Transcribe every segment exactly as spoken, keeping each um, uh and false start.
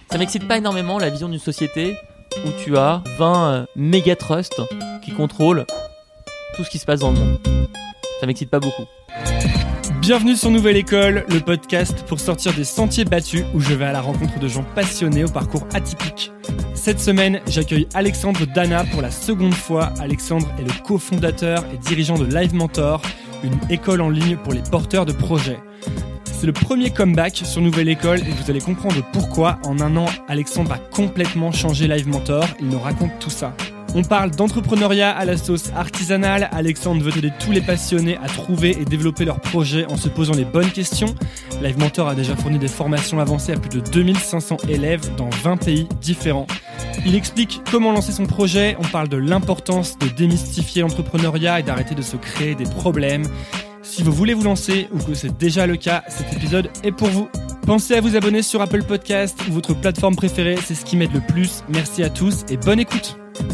Ça m'excite pas énormément la vision d'une société où tu as vingt euh, méga trusts qui contrôlent tout ce qui se passe dans le monde. Ça m'excite pas beaucoup. Bienvenue sur Nouvelle École, le podcast pour sortir des sentiers battus où je vais à la rencontre de gens passionnés au parcours atypique. Cette semaine, j'accueille Alexandre Dana pour la seconde fois. Alexandre est le cofondateur et dirigeant de Live Mentor, une école en ligne pour les porteurs de projets. C'est le premier comeback sur Nouvelle École et vous allez comprendre pourquoi en un an, Alexandre a complètement changé Live Mentor. Il nous raconte tout ça. On parle d'entrepreneuriat à la sauce artisanale. Alexandre veut aider tous les passionnés à trouver et développer leurs projets en se posant les bonnes questions. Live Mentor a déjà fourni des formations avancées à plus de deux mille cinq cents élèves dans vingt pays différents. Il explique comment lancer son projet. On parle de l'importance de démystifier l'entrepreneuriat et d'arrêter de se créer des problèmes. Si vous voulez vous lancer ou que c'est déjà le cas, cet épisode est pour vous. Pensez à vous abonner sur Apple Podcast ou votre plateforme préférée, c'est ce qui m'aide le plus. Merci à tous et bonne écoute.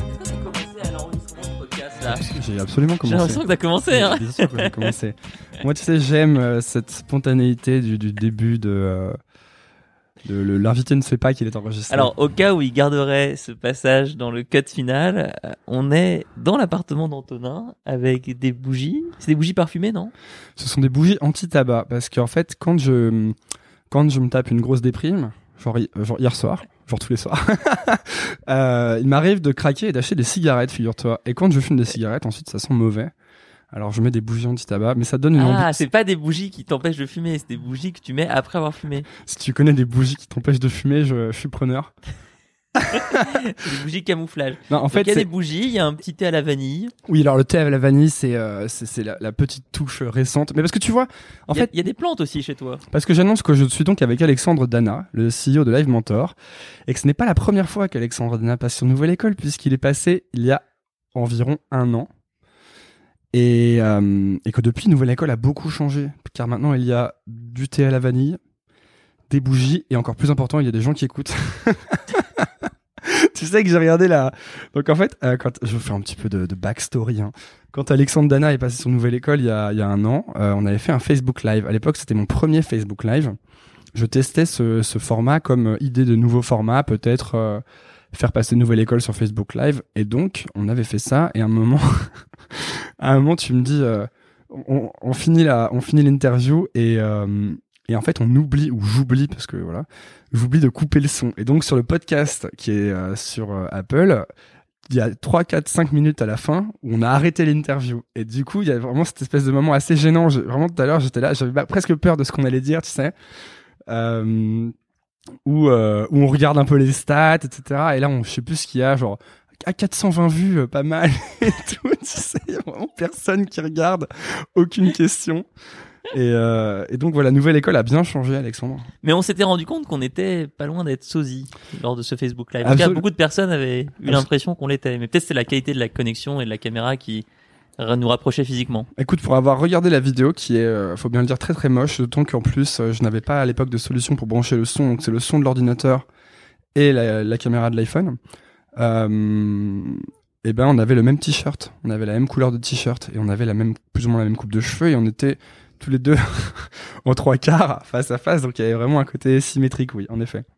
J'ai absolument commencé. J'ai l'impression que t'as commencé. Hein. Bien sûr que j'ai commencé. Moi, tu sais, j'aime euh, cette spontanéité du, du début de... Euh, de le, l'invité ne sait pas qu'il est enregistré. Alors, au cas où il garderait ce passage dans le cut final, euh, on est dans l'appartement d'Antonin avec des bougies. C'est des bougies parfumées, non ? Ce sont des bougies anti-tabac. Parce qu'en fait, quand je, quand je me tape une grosse déprime, genre, genre hier soir... genre tous les soirs, euh, il m'arrive de craquer et d'acheter des cigarettes, figure-toi. Et quand je fume des cigarettes, ensuite, ça sent mauvais. Alors, je mets des bougies anti-tabac, mais ça donne une ambiance. Ah, c'est pas des bougies qui t'empêchent de fumer, c'est des bougies que tu mets après avoir fumé. Si tu connais des bougies qui t'empêchent de fumer, je, je suis preneur. C'est des bougies camouflage. Non, en Donc, fait, il y a c'est... des bougies, il y a un petit thé à la vanille. Oui, alors le thé à la vanille, c'est, euh, c'est, c'est la, la petite touche récente. Mais parce que tu vois, en Il y a, fait... il y a des plantes aussi chez toi. Parce que j'annonce que je suis donc avec Alexandre Dana, le C E O de Live Mentor, et que ce n'est pas la première fois qu'Alexandre Dana passe sur Nouvelle École, puisqu'il est passé il y a environ un an. Et, euh, et que depuis, Nouvelle École a beaucoup changé. Car maintenant, il y a du thé à la vanille, des bougies, et encore plus important, il y a des gens qui écoutent. Tu sais que j'ai regardé la... Donc en fait, euh, quand... je vous fais un petit peu de, de backstory. Hein. Quand Alexandre Dana est passé sur Nouvelle École il y a, il y a un an, euh, on avait fait un Facebook Live. À l'époque, c'était mon premier Facebook Live. Je testais ce, ce format comme idée de nouveau format, peut-être euh, faire passer Nouvelle École sur Facebook Live. Et donc, on avait fait ça. Et à un moment, à un moment, tu me dis, euh, on, on finit la, on finit l'interview et euh, et en fait, on oublie ou j'oublie parce que voilà, j'oublie de couper le son. Et donc sur le podcast qui est euh, sur euh, Apple, il y a trois, quatre, cinq minutes à la fin où on a arrêté l'interview. Et du coup, il y a vraiment cette espèce de moment assez gênant. Je, vraiment tout à l'heure, j'étais là, j'avais bah, presque peur de ce qu'on allait dire, tu sais. Euh, où, euh, où on regarde un peu les stats, et cetera. Et là, on, je sais plus ce qu'il y a, genre à quatre cent vingt vues, euh, pas mal et tout. Tu sais, il y a vraiment personne qui regarde, aucune question. Et, euh, et donc voilà, Nouvelle École a bien changé, Alexandre. Mais on s'était rendu compte qu'on était pas loin d'être sosie lors de ce Facebook Live. En tout Absol- cas, beaucoup de personnes avaient eu Absol- l'impression qu'on l'était. Mais peut-être c'est la qualité de la connexion et de la caméra qui nous rapprochait physiquement. Écoute, pour avoir regardé la vidéo qui est, euh, faut bien le dire, très très moche, d'autant qu'en plus, euh, je n'avais pas à l'époque de solution pour brancher le son, donc c'est le son de l'ordinateur et la, la caméra de l'iPhone. Euh, et ben, on avait le même t-shirt, on avait la même couleur de t-shirt et on avait la même, plus ou moins la même coupe de cheveux et on était tous les deux en trois quarts face à face, donc il y avait vraiment un côté symétrique, oui, en effet.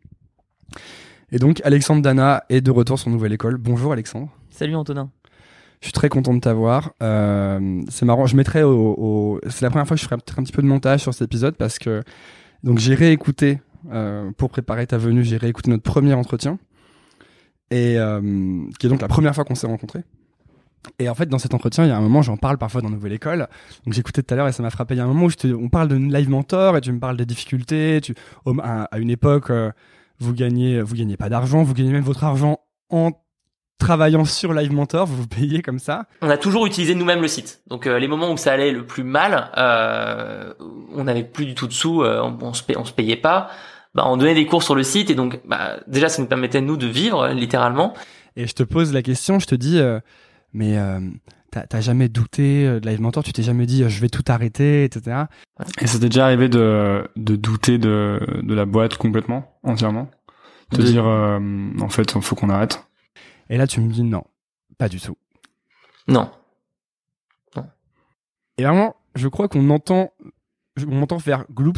Et donc Alexandre Dana est de retour sur Nouvelle École. Bonjour Alexandre. Salut Antonin. Je suis très content de t'avoir. Euh, c'est marrant, je mettrai au, au... c'est la première fois que je ferai peut-être un petit peu de montage sur cet épisode parce que donc j'ai réécouté euh, pour préparer ta venue, j'ai réécouté notre premier entretien et euh, qui est donc la première fois qu'on s'est rencontrés. Et en fait, dans cet entretien, il y a un moment, j'en parle parfois dans Nouvelle École. Donc, j'écoutais tout à l'heure et ça m'a frappé. Il y a un moment où je te, on parle de Live Mentor et tu me parles des difficultés. Tu, à, à une époque, euh, vous gagnez, vous gagnez pas d'argent, vous gagnez même votre argent en travaillant sur Live Mentor, vous vous payez comme ça. On a toujours utilisé nous-mêmes le site. Donc, euh, les moments où ça allait le plus mal, euh, on n'avait plus du tout de sous, euh, on, on, se pay, on se payait pas. Bah, on donnait des cours sur le site et donc, bah, déjà, ça nous permettait nous de vivre littéralement. Et je te pose la question, je te dis. Euh, Mais euh, t'as, t'as jamais douté de Live Mentor, tu t'es jamais dit euh, je vais tout arrêter, et cetera. Et ça t'est déjà arrivé de, de douter de, de la boîte complètement, entièrement, te de... dire euh, en fait il faut qu'on arrête. Et là tu me dis non, pas du tout. Non. Non. Et vraiment, je crois qu'on entend, on m'entend faire gloops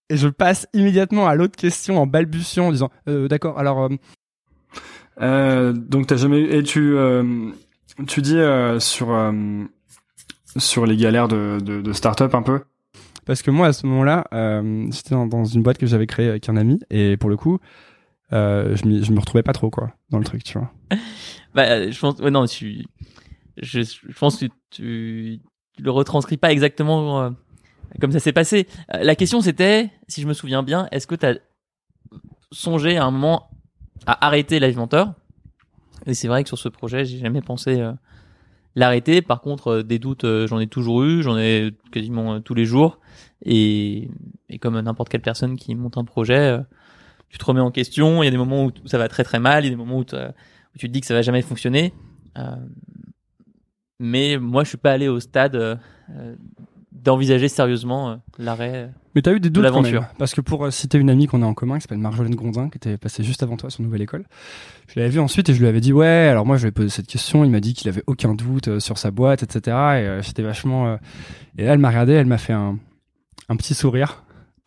et je passe immédiatement à l'autre question en balbutiant, en disant euh, d'accord. Alors, euh... Euh, donc t'as jamais eu... et tu euh, tu dis euh, sur euh, sur les galères de de, de start-up un peu. Parce que moi, à ce moment-là, euh, j'étais dans, dans une boîte que j'avais créée avec un ami, et pour le coup, euh, je, m'y, je me retrouvais pas trop, quoi, dans le truc, tu vois. Bah, je pense, ouais, non, tu, je, je pense que tu, tu le retranscris pas exactement euh, comme ça s'est passé. Euh, la question c'était, si je me souviens bien, est-ce que t'as songé à un moment à arrêter Live Mentor? Et c'est vrai que sur ce projet, j'ai jamais pensé euh, l'arrêter. Par contre, euh, des doutes, euh, j'en ai toujours eu, j'en ai quasiment euh, tous les jours. Et, et comme n'importe quelle personne qui monte un projet, euh, tu te remets en question. Il y a des moments où ça va très très mal, il y a des moments où, où tu te dis que ça va jamais fonctionner. Euh, mais moi, je suis pas allé au stade euh, d'envisager sérieusement euh, l'arrêt. Mais t'as eu des doutes de quand l'aventure. même, parce que pour euh, citer une amie qu'on a en commun qui s'appelle Marjolaine Grondin, qui était passée juste avant toi sur Nouvelle École, je l'avais vu ensuite et je lui avais dit ouais, alors moi je lui ai posé cette question, il m'a dit qu'il avait aucun doute euh, sur sa boîte, et cetera. Et euh, j'étais vachement... Euh... Et là, elle m'a regardé, elle m'a fait un, un petit sourire.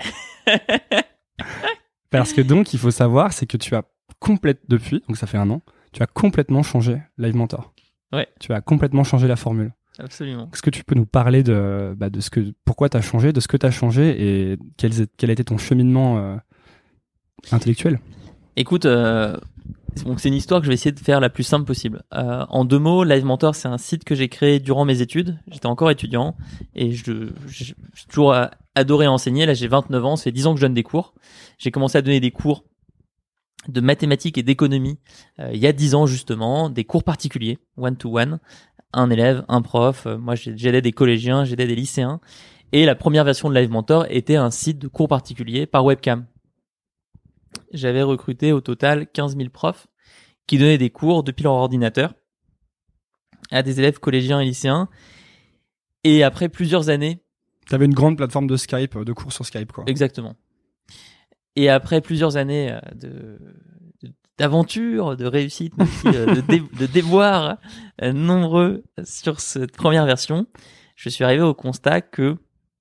Parce que donc, il faut savoir, c'est que tu as complètement, depuis, donc ça fait un an, tu as complètement changé Live Mentor. Ouais. Tu as complètement changé la formule. Absolument. Est-ce que tu peux nous parler de, bah, de ce que, pourquoi tu as changé, de ce que tu as changé et quel, quel a été ton cheminement euh, intellectuel? Écoute, euh, donc c'est une histoire que je vais essayer de faire la plus simple possible. Euh, en deux mots, Live Mentor, c'est un site que j'ai créé durant mes études. J'étais encore étudiant et je, je, j'ai toujours adoré enseigner. Là, j'ai vingt-neuf ans, ça fait dix ans que je donne des cours. J'ai commencé à donner des cours de mathématiques et d'économie euh, il y a dix ans justement, des cours particuliers, one-to-one. Un élève, un prof, euh, moi j'aidais des collégiens, j'aidais des lycéens, et la première version de Live Mentor était un site de cours particuliers par webcam. J'avais recruté au total quinze mille profs qui donnaient des cours depuis leur ordinateur à des élèves collégiens et lycéens, et après plusieurs années... T'avais une grande plateforme de Skype, de cours sur Skype, quoi. Exactement. Et après plusieurs années de... d'aventure, de réussite, mais aussi de, dé, de déboires euh, nombreux sur cette première version, je suis arrivé au constat que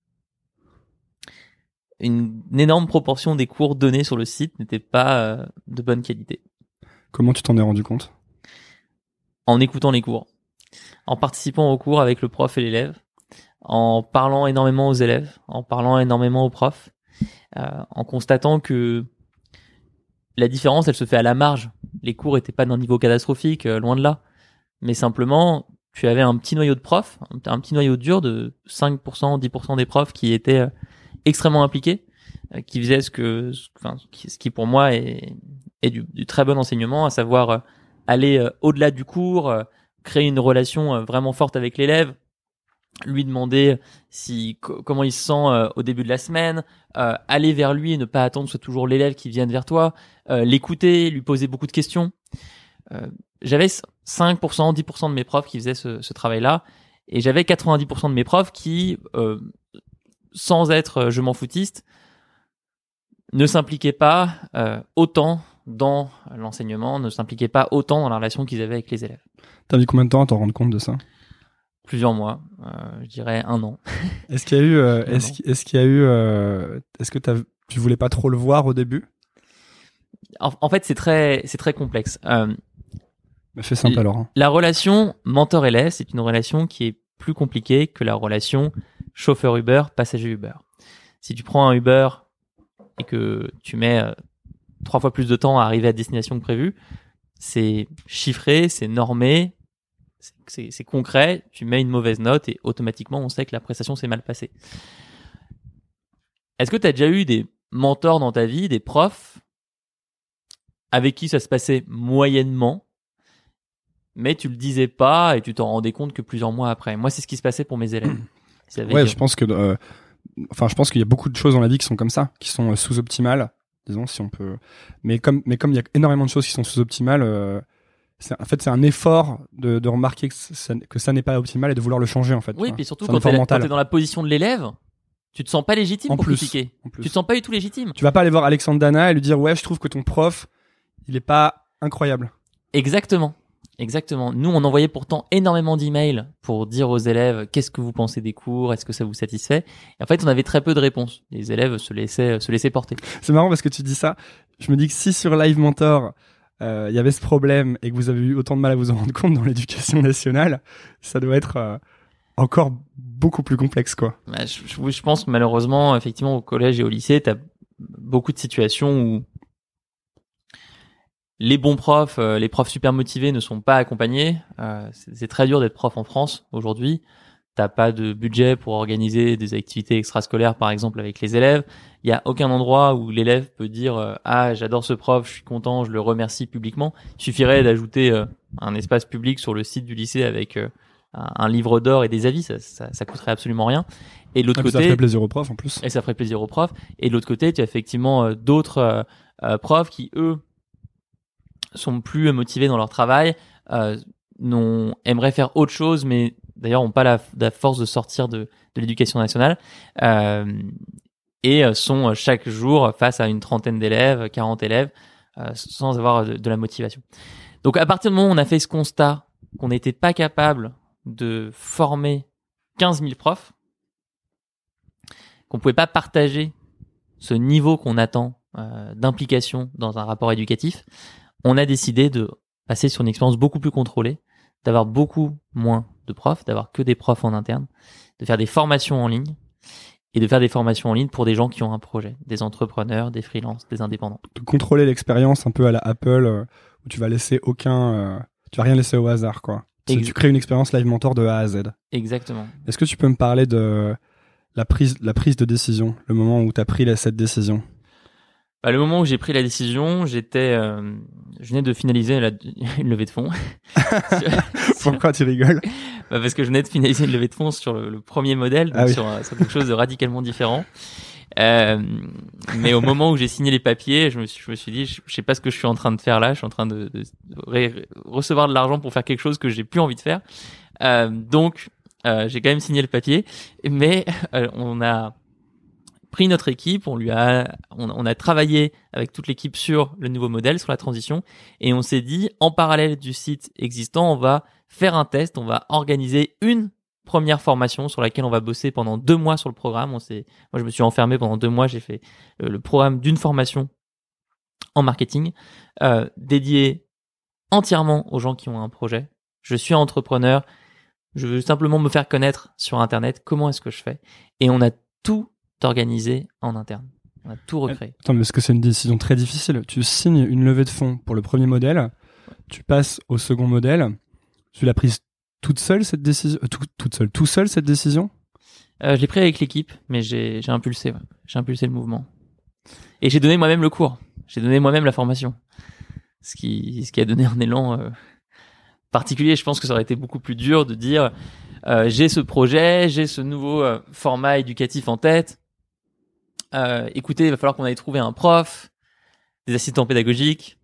une, une énorme proportion des cours donnés sur le site n'étaient pas euh, de bonne qualité. Comment tu t'en es rendu compte? En écoutant les cours, en participant aux cours avec le prof et l'élève, en parlant énormément aux élèves, en parlant énormément aux profs, euh, en constatant que la différence, elle se fait à la marge. Les cours étaient pas d'un niveau catastrophique, euh, loin de là. Mais simplement, tu avais un petit noyau de profs, un, un petit noyau dur de cinq pour cent, dix pour cent des profs qui étaient euh, extrêmement impliqués, euh, qui faisaient ce que, enfin, ce qui pour moi est, est du, du très bon enseignement, à savoir euh, aller euh, au-delà du cours, euh, créer une relation euh, vraiment forte avec l'élève, lui demander si co- comment il se sent euh, au début de la semaine, euh, aller vers lui et ne pas attendre que ce soit toujours l'élève qui vienne vers toi, euh, l'écouter, lui poser beaucoup de questions. Euh, j'avais cinq pour cent, dix pour cent de mes profs qui faisaient ce, ce travail-là, et j'avais quatre-vingt-dix pour cent de mes profs qui, euh, sans être euh, je m'en foutiste, ne s'impliquaient pas euh, autant dans l'enseignement, ne s'impliquaient pas autant dans la relation qu'ils avaient avec les élèves. T'as mis combien de temps à t'en rendre compte de ça? Plusieurs mois, euh, je dirais un an. Est-ce qu'il y a eu, euh, est-ce, qu'il- est-ce qu'il y a eu, euh, est-ce que t'as, tu voulais pas trop le voir au début? En, en fait, c'est très, c'est très complexe. Euh, Mais fais simple L- alors. Hein. la relation mentor-élève, c'est une relation qui est plus compliquée que la relation chauffeur Uber, passager Uber. Si tu prends un Uber et que tu mets euh, trois fois plus de temps à arriver à destination que prévu, c'est chiffré, c'est normé, c'est, c'est, c'est concret, tu mets une mauvaise note et automatiquement on sait que la prestation s'est mal passée. Est-ce que tu as déjà eu des mentors dans ta vie, des profs avec qui ça se passait moyennement, mais tu le disais pas et tu t'en rendais compte que plusieurs mois après? Moi, c'est ce qui se passait pour mes élèves. C'est avec, Ouais, euh, je pense que, euh, enfin, je pense qu'il y a beaucoup de choses dans la vie qui sont comme ça, qui sont euh, sous-optimales, disons, si on peut. Mais comme, mais comme il y a énormément de choses qui sont sous-optimales, euh, c'est, en fait, c'est un effort de, de remarquer que ça, que ça n'est pas optimal et de vouloir le changer, en fait. tu Oui, vois. puis surtout C'est un quand effort t'es, mental. quand t'es dans la position de l'élève, tu te sens pas légitime En pour plus, critiquer. en plus. Tu te sens pas du tout légitime. Tu vas pas aller voir Alexandre Dana et lui dire ouais, je trouve que ton prof, il est pas incroyable. Exactement. Exactement. Nous, on envoyait pourtant énormément d'emails pour dire aux élèves qu'est-ce que vous pensez des cours, est-ce que ça vous satisfait. Et en fait, on avait très peu de réponses. Les élèves se laissaient se laissaient porter. C'est marrant parce que tu dis ça. Je me dis que si sur Live Mentor il euh, y avait ce problème et que vous avez eu autant de mal à vous en rendre compte dans l'éducation nationale, ça doit être euh, encore beaucoup plus complexe, quoi. Bah, je, je, je pense que malheureusement, effectivement, au collège et au lycée, t'as beaucoup de situations où les bons profs, euh, les profs super motivés ne sont pas accompagnés. Euh, c'est, c'est très dur d'être prof en France aujourd'hui. T'as pas de budget pour organiser des activités extrascolaires, par exemple, avec les élèves. Il y a aucun endroit où l'élève peut dire euh, ah, j'adore ce prof, je suis content, je le remercie publiquement. Il suffirait d'ajouter euh, un espace public sur le site du lycée avec euh, un, un livre d'or et des avis. Ça, ça, ça coûterait absolument rien. Et de l'autre ah, côté, ça ferait plaisir aux profs en plus. Et ça ferait plaisir aux profs. Et de l'autre côté, tu as effectivement euh, d'autres euh, euh, profs qui eux sont plus motivés dans leur travail, euh, non, aimeraient faire autre chose, mais d'ailleurs ont pas la, la force de sortir de, de l'éducation nationale, euh, et sont chaque jour face à une trentaine d'élèves, quarante élèves, euh, sans avoir de, de la motivation. Donc à partir du moment où on a fait ce constat qu'on n'était pas capable de former quinze mille profs, qu'on pouvait pas partager ce niveau qu'on attend euh, d'implication dans un rapport éducatif, on a décidé de passer sur une expérience beaucoup plus contrôlée, d'avoir beaucoup moins de profs, d'avoir que des profs en interne, de faire des formations en ligne et de faire des formations en ligne pour des gens qui ont un projet, des entrepreneurs, des freelances, des indépendants. De contrôler l'expérience un peu à la Apple euh, où tu vas laisser aucun, euh, tu vas rien laisser au hasard, quoi. Ex- tu crées une expérience Live Mentor de A à Z. Exactement. Est-ce que tu peux me parler de la prise, la prise de décision, le moment où tu as pris la, cette décision? Bah, le moment où j'ai pris la décision, j'étais, euh, je venais de finaliser la, une levée de fonds. Pourquoi tu rigoles? Bah parce que je venais de finaliser une levée de fonds sur le, le premier modèle, donc ah oui. sur, sur quelque chose de radicalement différent. Euh, mais au moment où j'ai signé les papiers, je me suis, je me suis dit, je, je sais pas ce que je suis en train de faire là. Je suis en train de, de, de ré, recevoir de l'argent pour faire quelque chose que j'ai plus envie de faire. Euh, donc, euh, j'ai quand même signé le papier, mais euh, on a pris notre équipe, on lui a, on, on a travaillé avec toute l'équipe sur le nouveau modèle, sur la transition, et on s'est dit, en parallèle du site existant, on va faire un test, on va organiser une première formation sur laquelle on va bosser pendant deux mois sur le programme. On s'est, moi, je me suis enfermé pendant deux mois, j'ai fait le, le programme d'une formation en marketing, euh, dédié entièrement aux gens qui ont un projet. Je suis entrepreneur, je veux simplement me faire connaître sur Internet. Comment est-ce que je fais? Et on a tout organisé en interne. On a tout recréé. Attends, mais est-ce que c'est une décision très difficile? Tu signes une levée de fonds pour le premier modèle, tu passes au second modèle, tu l'as prise toute seule cette décision, euh, tout, toute seule, tout seul cette décision? euh, Je l'ai pris avec l'équipe, mais j'ai, j'ai impulsé, ouais. j'ai impulsé le mouvement. Et j'ai donné moi-même le cours. J'ai donné moi-même la formation. Ce qui, ce qui a donné un élan euh, particulier. Je pense que ça aurait été beaucoup plus dur de dire euh, j'ai ce projet, j'ai ce nouveau euh, format éducatif en tête. Euh, écoutez, il va falloir qu'on aille trouver un prof, des assistants pédagogiques.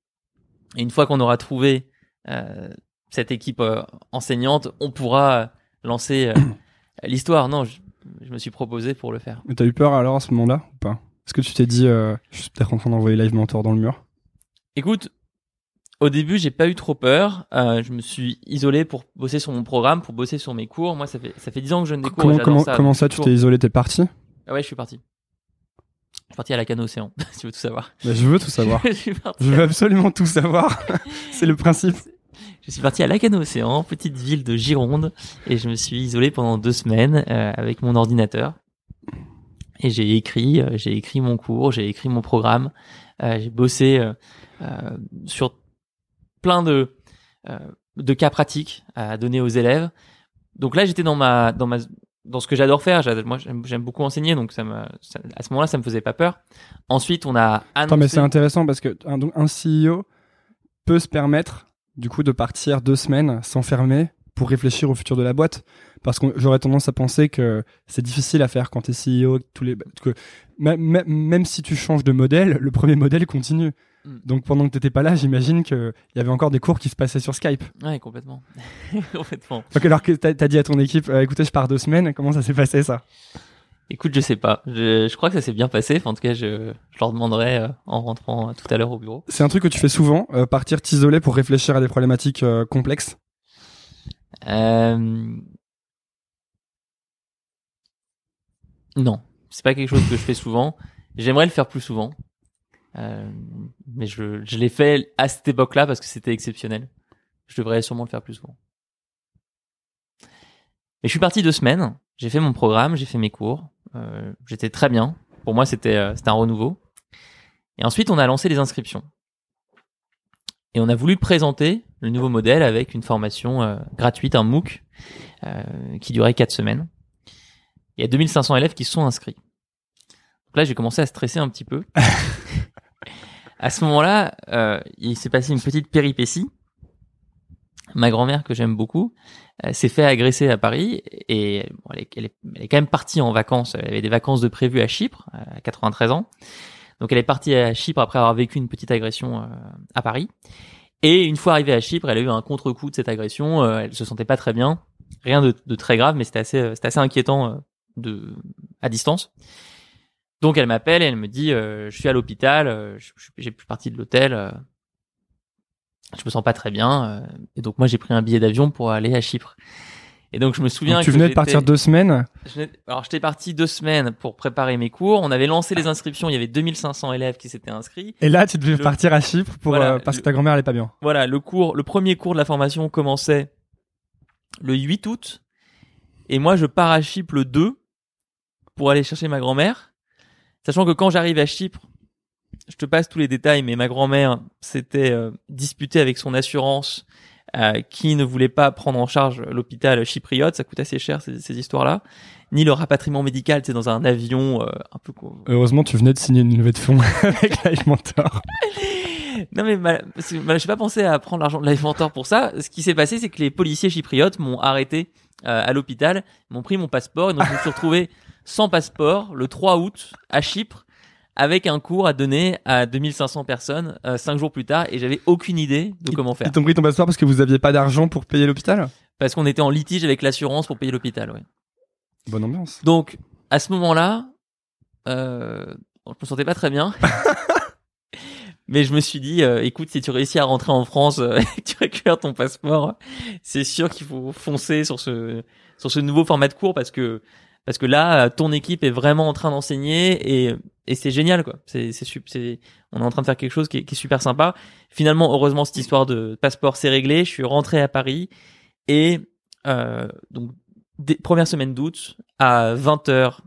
Et une fois qu'on aura trouvé euh, cette équipe euh, enseignante, on pourra lancer euh, l'histoire. Non, je, je me suis proposé pour le faire. Mais t'as eu peur alors à ce moment-là ou pas? Est-ce que tu t'es dit, euh, je suis peut-être en train d'envoyer Live Mentor dans le mur? Écoute, au début, j'ai pas eu trop peur. Euh, je me suis isolé pour bosser sur mon programme, pour bosser sur mes cours. Moi, ça fait ça fait dix ans que je donne des cours. Comment, et j'adore comment, ça. comment ça, tu t'es isolé? T'es parti? Ah ouais, je suis parti. Je suis parti à la Cannes Océan, si tu veux tout savoir. Bah, je veux tout savoir. je, suis parti je veux absolument tout savoir. C'est le principe. Je suis parti à la Cannes Océan, petite ville de Gironde, et je me suis isolé pendant deux semaines euh, avec mon ordinateur. Et j'ai écrit, euh, j'ai écrit mon cours, j'ai écrit mon programme, euh, j'ai bossé euh, euh, sur plein de euh, de cas pratiques à donner aux élèves. Donc là, j'étais dans ma dans ma dans ce que j'adore faire. J'adore, moi, j'aime, j'aime beaucoup enseigner, donc ça me ça, à ce moment-là, ça me faisait pas peur. Ensuite, on a annoncé. Attends, mais c'est intéressant parce que un, donc, un C E O peut se permettre du coup de partir deux semaines s'enfermer pour réfléchir au futur de la boîte. Parce que j'aurais tendance à penser que c'est difficile à faire quand t'es C E O, tous les, que même, même si tu changes de modèle, le premier modèle continue. Mm. Donc pendant que t'étais pas là, j'imagine qu'il y avait encore des cours qui se passaient sur Skype. Ouais, complètement. complètement. Donc alors que t'as, t'as dit à ton équipe, euh, écoutez, je pars deux semaines, comment ça s'est passé ça? Écoute, je sais pas. Je, je crois que ça s'est bien passé. Enfin, en tout cas, je, je leur demanderai euh, en rentrant euh, tout à l'heure au bureau. C'est un truc que tu fais souvent, euh, partir t'isoler pour réfléchir à des problématiques euh, complexes. Euh... Non, c'est pas quelque chose que je fais souvent. J'aimerais le faire plus souvent, euh, mais je, je l'ai fait à cette époque-là parce que c'était exceptionnel. Je devrais sûrement le faire plus souvent. Mais je suis parti deux semaines. J'ai fait mon programme, j'ai fait mes cours. Euh, j'étais très bien. Pour moi, c'était euh, c'était un renouveau. Et ensuite, on a lancé les inscriptions. Et on a voulu présenter le nouveau modèle avec une formation euh, gratuite, un MOOC, euh, qui durait quatre semaines. Il y a deux mille cinq cents élèves qui se sont inscrits. Donc là, j'ai commencé à stresser un petit peu. À ce moment-là, euh, il s'est passé une petite péripétie. Ma grand-mère, que j'aime beaucoup, euh, s'est fait agresser à Paris et bon, elle, est, elle, est, elle est quand même partie en vacances. Elle avait des vacances de prévues à Chypre, à quatre-vingt-treize ans. Donc elle est partie à Chypre après avoir vécu une petite agression euh, à Paris. Et une fois arrivée à Chypre, elle a eu un contre-coup de cette agression. Euh, elle se sentait pas très bien. Rien de, de très grave, mais c'était assez, c'était assez inquiétant euh, de, à distance. Donc elle m'appelle et elle me dit euh, je suis à l'hôpital, euh, je, je, j'ai plus parti de l'hôtel, euh, je me sens pas très bien. Euh, et donc moi j'ai pris un billet d'avion pour aller à Chypre. Et donc je me souviens donc, tu que venais de partir deux semaines. Je alors j'étais parti deux semaines pour préparer mes cours. On avait lancé les inscriptions. Il y avait deux mille cinq cents élèves qui s'étaient inscrits. Et là, tu devais le... partir à Chypre pour voilà, euh, parce le... que ta grand-mère allait pas bien. Voilà, le cours, le premier cours de la formation commençait le huit août. Et moi, je pars à Chypre le deux pour aller chercher ma grand-mère. Sachant que quand j'arrive à Chypre, je te passe tous les détails, mais ma grand-mère s'était euh, disputée avec son assurance euh, qui ne voulait pas prendre en charge l'hôpital chypriote. Ça coûte assez cher, ces, ces histoires-là. Ni le rapatriement médical, c'est dans un avion euh, un peu... Heureusement, tu venais de signer une levée de fonds avec Life Mentor. Non mais mal, mal, j'ai pas pensé à prendre l'argent de Life Mentor pour ça. Ce qui s'est passé, c'est que les policiers chypriotes m'ont arrêté euh, à l'hôpital, m'ont pris mon passeport, et donc je me suis retrouvé sans passeport le trois août à Chypre avec un cours à donner à deux mille cinq cents personnes euh, cinq jours plus tard, et j'avais aucune idée de ils, comment faire. Ils t'ont pris ton passeport parce que vous aviez pas d'argent pour payer l'hôpital ? Parce qu'on était en litige avec l'assurance pour payer l'hôpital, ouais. Bonne ambiance. Donc à ce moment-là, euh, je me sentais pas très bien. Mais je me suis dit, euh, écoute, si tu réussis à rentrer en France euh, et que tu récupères ton passeport, c'est sûr qu'il faut foncer sur ce sur ce nouveau format de cours parce que parce que là, ton équipe est vraiment en train d'enseigner et et c'est génial quoi. C'est c'est c'est on est en train de faire quelque chose qui est, qui est super sympa. Finalement, heureusement, cette histoire de passeport s'est réglée. Je suis rentré à Paris et euh, donc des, première semaine d'août à vingt heures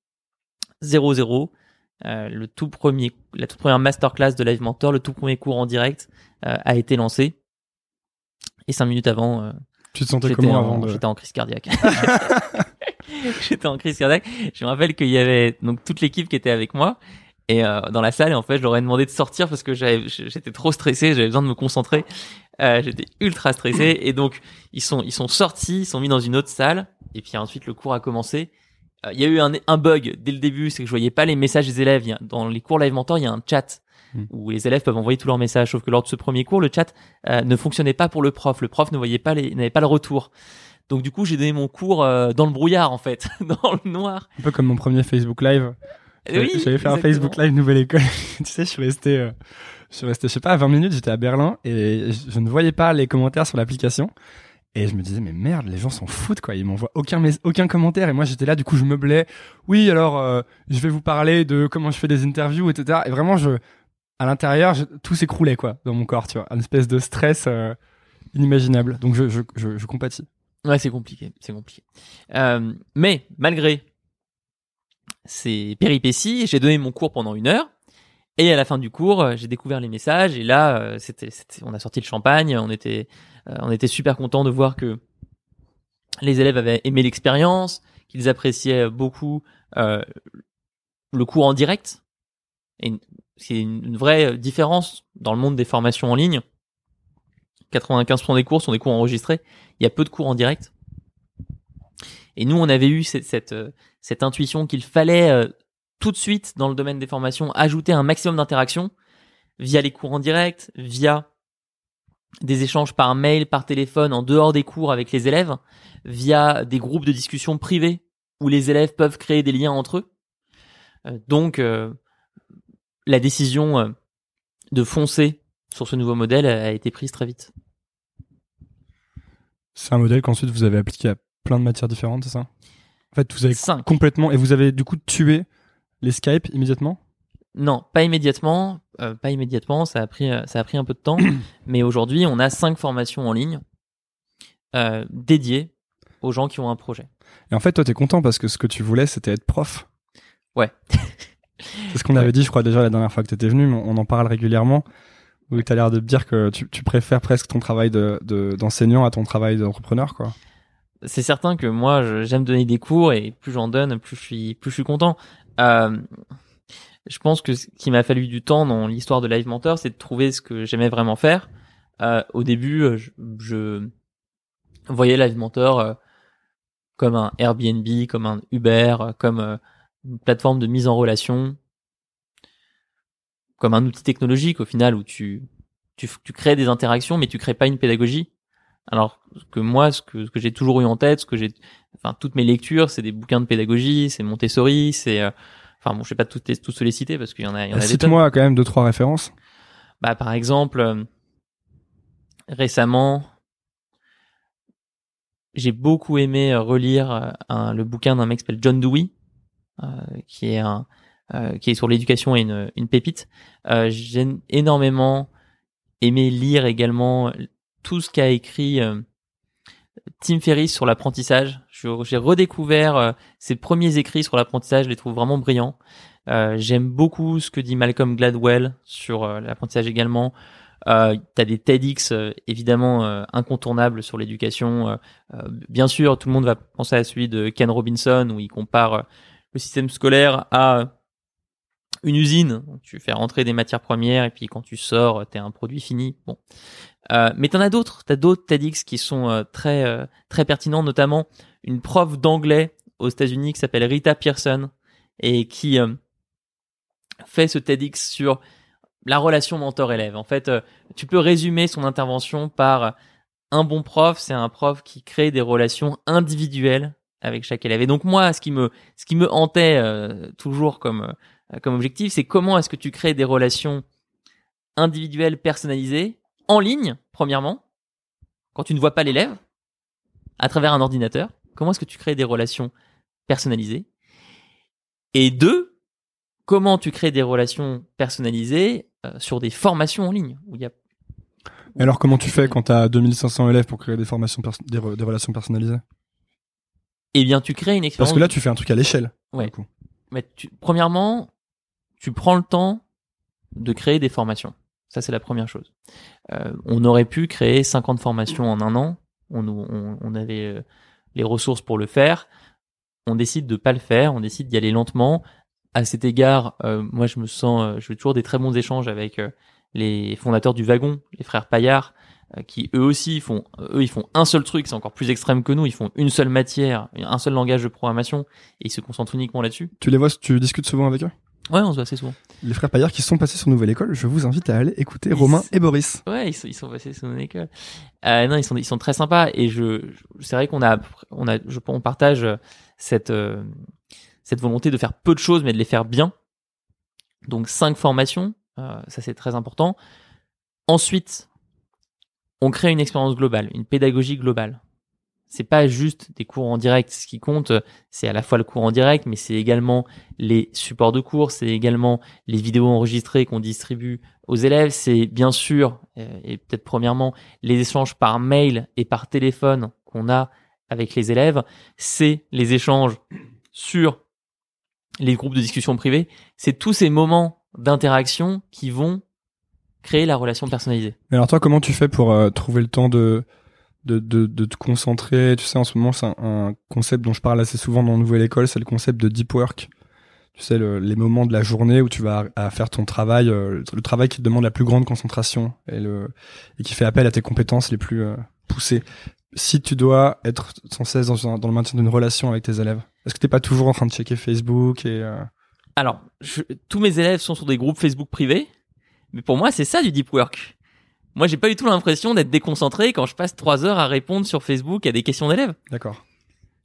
Euh, le tout premier, la toute première masterclass de Life Mentor, le tout premier cours en direct euh, a été lancé. Et cinq minutes avant, euh, tu te sentais comment en, avant de... J'étais en crise cardiaque. J'étais en crise cardiaque. Je me rappelle qu'il y avait donc toute l'équipe qui était avec moi et euh, dans la salle. Et en fait, je leur ai demandé de sortir parce que j'avais, j'étais trop stressé. J'avais besoin de me concentrer. Euh, j'étais ultra stressé et donc ils sont ils sont sortis, ils sont mis dans une autre salle. Et puis ensuite, le cours a commencé. Il y a eu un, un bug dès le début, c'est que je voyais pas les messages des élèves. Il y a, dans les cours Live Mentor, il y a un chat mmh. où les élèves peuvent envoyer tous leurs messages. Sauf que lors de ce premier cours, le chat euh, ne fonctionnait pas pour le prof. Le prof ne voyait pas les, n'avait pas le retour. Donc du coup, j'ai donné mon cours euh, dans le brouillard en fait, dans le noir. Un peu comme mon premier Facebook Live. Oui, j'avais fait un Facebook Live Nouvelle École. Tu sais, je suis resté, euh, je suis resté, je sais pas, à vingt minutes. J'étais à Berlin et je, je ne voyais pas les commentaires sur l'application. Et je me disais, mais merde, les gens s'en foutent, quoi. Ils m'envoient aucun, mes- aucun commentaire. Et moi, j'étais là, du coup, je meublais. Oui, alors, euh, je vais vous parler de comment je fais des interviews, et cetera. Et vraiment, je, à l'intérieur, je, tout s'écroulait, quoi, dans mon corps, tu vois. Une espèce de stress euh, inimaginable. Donc, je, je, je, je compatis. Ouais, c'est compliqué, c'est compliqué. Euh, mais, malgré ces péripéties, j'ai donné mon cours pendant une heure. Et à la fin du cours, j'ai découvert les messages. Et là, euh, c'était, c'était, on a sorti le champagne. On était, euh, on était super contents de voir que les élèves avaient aimé l'expérience, qu'ils appréciaient beaucoup euh, le cours en direct. Et c'est une, une vraie différence dans le monde des formations en ligne. quatre-vingt-quinze pour cent des cours sont des cours enregistrés. Il y a peu de cours en direct. Et nous, on avait eu cette, cette, cette intuition qu'il fallait euh, tout de suite, dans le domaine des formations, ajouter un maximum d'interactions via les cours en direct, via des échanges par mail, par téléphone, en dehors des cours avec les élèves, via des groupes de discussion privés où les élèves peuvent créer des liens entre eux. Euh, donc, euh, la décision euh, de foncer sur ce nouveau modèle a, a été prise très vite. C'est un modèle qu'ensuite vous avez appliqué à plein de matières différentes, c'est ça? En fait, vous avez Cinq. complètement... Et vous avez du coup tué les Skype immédiatement? Non, pas immédiatement. Euh, pas immédiatement, ça a pris, ça a pris un peu de temps. Mais aujourd'hui, on a cinq formations en ligne euh, dédiées aux gens qui ont un projet. Et en fait, toi, t'es content parce que ce que tu voulais, c'était être prof. Ouais. C'est ce qu'on Ouais. avait dit, je crois, déjà la dernière fois que t'étais venu, mais on en parle régulièrement. Où t'as l'air de dire que tu, tu préfères presque ton travail de, de, d'enseignant à ton travail d'entrepreneur, quoi. C'est certain que moi, je- j'aime donner des cours et plus j'en donne, plus je suis, plus je suis content. Euh, je pense que ce qui m'a fallu du temps dans l'histoire de Live Mentor, c'est de trouver ce que j'aimais vraiment faire. Euh, au début, euh, je, je voyais Live Mentor euh, comme un Airbnb, comme un Uber, euh, comme euh, une plateforme de mise en relation, comme un outil technologique au final où tu, tu, tu crées des interactions, mais tu crées pas une pédagogie. Alors que moi, ce que, ce que j'ai toujours eu en tête, ce que j'ai, enfin, toutes mes lectures, c'est des bouquins de pédagogie, c'est Montessori, c'est, euh, enfin, bon, je vais pas tous, les- tous les citer parce qu'il y en a, il y en a des tonnes. Cite-moi quand même deux, trois références. Bah, par exemple, euh, récemment, j'ai beaucoup aimé euh, relire euh, un, le bouquin d'un mec qui s'appelle John Dewey, euh, qui est un, euh, qui est sur l'éducation et une, une pépite. Euh, j'ai énormément aimé lire également tout ce qu'a écrit euh, Tim Ferriss sur l'apprentissage. Je- J'ai redécouvert euh, ses premiers écrits sur l'apprentissage, je les trouve vraiment brillants. Euh, j'aime beaucoup ce que dit Malcolm Gladwell sur euh, l'apprentissage également. Euh, t'as des TEDx euh, évidemment euh, incontournables sur l'éducation. Euh, euh, bien sûr, tout le monde va penser à celui de Ken Robinson où il compare euh, le système scolaire à une usine. Tu fais rentrer des matières premières et puis quand tu sors, t'es un produit fini. Bon. Euh, mais t'en as d'autres, t'as d'autres TEDx qui sont euh, très euh, très pertinents, notamment une prof d'anglais aux États-Unis qui s'appelle Rita Pierson et qui euh, fait ce TEDx sur la relation mentor-élève. En fait, euh, tu peux résumer son intervention par euh, un bon prof, c'est un prof qui crée des relations individuelles avec chaque élève. Et donc moi, ce qui me ce qui me hantait euh, toujours comme euh, comme objectif, c'est comment est-ce que tu crées des relations individuelles personnalisées en ligne, premièrement, quand tu ne vois pas l'élève, à travers un ordinateur. Comment est-ce que tu crées des relations personnalisées? Et deux, comment tu crées des relations personnalisées euh, sur des formations en ligne où il y a... Et alors, comment tu fais quand t'as deux mille cinq cents élèves pour créer des formations, perso- des, re- des relations personnalisées? Eh bien, tu crées une expérience... Parce que là, tu fais un truc à l'échelle. pour Ouais. le coup. Mais tu, premièrement, tu prends le temps de créer des formations. Ça, c'est la première chose. Euh, on aurait pu créer cinquante formations en un an. On, on, on avait euh, les ressources pour le faire. On décide de pas le faire. On décide d'y aller lentement. À cet égard, euh, moi, je me sens, euh, je fais toujours des très bons échanges avec euh, les fondateurs du Wagon, les frères Paillard, euh, qui eux aussi font, eux, ils font un seul truc. C'est encore plus extrême que nous. Ils font une seule matière, un seul langage de programmation, et ils se concentrent uniquement là-dessus. Tu les vois, tu discutes souvent avec eux? Ouais, on se voit assez souvent. Les frères Paillard qui sont passés sur Nouvelle École, je vous invite à aller écouter Ils Romain s- et Boris. Ouais, ils sont, ils sont passés sur mon école. Euh, non, ils sont, ils sont très sympas et je, je- c'est vrai qu'on a, on a, je, on partage cette, euh, cette volonté de faire peu de choses mais de les faire bien. Donc cinq formations, euh, ça c'est très important. Ensuite, on crée une expérience globale, une pédagogie globale. C'est pas juste des cours en direct. Ce qui compte, c'est à la fois le cours en direct, mais c'est également les supports de cours, c'est également les vidéos enregistrées qu'on distribue aux élèves. C'est bien sûr, euh, et peut-être premièrement, les échanges par mail et par téléphone qu'on a avec les élèves. C'est les échanges sur les groupes de discussion privés. C'est tous ces moments d'interaction qui vont créer la relation personnalisée. Mais alors toi, comment tu fais pour euh, trouver le temps de, de, de, de te concentrer? Tu sais, en ce moment, c'est un, un concept dont je parle assez souvent dans Nouvelle École, c'est le concept de deep work. Tu sais, le, les moments de la journée où tu vas à, à faire ton travail, euh, le travail qui te demande la plus grande concentration et, le, et qui fait appel à tes compétences les plus euh, poussées. Si tu dois être sans cesse dans, un- dans le maintien d'une relation avec tes élèves, est-ce que t'es pas toujours en train de checker Facebook et euh... Alors, je, tous mes élèves sont sur des groupes Facebook privés, mais pour moi, c'est ça du deep work. Moi, j'ai pas du tout l'impression d'être déconcentré quand je passe trois heures à répondre sur Facebook à des questions d'élèves. D'accord.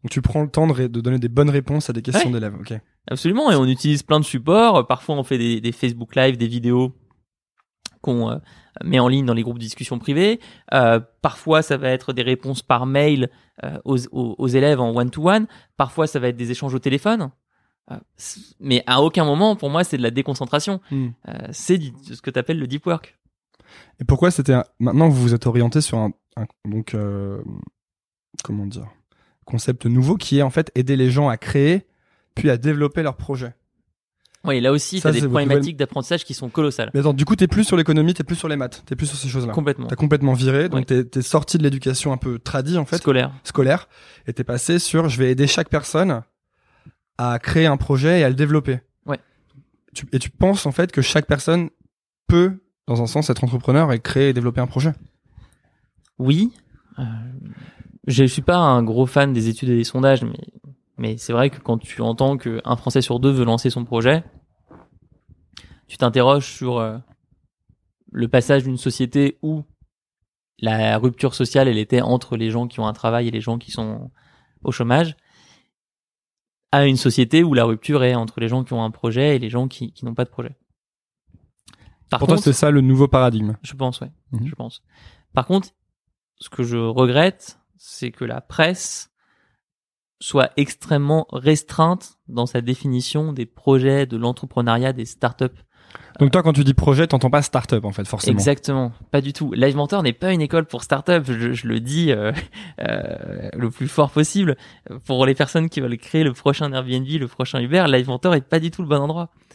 Donc tu prends le temps de, ré- de donner des bonnes réponses à des questions Ouais. d'élèves. Ok. Absolument, et on utilise plein de supports. Parfois, on fait des, des Facebook Live, des vidéos qu'on euh, met en ligne dans les groupes de discussion privés. Euh, parfois, ça va être des réponses par mail euh, aux, aux, aux élèves en one-to-one. Parfois, ça va être des échanges au téléphone. Euh, c- mais à aucun moment, pour moi, c'est de la déconcentration. Hmm. Euh, c'est du- ce que tu appelles le deep work. Et pourquoi c'était un... maintenant vous vous êtes orienté sur un, un donc euh, comment dire concept nouveau qui est en fait aider les gens à créer puis à développer leurs projets. Oui, là aussi, tu Ça, as des c'est votre problématiques d'apprentissage qui sont colossales. Mais attends, du coup t'es plus sur l'économie, t'es plus sur les maths, t'es plus sur ces choses-là. Complètement. T'as complètement viré, donc Ouais. t'es, t'es sorti de l'éducation un peu tradie en fait, Scolaire. scolaire, et t'es passé sur je vais aider chaque personne à créer un projet et à le développer. Ouais. Tu, et tu penses en fait que chaque personne peut, dans un sens, être entrepreneur et créer et développer un projet. Oui. Euh, je suis pas un gros fan des études et des sondages, mais, mais c'est vrai que quand tu entends qu'un Français sur deux veut lancer son projet, tu t'interroges sur euh, le passage d'une société où la rupture sociale, elle était entre les gens qui ont un travail et les gens qui sont au chômage, à une société où la rupture est entre les gens qui ont un projet et les gens qui, qui n'ont pas de projet. Par Pour toi, contre, c'est ça le nouveau paradigme. je pense, ouais. Mhm. Je pense. Par contre, ce que je regrette, c'est que la presse soit extrêmement restreinte dans sa définition des projets, de l'entrepreneuriat, des startups. Donc toi, quand tu dis projet, t'entends pas start-up en fait, forcément. Exactement, pas du tout. Live Mentor n'est pas une école pour startup, je, je le dis euh, euh, le plus fort possible. Pour les personnes qui veulent créer le prochain Airbnb, le prochain Uber, Live Mentor est pas du tout le bon endroit. Pourquoi ?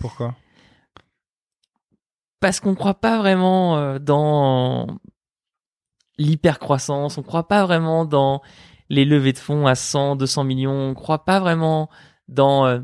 Parce qu'on croit pas vraiment euh, dans l'hypercroissance, on croit pas vraiment dans les levées de fonds à cent, deux cents millions, on croit pas vraiment dans euh,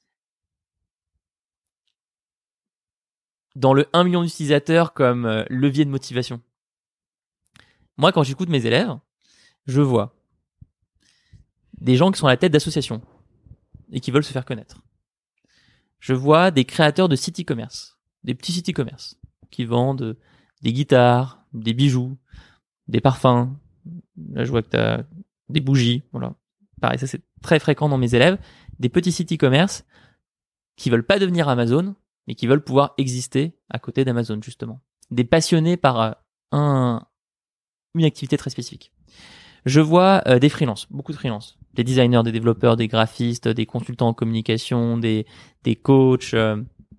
dans le un million d'utilisateurs comme euh, levier de motivation. Moi, quand j'écoute mes élèves, je vois des gens qui sont à la tête d'associations et qui veulent se faire connaître. Je vois des créateurs de sites e-commerce, des petits sites e-commerce qui vendent des guitares, des bijoux, des parfums. Là, je vois que tu as des bougies. Voilà. Pareil, ça, c'est très fréquent dans mes élèves. Des petits sites e-commerce qui veulent pas devenir Amazon, mais qui veulent pouvoir exister à côté d'Amazon, justement. Des passionnés par euh, un, une activité très spécifique. Je vois euh, des freelances, beaucoup de freelances. Des designers, des développeurs, des graphistes, des consultants en communication, des, des coachs, euh,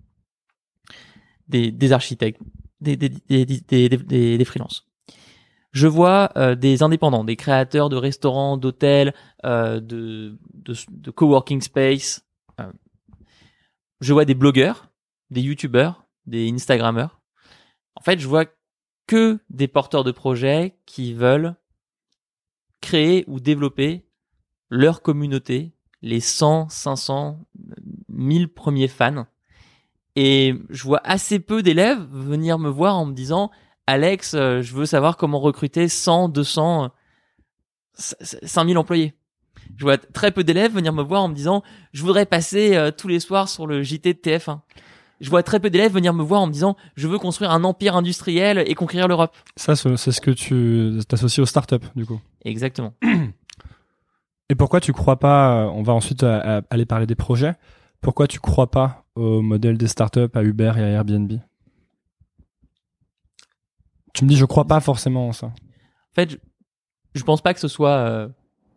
des, des architectes, des, des, des, des, des, des, des freelances. Je vois euh, des indépendants, des créateurs de restaurants, d'hôtels, euh, de, de, de coworking space. Euh, je vois des blogueurs, des youtubeurs, des instagrammeurs. En fait, je vois que des porteurs de projets qui veulent créer ou développer leur communauté, les cent, cinq cents, mille premiers fans. Et je vois assez peu d'élèves venir me voir en me disant « Alex, euh, je veux savoir comment recruter cent, deux cents, cinq mille employés. » Je vois très peu d'élèves venir me voir en me disant « Je voudrais passer euh, tous les soirs sur le J T de T F un. » Je vois très peu d'élèves venir me voir en me disant « Je veux construire un empire industriel et conquérir l'Europe. » Ça, c'est c'est ce que tu t'associes aux startups, du coup. Exactement. Et pourquoi tu crois pas, on va ensuite à, à aller parler des projets, pourquoi tu crois pas au modèle des startups, à Uber et à Airbnb? Tu me dis, je crois pas forcément en ça. En fait, je, je pense pas que ce soit... Euh...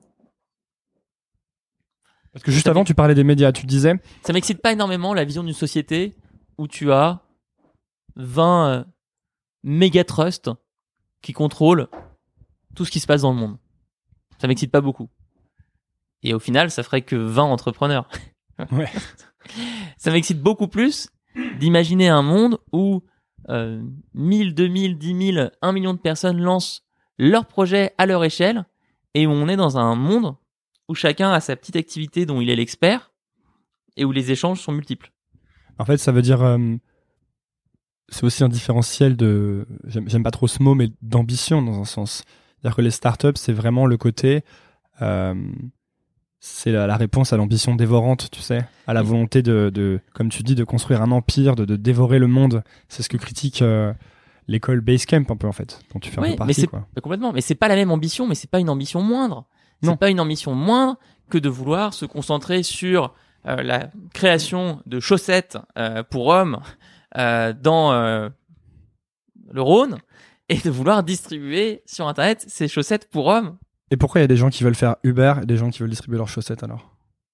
Parce que juste avant, tu parlais des médias, tu disais... Ça m'excite pas énormément la vision d'une société où tu as vingt euh, méga trusts qui contrôlent tout ce qui se passe dans le monde. Ça m'excite pas beaucoup. Et au final, ça ferait que vingt entrepreneurs. Ouais. Ça m'excite beaucoup plus d'imaginer un monde où euh, mille, deux mille, dix mille, un million de personnes lancent leur projet à leur échelle et où on est dans un monde où chacun a sa petite activité dont il est l'expert et où les échanges sont multiples. En fait, ça veut dire... Euh, c'est aussi un différentiel de... J'aime, j'aime pas trop ce mot, mais d'ambition dans un sens. C'est-à-dire que les startups, c'est vraiment le côté... Euh, c'est la, la réponse à l'ambition dévorante, tu sais, à la volonté de, de, comme tu dis, de construire un empire, de, de dévorer le monde. C'est ce que critique euh, l'école Basecamp un peu en fait, dont tu fais Oui, un peu partie. mais c'est quoi. complètement. Mais c'est pas la même ambition, mais c'est pas une ambition moindre. C'est Non. pas une ambition moindre que de vouloir se concentrer sur euh, la création de chaussettes euh, pour hommes euh, dans euh, le Rhône et de vouloir distribuer sur Internet ces chaussettes pour hommes. Et pourquoi il y a des gens qui veulent faire Uber et des gens qui veulent distribuer leurs chaussettes alors ?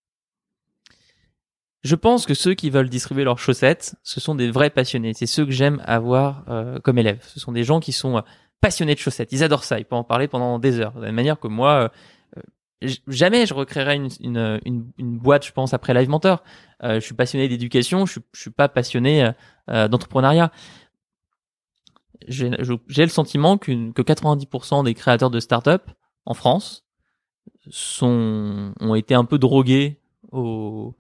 Je pense que ceux qui veulent distribuer leurs chaussettes, ce sont des vrais passionnés. C'est ceux que j'aime avoir euh, comme élèves. Ce sont des gens qui sont euh, passionnés de chaussettes. Ils adorent ça. Ils peuvent en parler pendant des heures. De la même manière que moi, euh, j- jamais je recréerai une, une, une, une boîte, je pense, après Live Mentor. Euh, je suis passionné d'éducation. Je suis, je suis pas passionné euh, d'entrepreneuriat. J'ai, je, j'ai le sentiment qu'une, que quatre-vingt-dix pour cent des créateurs de start-up en France sont, ont été un peu drogués au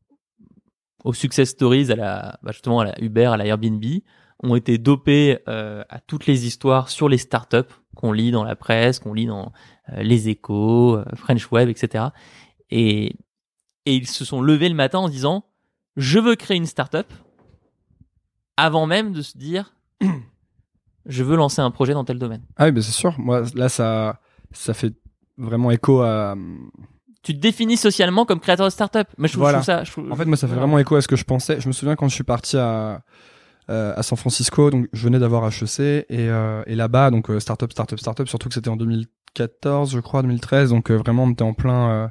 aux success stories, à la, bah justement à la Uber, à la Airbnb, ont été dopés euh, à toutes les histoires sur les startups qu'on lit dans la presse, qu'on lit dans euh, les Échos, euh, French Web, et cetera. Et, et ils se sont levés le matin en se disant « Je veux créer une startup » avant même de se dire « Je veux lancer un projet dans tel domaine ». Ah oui, bah c'est sûr. Moi, là, ça, ça fait vraiment écho à... Tu te définis socialement comme créateur de start-up. Mais je trouve, Voilà. je trouve ça. Je trouve, En fait, moi, ça fait vraiment écho à ce que je pensais. Je me souviens quand je suis parti à, euh, à San Francisco, donc je venais d'avoir H E C et, euh, et là-bas, donc euh, startup, startup, startup. Surtout que c'était en deux mille quatorze, je crois, deux mille treize. Donc euh, vraiment, on était en plein, euh,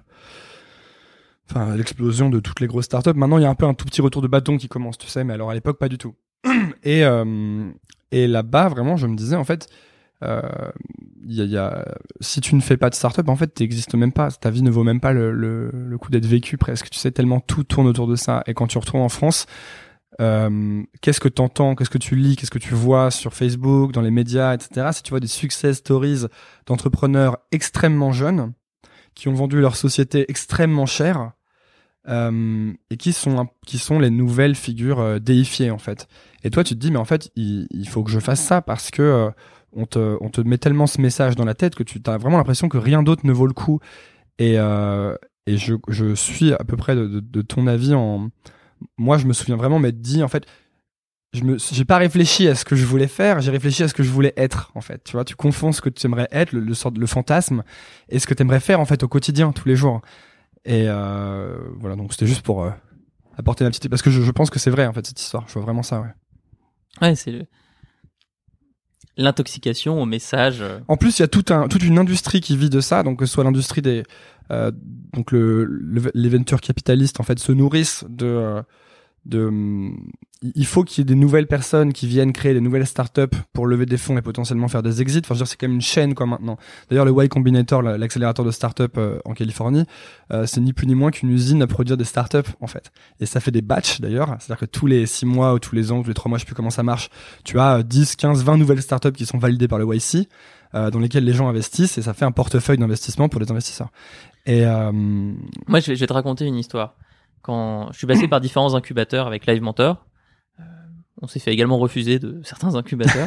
enfin, l'explosion de toutes les grosses startups. Maintenant, il y a un peu un tout petit retour de bâton qui commence, tu sais, mais alors à l'époque, pas du tout. Et euh, et là-bas, vraiment, je me disais, en fait. Euh, y a, y a, si tu ne fais pas de start-up, en fait, t'existes même pas. Ta vie ne vaut même pas le, le, le coup d'être vécu presque. Tu sais, tellement tout tourne autour de ça. Et quand tu retournes en France, euh, qu'est-ce que t'entends, qu'est-ce que tu lis, qu'est-ce que tu vois sur Facebook, dans les médias, et cetera. Si tu vois des success stories d'entrepreneurs extrêmement jeunes qui ont vendu leur société extrêmement cher euh, et qui sont qui sont les nouvelles figures euh, déifiées en fait. Et toi, tu te dis, mais en fait, il, il faut que je fasse ça parce que euh, On te, on te met tellement ce message dans la tête que tu as vraiment l'impression que rien d'autre ne vaut le coup. Et, euh, et je, je suis à peu près de, de, de ton avis. En... Moi, je me souviens vraiment m'être dit, en fait, je me, j'ai pas réfléchi à ce que je voulais faire, j'ai réfléchi à ce que je voulais être, en fait. Tu vois, tu confonds ce que tu aimerais être, le, le, sort, le fantasme, et ce que tu aimerais faire, en fait, au quotidien, tous les jours. Et euh, voilà, donc c'était juste pour euh, apporter ma petite... Parce que je, je pense que c'est vrai, en fait, cette histoire. Je vois vraiment ça, ouais. Ouais, c'est le... l'intoxication au message. En plus, il y a tout un, toute une industrie qui vit de ça, donc que ce soit l'industrie des, euh, donc le, le, les ventures capitalistes en fait se nourrissent de, euh, de, il faut qu'il y ait des nouvelles personnes qui viennent créer des nouvelles startups pour lever des fonds et potentiellement faire des exits. Enfin, je veux dire, c'est quand même une chaîne quoi maintenant. D'ailleurs, le Y Combinator, l'accélérateur de startups euh, en Californie, euh, c'est ni plus ni moins qu'une usine à produire des startups en fait. Et ça fait des batchs d'ailleurs, c'est-à-dire que tous les six mois ou tous les ans, ou tous les trois mois, je sais plus comment ça marche, tu as dix, quinze, vingt nouvelles startups qui sont validées par le Y C, euh, dans lesquelles les gens investissent et ça fait un portefeuille d'investissement pour les investisseurs. Et euh... moi, je vais, je vais te raconter une histoire. Quand je suis passé par différents incubateurs avec Live Mentor, euh, on s'est fait également refuser de certains incubateurs.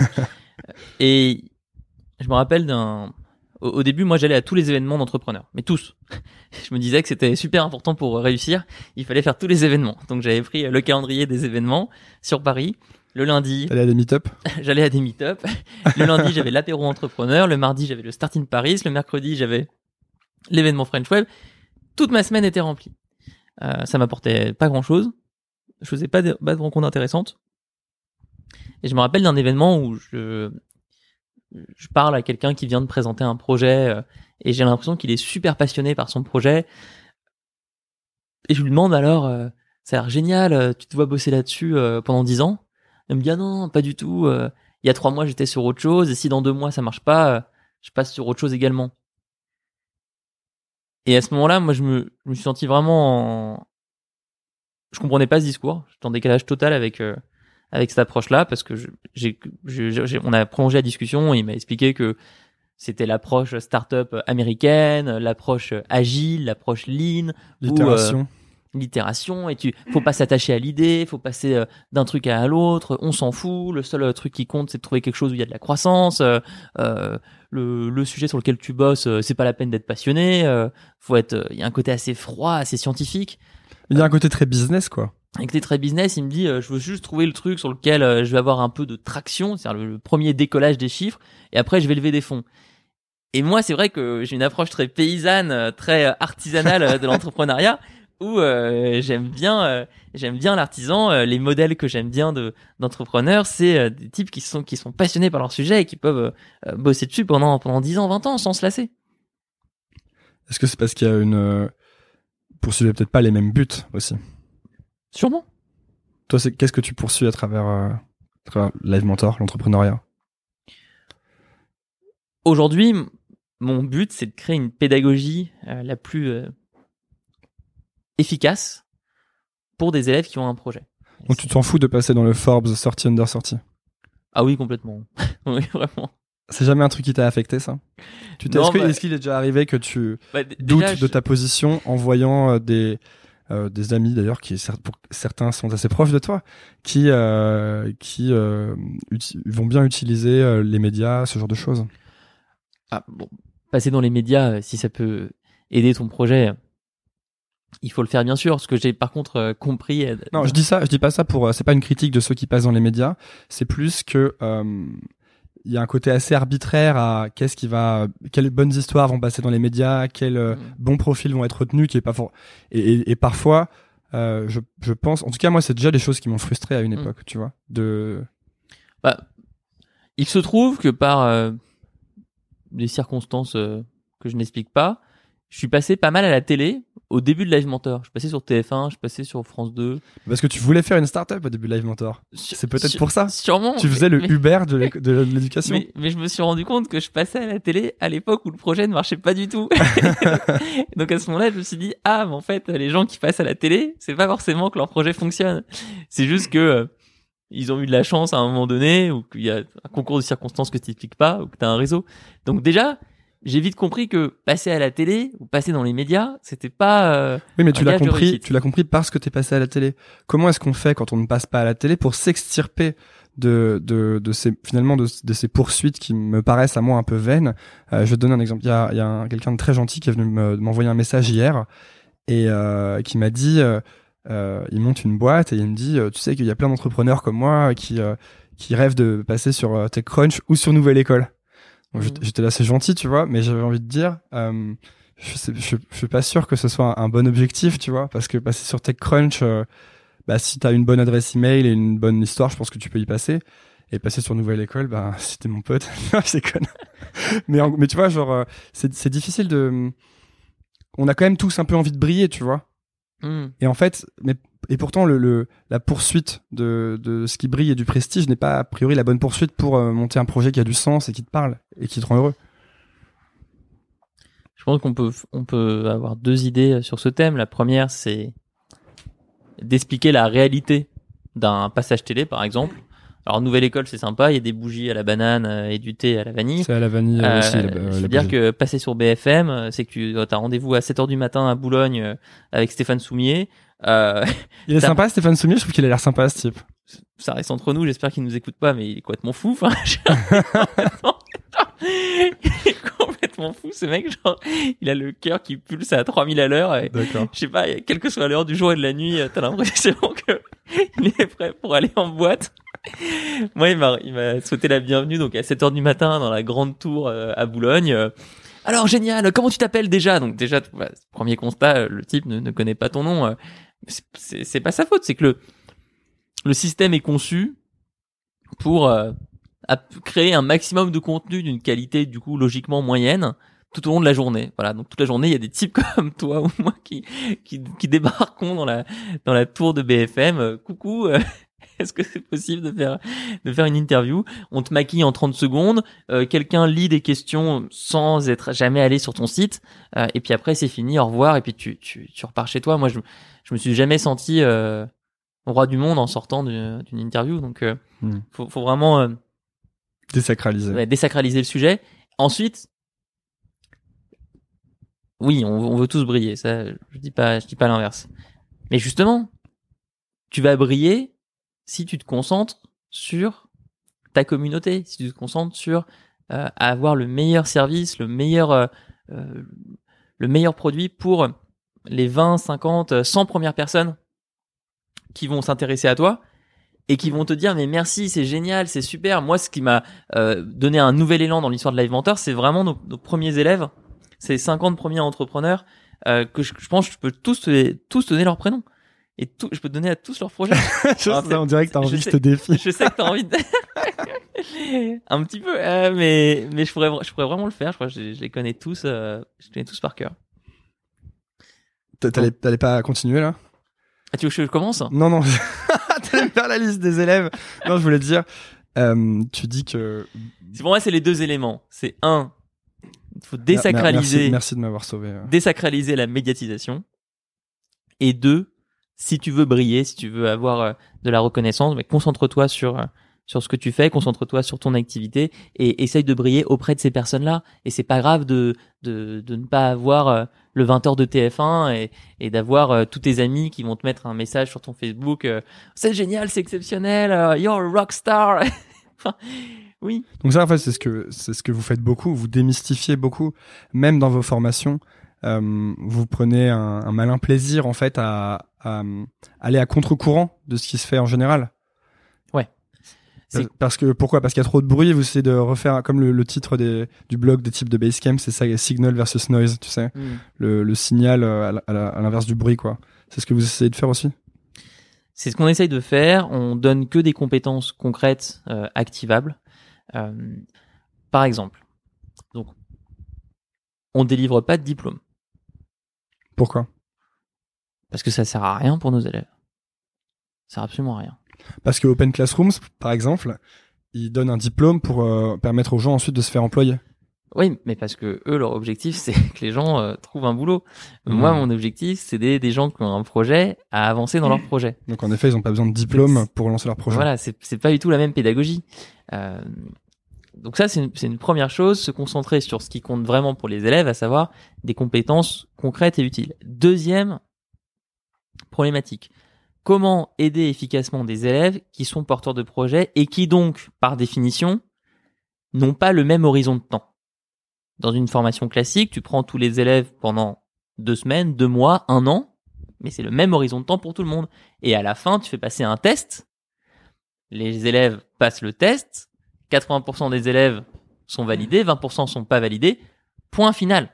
Et je me rappelle d'un... Au, au début, moi, j'allais à tous les événements d'entrepreneurs, mais tous. Je me disais que c'était super important pour réussir. Il fallait faire tous les événements. Donc, j'avais pris le calendrier des événements sur Paris. Le lundi, t'allais à des meet-up. J'allais à des meet-up. Le lundi, j'avais l'apéro entrepreneur. Le mardi, j'avais le Start in Paris. Le mercredi, j'avais l'événement French Web. Toute ma semaine était remplie. Euh, ça m'apportait pas grand chose. Je faisais pas de, pas de rencontres intéressantes. Et je me rappelle d'un événement où je, je parle à quelqu'un qui vient de présenter un projet euh, et j'ai l'impression qu'il est super passionné par son projet. Et je lui demande alors, euh, ça a l'air génial, tu te vois bosser là-dessus euh, pendant dix ans? Il me dit, ah non, pas du tout. Euh, il y a trois mois, j'étais sur autre chose et si dans deux mois, ça marche pas, euh, je passe sur autre chose également. Et à ce moment-là, moi, je me, je me suis senti vraiment en... Je comprenais pas ce discours. J'étais en décalage total avec euh, avec cette approche-là parce que je, j'ai, je, j'ai, on a prolongé la discussion et il m'a expliqué que c'était l'approche start-up américaine, l'approche agile, l'approche lean, l'itération. Où, euh, l'itération et tu faut pas s'attacher à l'idée, faut passer euh, d'un truc à l'autre, on s'en fout, le seul euh, truc qui compte c'est de trouver quelque chose où il y a de la croissance, euh, euh, le le sujet sur lequel tu bosses, euh, c'est pas la peine d'être passionné, euh, faut être il y a un côté assez froid, assez scientifique. Il y a un côté très business quoi. Avec des très business, il me dit euh, je veux juste trouver le truc sur lequel euh, je vais avoir un peu de traction, c'est-à-dire le, le premier décollage des chiffres et après je vais lever des fonds. Et moi, c'est vrai que j'ai une approche très paysanne, très artisanale de l'entrepreneuriat, où euh, j'aime bien, euh, j'aime bien l'artisan. Euh, les modèles que j'aime bien de d'entrepreneurs, c'est euh, des types qui sont qui sont passionnés par leur sujet et qui peuvent euh, bosser dessus pendant pendant dix ans, vingt ans sans se lasser. Est-ce que c'est parce qu'il y a une euh, poursuivez peut-être pas les mêmes buts aussi? Sûrement. Toi, c'est qu'est-ce que tu poursuis à travers, euh, à travers Live Mentor, l'entrepreneuriat? Aujourd'hui, m- mon but, c'est de créer une pédagogie euh, la plus euh, efficace pour des élèves qui ont un projet. Donc tu t'en fous de passer dans le Forbes sortie under sortie? Ah oui, complètement. Oui, vraiment. C'est jamais un truc qui t'a affecté, ça? Tu t'es, Non, est-ce, que- bah- est-ce qu'il est déjà arrivé que tu Bah, d- doutes déjà, de je- ta position en voyant euh, des euh, des amis d'ailleurs qui cer- pour certains sont assez proches de toi, qui euh, qui euh, uti- vont bien utiliser euh, les médias, ce genre de choses? Ah, bon, passer dans les médias, euh, si ça peut aider ton projet, euh, il faut le faire bien sûr. Ce que j'ai par contre euh, compris. euh, Non, je dis ça, je dis pas ça pour. euh, C'est pas une critique de ceux qui passent dans les médias. C'est plus que euh, il y a un côté assez arbitraire à qu'est-ce qui va, quelles bonnes histoires vont passer dans les médias, quels euh, Mm. bons bons profils vont être retenus, qui est pas fort. Et, et, et parfois, euh, je, je pense, en tout cas moi, c'est déjà des choses qui m'ont frustré à une Mm. époque, tu vois. De. Bah, il se trouve que par euh, des circonstances euh, que je n'explique pas, je suis passé pas mal à la télé au début de Live Mentor. Je suis passé sur T F un, je suis passé sur France deux. Parce que tu voulais faire une start-up au début de Live Mentor. Sur- C'est peut-être sur- pour ça. Sûrement. Tu mais- faisais le mais- Uber de l'éco- de l'éducation. Mais, mais je me suis rendu compte que je passais à la télé à l'époque où le projet ne marchait pas du tout. Donc à ce moment-là, je me suis dit, ah, mais en fait, les gens qui passent à la télé, c'est pas forcément que leur projet fonctionne. C'est juste que euh, ils ont eu de la chance à un moment donné, ou qu'il y a un concours de circonstances que tu t'expliques pas, ou que t'as un réseau. Donc déjà, j'ai vite compris que passer à la télé ou passer dans les médias, c'était pas. euh, Oui, mais tu un l'as gage de compris, réussite. tu l'as compris parce que t'es passé à la télé. Comment est-ce qu'on fait quand on ne passe pas à la télé pour s'extirper de, de, de ces, finalement, de, de ces poursuites qui me paraissent à moi un peu vaines? Euh, je vais te donner un exemple. Il y a, il y a un- quelqu'un de très gentil qui est venu me- m'envoyer un message hier et euh, qui m'a dit, euh, euh, il monte une boîte et il me dit, euh, tu sais qu'il y a plein d'entrepreneurs comme moi qui, euh, qui rêvent de passer sur euh, TechCrunch ou sur Nouvelle École. Donc, Mhm. j'étais- J'étais là, c'est gentil, tu vois, mais j'avais envie de dire, euh, je, sais, je, je suis pas sûr que ce soit un, un bon objectif, tu vois, parce que passer sur TechCrunch, euh, bah, si t'as une bonne adresse email et une bonne histoire, je pense que tu peux y passer. Et passer sur Nouvelle École, bah, si t'es mon pote, c'est con. mais, en- mais tu vois, genre, euh, c'est c'est difficile de. On a quand même tous un peu envie de briller, tu vois. hmm. Et en fait, mais et pourtant le, le la poursuite de de ce qui brille et du prestige n'est pas a priori la bonne poursuite pour euh, monter un projet qui a du sens et qui te parle et qui te rend heureux. Je pense qu'on peut, on peut avoir deux idées sur ce thème. La première, c'est d'expliquer la réalité d'un passage télé, par exemple. Alors, Nouvelle École, c'est sympa. Il y a des bougies à la banane euh, et du thé à la vanille. C'est à la vanille Euh, aussi. La, je la veux dire bougie. que passer sur B F M, euh, c'est que tu as rendez-vous à sept heures du matin à Boulogne euh, avec Stéphane Soumier. Euh, Il est ça- sympa, Stéphane Soumier. Je trouve qu'il a l'air sympa, ce type. ça reste entre nous. J'espère qu'il nous écoute pas, mais il est complètement fou. Enfin, je- complètement- il est complètement fou, ce mec. Genre, il a le cœur qui pulse à trois mille à l'heure. Et, D'accord. je sais pas, quelle que soit l'heure du jour et de la nuit, euh, t'as l'impression que il est prêt pour aller en boîte. Moi, il m'a, il m'a souhaité la bienvenue, donc à sept heures du matin dans la grande tour euh, à Boulogne. Euh, Alors, génial, comment tu t'appelles déjà? Donc déjà, bah, premier constat, euh, le type ne, ne connaît pas ton nom. euh, c'est, c'est, c'est pas sa faute, c'est que le, le système est conçu pour euh, ap- créer un maximum de contenu d'une qualité, du coup, logiquement moyenne, tout au long de la journée. Voilà, donc toute la journée, il y a des types comme toi ou moi qui qui, qui débarquons dans la dans la tour de B F M. Euh, coucou, euh, est-ce que c'est possible de faire de faire une interview? On te maquille en trente secondes. Euh, quelqu'un lit des questions sans être jamais allé sur ton site. Euh, et puis après, c'est fini. Au revoir. Et puis tu tu tu repars chez toi. Moi, je je me suis jamais senti euh, roi du monde en sortant d'une d'une interview. Donc, euh, Hmm. faut faut vraiment euh, Désacralisé. ouais, désacraliser le sujet. Ensuite, oui, on, on veut tous briller. Ça, je dis pas, je dis pas l'inverse. Mais justement, tu vas briller si tu te concentres sur ta communauté, si tu te concentres sur euh, avoir le meilleur service, le meilleur, euh, euh, le meilleur produit pour les vingt, cinquante, cent premières personnes qui vont s'intéresser à toi. et qui vont te dire mais merci, c'est génial, c'est super. Moi, ce qui m'a euh, donné un nouvel élan dans l'histoire de Live Mentor, c'est vraiment nos, nos premiers élèves, ces cinquante premiers entrepreneurs euh, que je, je pense que je peux tous te, tous te donner leur prénom. Et tout, je peux te donner à tous leurs projets. je Alors, sais, on dirait que t'as envie que je te défie. Je sais que t'as envie de... un petit peu, euh, mais, mais je pourrais, je pourrais vraiment le faire. Je crois que je, je les connais tous, euh, je les connais tous par cœur. T'allais, t'allais pas continuer, là? Ah, tu veux que je commence? Non, non. T'allais faire la liste des élèves. Non, je voulais te dire, euh, tu dis que... Pour moi, c'est les deux éléments. C'est un, il faut désacraliser... Merci, merci de m'avoir sauvé. Désacraliser la médiatisation. Et deux, si tu veux briller, si tu veux avoir euh, de la reconnaissance, mais concentre-toi sur euh, sur ce que tu fais, concentre-toi sur ton activité et essaye de briller auprès de ces personnes-là. Et c'est pas grave de de de ne pas avoir euh, le vingt heures de T F un et et d'avoir euh, tous tes amis qui vont te mettre un message sur ton Facebook. Euh, c'est génial, c'est exceptionnel, uh, you're a rockstar. Enfin, oui. Donc ça, en fait, c'est ce que c'est ce que vous faites beaucoup. Vous démystifiez beaucoup, même dans vos formations. Euh, vous prenez un, un malin plaisir en fait à, à, à aller à contre-courant de ce qui se fait en général. Ouais. C'est... Parce que pourquoi? Parce qu'il y a trop de bruit. Vous essayez de refaire comme le, le titre des, du blog des types de Basecamp, c'est ça, signal versus noise, tu sais, mm. le, le signal à, la, à, la, à l'inverse du bruit, quoi. C'est ce que vous essayez de faire aussi? C'est ce qu'on essaye de faire. On donne que des compétences concrètes, euh, activables. Euh, par exemple, donc, on délivre pas de diplôme. Pourquoi? Parce que ça sert à rien pour nos élèves. Ça sert absolument à rien. Parce que Open Classrooms, par exemple, ils donnent un diplôme pour euh, permettre aux gens ensuite de se faire employer. Oui, mais parce que eux, leur objectif, c'est que les gens euh, trouvent un boulot. Mmh. Moi, mon objectif, c'est d'aider des gens qui ont un projet à avancer dans leur projet. Donc, en effet, ils n'ont pas besoin de diplôme c'est, pour lancer leur projet. Voilà, c'est, c'est pas du tout la même pédagogie. Euh, donc ça, c'est une, c'est une première chose, se concentrer sur ce qui compte vraiment pour les élèves, à savoir des compétences concrètes et utiles. Deuxième problématique, comment aider efficacement des élèves qui sont porteurs de projets et qui donc, par définition, n'ont pas le même horizon de temps. Dans une formation classique, tu prends tous les élèves pendant deux semaines, deux mois, un an, mais c'est le même horizon de temps pour tout le monde. Et à la fin, tu fais passer un test, les élèves passent le test, quatre-vingts pour cent des élèves sont validés, vingt pour cent sont pas validés, point final.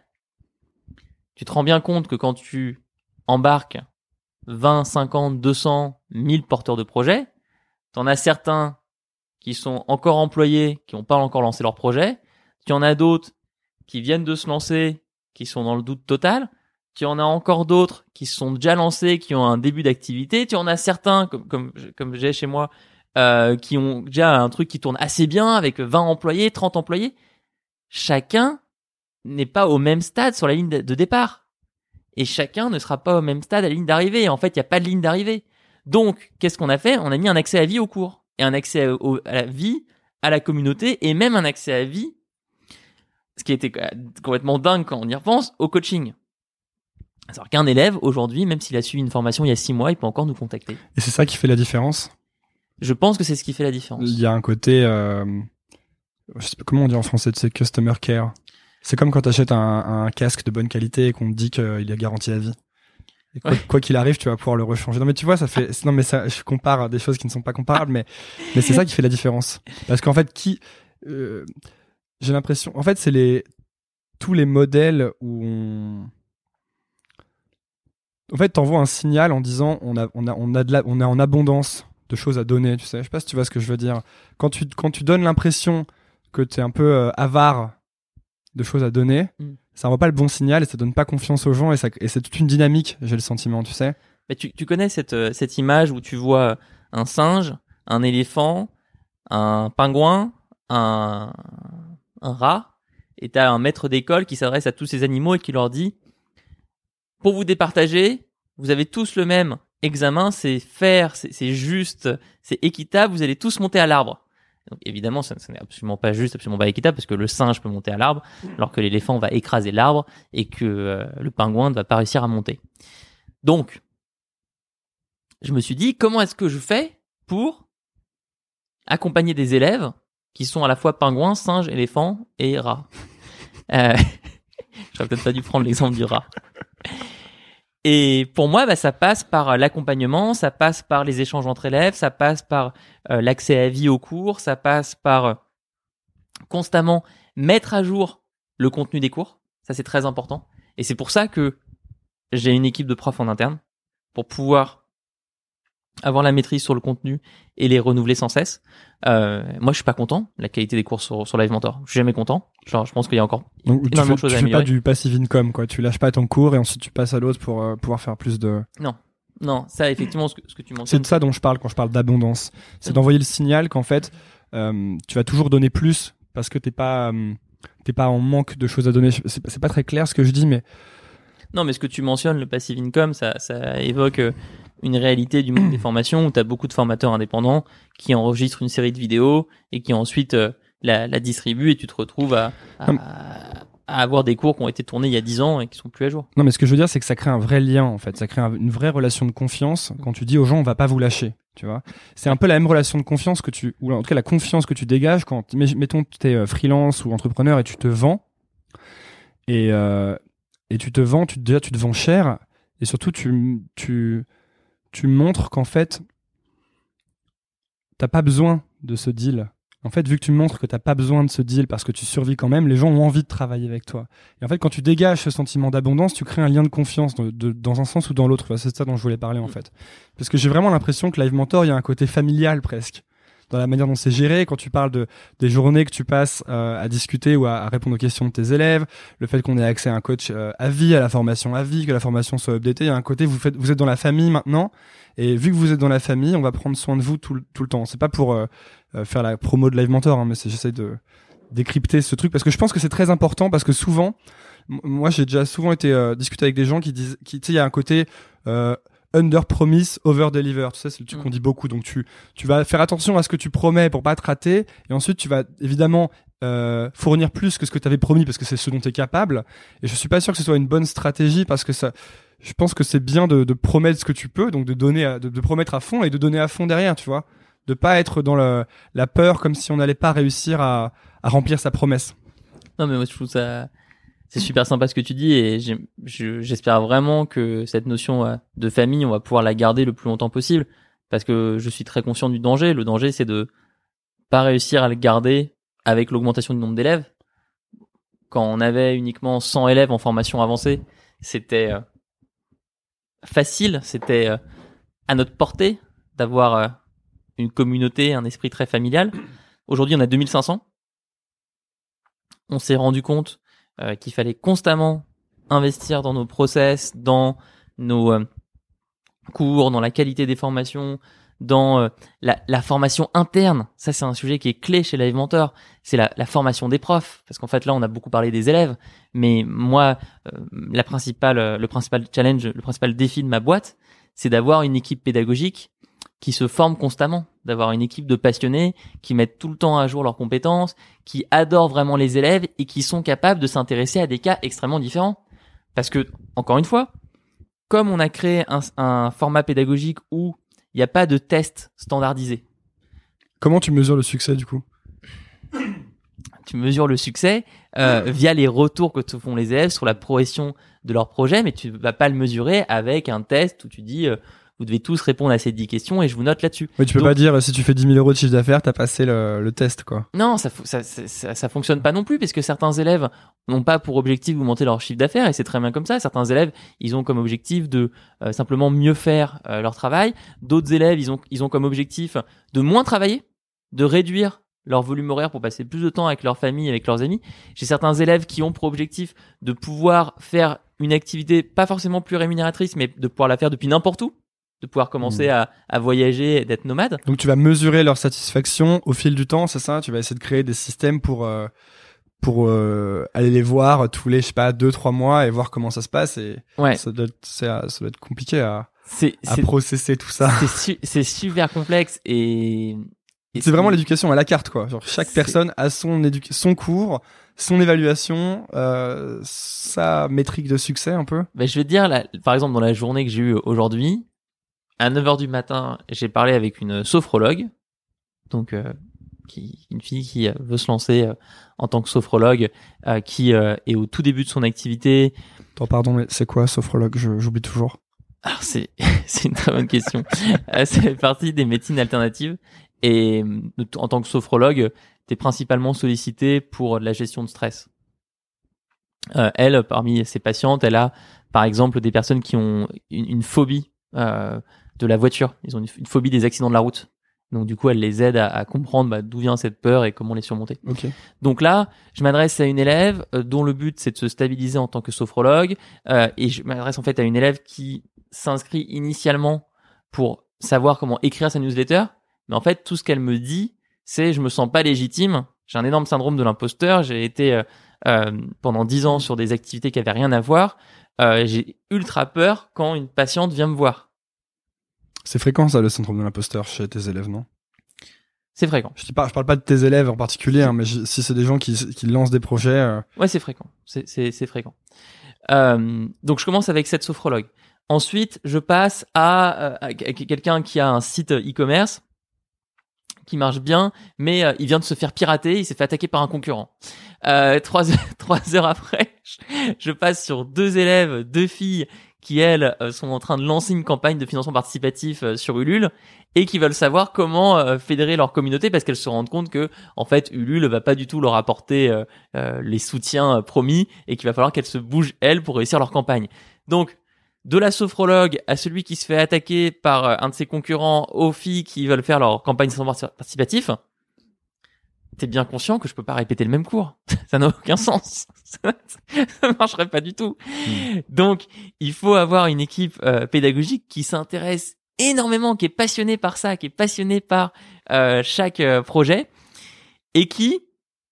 Tu te rends bien compte que quand tu embarques vingt, cinquante, deux cents, mille porteurs de projets, t'en as certains qui sont encore employés, qui n'ont pas encore lancé leur projet, tu en as d'autres qui viennent de se lancer, qui sont dans le doute total, tu en as encore d'autres qui se sont déjà lancés, qui ont un début d'activité, tu en as certains, comme, comme, comme j'ai chez moi, euh, qui ont déjà un truc qui tourne assez bien avec vingt employés, trente employés. Chacun n'est pas au même stade sur la ligne de départ. Et chacun ne sera pas au même stade à la ligne d'arrivée. En fait, il n'y a pas de ligne d'arrivée. Donc, qu'est-ce qu'on a fait? On a mis un accès à vie au cours. Et un accès à, au, à la vie, à la communauté, et même un accès à vie, ce qui était complètement dingue quand on y repense, au coaching. Alors qu'un élève, aujourd'hui, même s'il a suivi une formation il y a six mois, il peut encore nous contacter. Et c'est ça qui fait la différence? Je pense que c'est ce qui fait la différence. Il y a un côté, euh, je sais pas comment on dit en français, c'est customer care. C'est comme quand tu achètes un, un casque de bonne qualité et qu'on te dit qu'il est garanti à vie. Et quoi, ouais. quoi qu'il arrive, tu vas pouvoir le rechanger. Non mais tu vois, ça fait, non mais ça, je compare des choses qui ne sont pas comparables, mais mais c'est ça qui fait la différence. Parce qu'en fait, qui, euh, j'ai l'impression, en fait, c'est les tous les modèles où on, en fait, t'envoies un signal en disant on a on a on a de la, on a en abondance de choses à donner. Tu sais, je sais pas si tu vois ce que je veux dire. Quand tu quand tu donnes l'impression que t'es un peu euh, avare de choses à donner, mm. ça envoie pas le bon signal et ça donne pas confiance aux gens et, ça, et c'est toute une dynamique, j'ai le sentiment, tu sais. Mais tu, tu connais cette, euh, cette image où tu vois un singe, un éléphant, un pingouin, un, un rat, et t'as un maître d'école qui s'adresse à tous ces animaux et qui leur dit « Pour vous départager, vous avez tous le même examen, c'est faire, c'est, c'est juste, c'est équitable, vous allez tous monter à l'arbre. » Donc évidemment, ça, ça n'est absolument pas juste, absolument pas équitable, parce que le singe peut monter à l'arbre, alors que l'éléphant va écraser l'arbre et que euh, le pingouin ne va pas réussir à monter. Donc, je me suis dit, comment est-ce que je fais pour accompagner des élèves qui sont à la fois pingouins, singes, éléphants et rats. euh, J'aurais peut-être pas dû prendre l'exemple du rat. Et pour moi, bah, ça passe par l'accompagnement, ça passe par les échanges entre élèves, ça passe par euh, l'accès à vie aux cours, ça passe par euh, constamment mettre à jour le contenu des cours. Ça, c'est très important. Et c'est pour ça que j'ai une équipe de profs en interne pour pouvoir avoir la maîtrise sur le contenu et les renouveler sans cesse. Euh, moi, je suis pas content. La qualité des cours sur, sur Live Mentor, je suis jamais content. Genre, je pense qu'il y a encore Donc, énormément tu fais, de choses tu à fais améliorer. pas du passive income, quoi. Tu lâches pas ton cours et ensuite tu passes à l'autre pour euh, pouvoir faire plus de... Non, non, ça, effectivement, ce que, ce que tu C'est mentionnes. de ça dont je parle quand je parle d'abondance. C'est d'envoyer le signal qu'en fait, euh, tu vas toujours donner plus parce que t'es pas, euh, t'es pas en manque de choses à donner. C'est, c'est pas très clair ce que je dis, mais Non, mais ce que tu mentionnes, le passive income, ça, ça évoque euh, une réalité du monde des formations où tu as beaucoup de formateurs indépendants qui enregistrent une série de vidéos et qui ensuite euh, la, la distribuent et tu te retrouves à, à, à avoir des cours qui ont été tournés il y a dix ans et qui sont plus à jour. non, mais ce que je veux dire, c'est que ça crée un vrai lien, en fait. Ça crée un- une vraie relation de confiance quand tu dis aux gens, on va pas vous lâcher. Tu vois, c'est un peu la même relation de confiance que tu, ou en tout cas la confiance que tu dégages quand, mais- mettons, tu es freelance ou entrepreneur et tu te vends et euh, et tu te vends, tu te, déjà tu te vends cher et surtout tu tu tu montres qu'en fait t'as pas besoin de ce deal. En fait, vu que tu montres que t'as pas besoin de ce deal parce que tu survis quand même, les gens ont envie de travailler avec toi. Et en fait, quand tu dégages ce sentiment d'abondance, tu crées un lien de confiance de, de, dans un sens ou dans l'autre. C'est ça dont je voulais parler en fait. Parce que j'ai vraiment l'impression que Live Mentor, il y a un côté familial presque dans la manière dont c'est géré. Quand tu parles de des journées que tu passes euh, à discuter ou à, à répondre aux questions de tes élèves, le fait qu'on ait accès à un coach euh, à vie, à la formation à vie, que la formation soit updatée, il y a un côté vous faites, vous êtes dans la famille maintenant. Et vu que vous êtes dans la famille, on va prendre soin de vous tout, le- tout le temps. C'est pas pour euh, euh, faire la promo de Live Mentor, hein, mais c'est, j'essaie de décrypter ce truc parce que je pense que c'est très important parce que souvent, m- moi j'ai déjà souvent été euh, discuter avec des gens qui disent, qui tu sais, il y a un côté euh, under promise, over deliver. Tu sais, c'est le truc Mm. qu'on dit beaucoup. Donc tu tu vas faire attention à ce que tu promets pour pas te rater, et ensuite tu vas évidemment euh, fournir plus que ce que tu avais promis parce que c'est ce dont tu es capable. Et je suis pas sûr que ce soit une bonne stratégie parce que ça. Je pense que c'est bien de, de promettre ce que tu peux, donc de donner, à, de, de promettre à fond et de donner à fond derrière, tu vois, de pas être dans le, la peur comme si on n'allait pas réussir à, à remplir sa promesse. Non, mais moi, je trouve ça, c'est super sympa ce que tu dis et j'ai- je- j'espère vraiment que cette notion euh, de famille, on va pouvoir la garder le plus longtemps possible parce que je suis très conscient du danger. Le danger, c'est de pas réussir à le garder avec l'augmentation du nombre d'élèves. Quand on avait uniquement cent élèves en formation avancée, c'était euh, facile, c'était euh, à notre portée d'avoir euh, une communauté, un esprit très familial. Aujourd'hui, on a deux mille cinq cents. On s'est rendu compte euh, qu'il fallait constamment investir dans nos process, dans nos euh, cours, dans la qualité des formations, dans euh, la, la formation interne. Ça, c'est un sujet qui est clé chez Live Mentor. C'est la, la formation des profs. Parce qu'en fait, là, on a beaucoup parlé des élèves. Mais moi, euh, la principale, euh, le principal challenge, le principal défi de ma boîte, c'est d'avoir une équipe pédagogique qui se forme constamment, d'avoir une équipe de passionnés qui mettent tout le temps à jour leurs compétences, qui adorent vraiment les élèves et qui sont capables de s'intéresser à des cas extrêmement différents. Parce que, encore une fois, comme on a créé un, un format pédagogique où il n'y a pas de test standardisé, Comment tu mesures le succès du coup? tu mesures le succès euh, via les retours que te font les élèves sur la progression de leur projet, mais tu vas pas le mesurer avec un test où tu dis euh, vous devez tous répondre à ces dix questions et je vous note là-dessus. Mais tu peux Donc, pas dire si tu fais dix mille euros de chiffre d'affaires, t'as passé le, le test, quoi. Non, ça, fo- ça, ça, ça, ça fonctionne pas non plus, parce que certains élèves n'ont pas pour objectif d'augmenter leur chiffre d'affaires, et c'est très bien comme ça. Certains élèves, ils ont comme objectif de euh, simplement mieux faire euh, leur travail. D'autres élèves, ils ont, ils ont comme objectif de moins travailler, de réduire leur volume horaire pour passer plus de temps avec leur famille, avec leurs amis. J'ai certains élèves qui ont pour objectif de pouvoir faire une activité pas forcément plus rémunératrice, mais de pouvoir la faire depuis n'importe où, de pouvoir commencer Mmh. à, à voyager, d'être nomade. Donc tu vas mesurer leur satisfaction au fil du temps, c'est ça? Tu vas essayer de créer des systèmes pour euh, pour euh, aller les voir tous les, je sais pas, deux trois mois et voir comment ça se passe. Et Ouais. ça doit être, c'est- ça doit être compliqué à, C'est, à c'est, processer tout ça. c'est, su- c'est super complexe et, et C'est vraiment l'éducation à la carte, quoi. Genre chaque C'est- personne a son édu- son cours, son évaluation, euh, sa métrique de succès un peu. Ben, je vais te dire, là, par exemple, dans la journée que j'ai eue aujourd'hui, à neuf heures du matin, j'ai parlé avec une sophrologue, donc euh, qui, une fille qui euh, veut se lancer euh, en tant que sophrologue, euh, qui euh, est au tout début de son activité. Attends, pardon, mais c'est quoi sophrologue? Je, j'oublie toujours. Alors c'est c'est une très bonne question. euh, ça fait partie des médecines alternatives et en tant que sophrologue, t'es principalement sollicité pour la gestion de stress. Euh, elle, parmi ses patientes, elle a par exemple des personnes qui ont une, une phobie euh, de la voiture. Ils ont une, une phobie des accidents de la route. Donc du coup, elle les aide à, à comprendre bah, d'où vient cette peur et comment les surmonter. Ok. Donc là, je m'adresse à une élève euh, dont le but c'est de se stabiliser en tant que sophrologue euh, et je m'adresse en fait à une élève qui s'inscrit initialement pour savoir comment écrire sa newsletter, mais en fait tout ce qu'elle me dit c'est je me sens pas légitime, j'ai un énorme syndrome de l'imposteur, j'ai été euh, euh, pendant dix ans sur des activités qui avaient rien à voir, euh, j'ai ultra peur quand une patiente vient me voir. C'est fréquent ça, le syndrome de l'imposteur chez tes élèves, non? C'est fréquent. Je dis pas, je parle pas de tes élèves en particulier, hein, mais je, si c'est des gens qui, qui lancent des projets. Euh... Ouais, c'est fréquent. C'est, c'est, c'est fréquent. Euh, donc je commence avec cette sophrologue. Ensuite, je passe à, à, à quelqu'un qui a un site e-commerce qui marche bien, mais euh, il vient de se faire pirater, il s'est fait attaquer par un concurrent. Euh, trois, trois heures après, je, je passe sur deux élèves, deux filles qui, elles, euh, sont en train de lancer une campagne de financement participatif euh, sur Ulule et qui veulent savoir comment euh, fédérer leur communauté parce qu'elles se rendent compte que, en fait, Ulule va pas du tout leur apporter euh, euh, les soutiens euh, promis et qu'il va falloir qu'elles se bougent, elles, pour réussir leur campagne. Donc, de la sophrologue à celui qui se fait attaquer par euh, un de ses concurrents aux filles qui veulent faire leur campagne de financement participatif, t'es bien conscient que je peux pas répéter le même cours. Ça n'a aucun sens. Ça ne marcherait pas du tout. Mmh. Donc, il faut avoir une équipe euh, pédagogique qui s'intéresse énormément, qui est passionnée par ça, qui est passionnée par euh, chaque euh, projet et qui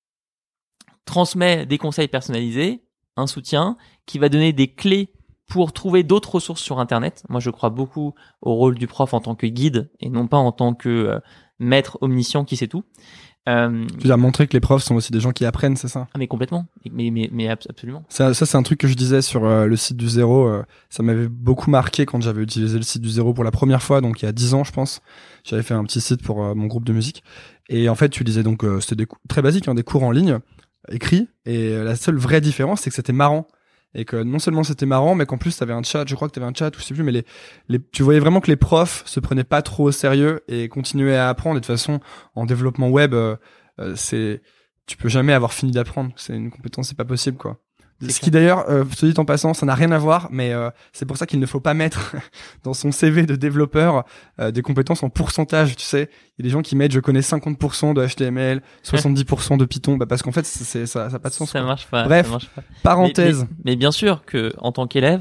transmet des conseils personnalisés, un soutien, qui va donner des clés pour trouver d'autres ressources sur Internet. Moi, je crois beaucoup au rôle du prof en tant que guide et non pas en tant que euh, maître omniscient qui sait tout. Euh, tu as montré que les profs sont aussi des gens qui apprennent, c'est ça? Ah mais complètement, mais mais mais absolument. Ça, ça c'est un truc que je disais sur euh, le site du Zéro. Euh, ça m'avait beaucoup marqué quand j'avais utilisé le site du Zéro pour la première fois, donc il y a dix ans, je pense. J'avais fait un petit site pour euh, mon groupe de musique, et en fait, tu disais donc euh, c'était des cou- très basique, hein, des cours en ligne écrits, et euh, la seule vraie différence, c'est que c'était marrant. Et que non seulement c'était marrant, mais qu'en plus t'avais un chat, je crois que t'avais un chat, ou je sais plus, mais les, les, tu voyais vraiment que les profs se prenaient pas trop au sérieux et continuaient à apprendre. Et de toute façon, en développement web, euh, euh, c'est, tu peux jamais avoir fini d'apprendre. C'est une compétence, c'est pas possible, quoi. C'est Ce qui d'ailleurs, euh, se dit en passant, ça n'a rien à voir, mais euh, c'est pour ça qu'il ne faut pas mettre dans son C V de développeur euh, des compétences en pourcentage. Tu sais, il y a des gens qui mettent je connais cinquante pour cent de H T M L, soixante-dix pour cent de Python, bah parce qu'en fait c'est, c'est ça, ça a pas de sens. Ça quoi. marche pas. Bref, ça marche pas. parenthèse. Mais, mais, mais bien sûr que en tant qu'élève,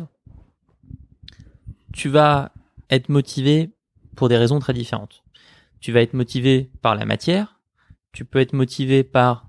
tu vas être motivé pour des raisons très différentes. Tu vas être motivé par la matière. Tu peux être motivé par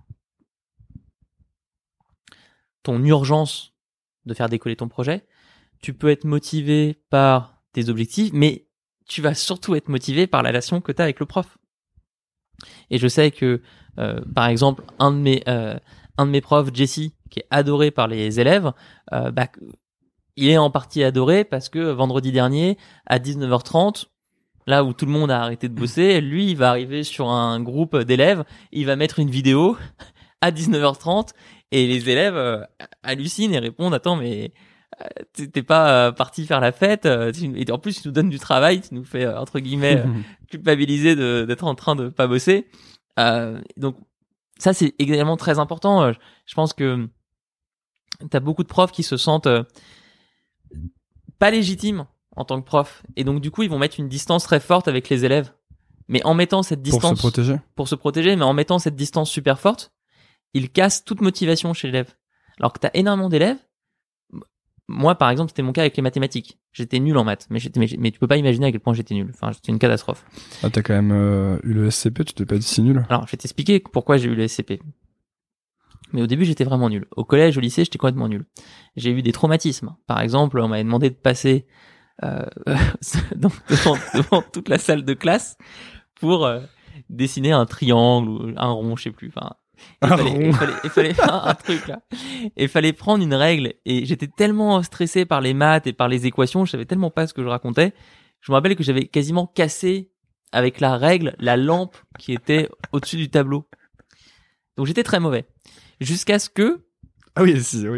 ton urgence de faire décoller ton projet, tu peux être motivé par tes objectifs, mais tu vas surtout être motivé par la relation que tu as avec le prof. Et je sais que, euh, par exemple, un de mes euh, un de mes profs, Jesse, qui est adoré par les élèves, euh, bah, il est en partie adoré parce que vendredi dernier, à dix-neuf heures trente, là où tout le monde a arrêté de bosser, lui, il va arriver sur un groupe d'élèves, il va mettre une vidéo à dix-neuf heures trente, et les élèves euh, hallucinent et répondent « Attends, mais euh, t'es pas euh, parti faire la fête euh, et en plus tu nous donnes du travail, tu nous fais euh, entre guillemets euh, culpabiliser de, d'être en train de pas bosser. Euh, » Donc ça c'est également très important. Je pense que t'as beaucoup de profs qui se sentent euh, pas légitimes en tant que prof et donc du coup ils vont mettre une distance très forte avec les élèves. Mais en mettant cette distance pour se protéger, pour se protéger, mais en mettant cette distance super forte, il casse toute motivation chez l'élève. Alors que t'as énormément d'élèves. Moi, par exemple, c'était mon cas avec les mathématiques. J'étais nul en maths, mais j'étais, mais, mais tu peux pas imaginer à quel point j'étais nul. Enfin, c'était une catastrophe. Ah, t'as quand même euh, eu le S C P, tu t'es pas dit si nul. Alors, je vais t'expliquer pourquoi j'ai eu le S C P. Mais au début, j'étais vraiment nul. Au collège, au lycée, j'étais complètement nul. J'ai eu des traumatismes. Par exemple, on m'avait demandé de passer euh, donc, devant, devant toute la salle de classe pour euh, dessiner un triangle ou un rond, je sais plus. Enfin. Il fallait, il fallait, il fallait faire un truc là. Et il fallait prendre une règle. Et j'étais tellement stressé par les maths et par les équations, je savais tellement pas ce que je racontais. Je me rappelle que j'avais quasiment cassé avec la règle la lampe qui était au-dessus du tableau. Donc j'étais très mauvais. Jusqu'à ce que... Ah oui, si, oui.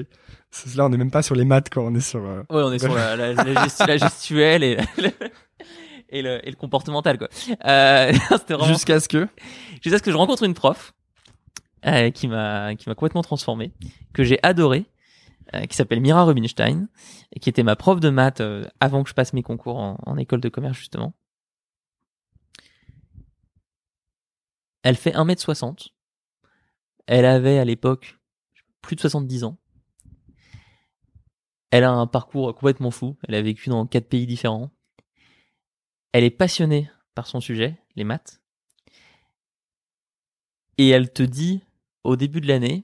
C'est- Là, on n'est même pas sur les maths quand on est sur. Euh... Ouais, on est sur la, la, la, gestu- la gestuelle et, le, et, le, et le comportemental, quoi. Euh, c'était vraiment... Jusqu'à ce que. Jusqu'à ce que je rencontre une prof euh, qui m'a qui m'a complètement transformé, que j'ai adoré, euh, qui s'appelle Mira Rubinstein, et qui était ma prof de maths euh, avant que je passe mes concours en, en école de commerce, justement. Elle fait un mètre soixante. Elle avait à l'époque plus de soixante-dix ans. Elle a un parcours complètement fou. Elle a vécu dans quatre pays différents. Elle est passionnée par son sujet, les maths. Et elle te dit, au début de l'année,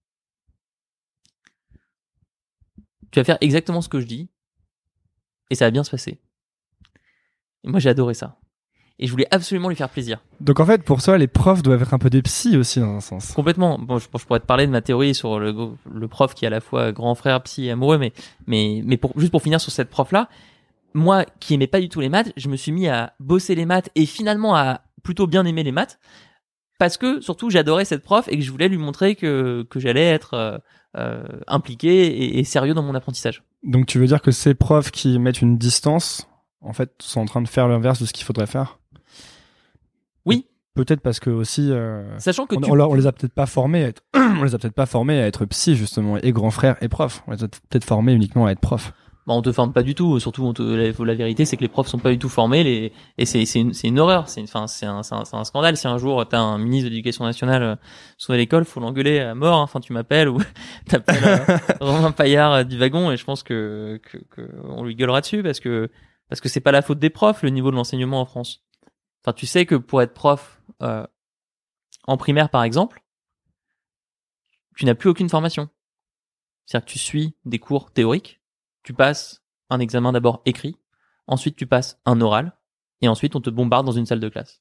tu vas faire exactement ce que je dis, et ça va bien se passer. Et moi, j'ai adoré ça. Et je voulais absolument lui faire plaisir. Donc en fait, pour toi, les profs doivent être un peu des psys aussi dans un sens. Complètement. Bon, je, je pourrais te parler de ma théorie sur le, le prof qui est à la fois grand frère, psy et amoureux, mais mais mais pour juste pour finir sur cette prof-là, moi qui aimais pas du tout les maths, je me suis mis à bosser les maths et finalement à plutôt bien aimer les maths parce que surtout j'adorais cette prof et que je voulais lui montrer que que j'allais être euh, euh, impliqué et, et sérieux dans mon apprentissage. Donc tu veux dire que ces profs qui mettent une distance, en fait, sont en train de faire l'inverse de ce qu'il faudrait faire? Oui. Peut-être parce que aussi, euh, sachant que on, tu... on, on les a peut-être pas formés, à être, on les a peut-être pas formés à être psy justement, et grand frère et prof. On les a peut-être formés uniquement à être prof. Bah, on te forme pas du tout. Surtout, on te, la, la vérité, c'est que les profs sont pas du tout formés. Les, et c'est, c'est une, c'est une horreur. C'est, enfin, c'est un, c'est un, c'est un scandale. Si un jour t'as un ministre de l'Éducation nationale euh, sur l'école, faut l'engueuler à mort. Enfin, tu m'appelles ou t'appelles euh, Romain Paillard euh, du wagon, et je pense que, que, que on lui gueulera dessus parce que, parce que c'est pas la faute des profs, le niveau de l'enseignement en France. Enfin, tu sais que pour être prof euh, en primaire, par exemple, tu n'as plus aucune formation. C'est-à-dire que tu suis des cours théoriques. Tu passes un examen d'abord écrit, ensuite tu passes un oral, et ensuite on te bombarde dans une salle de classe.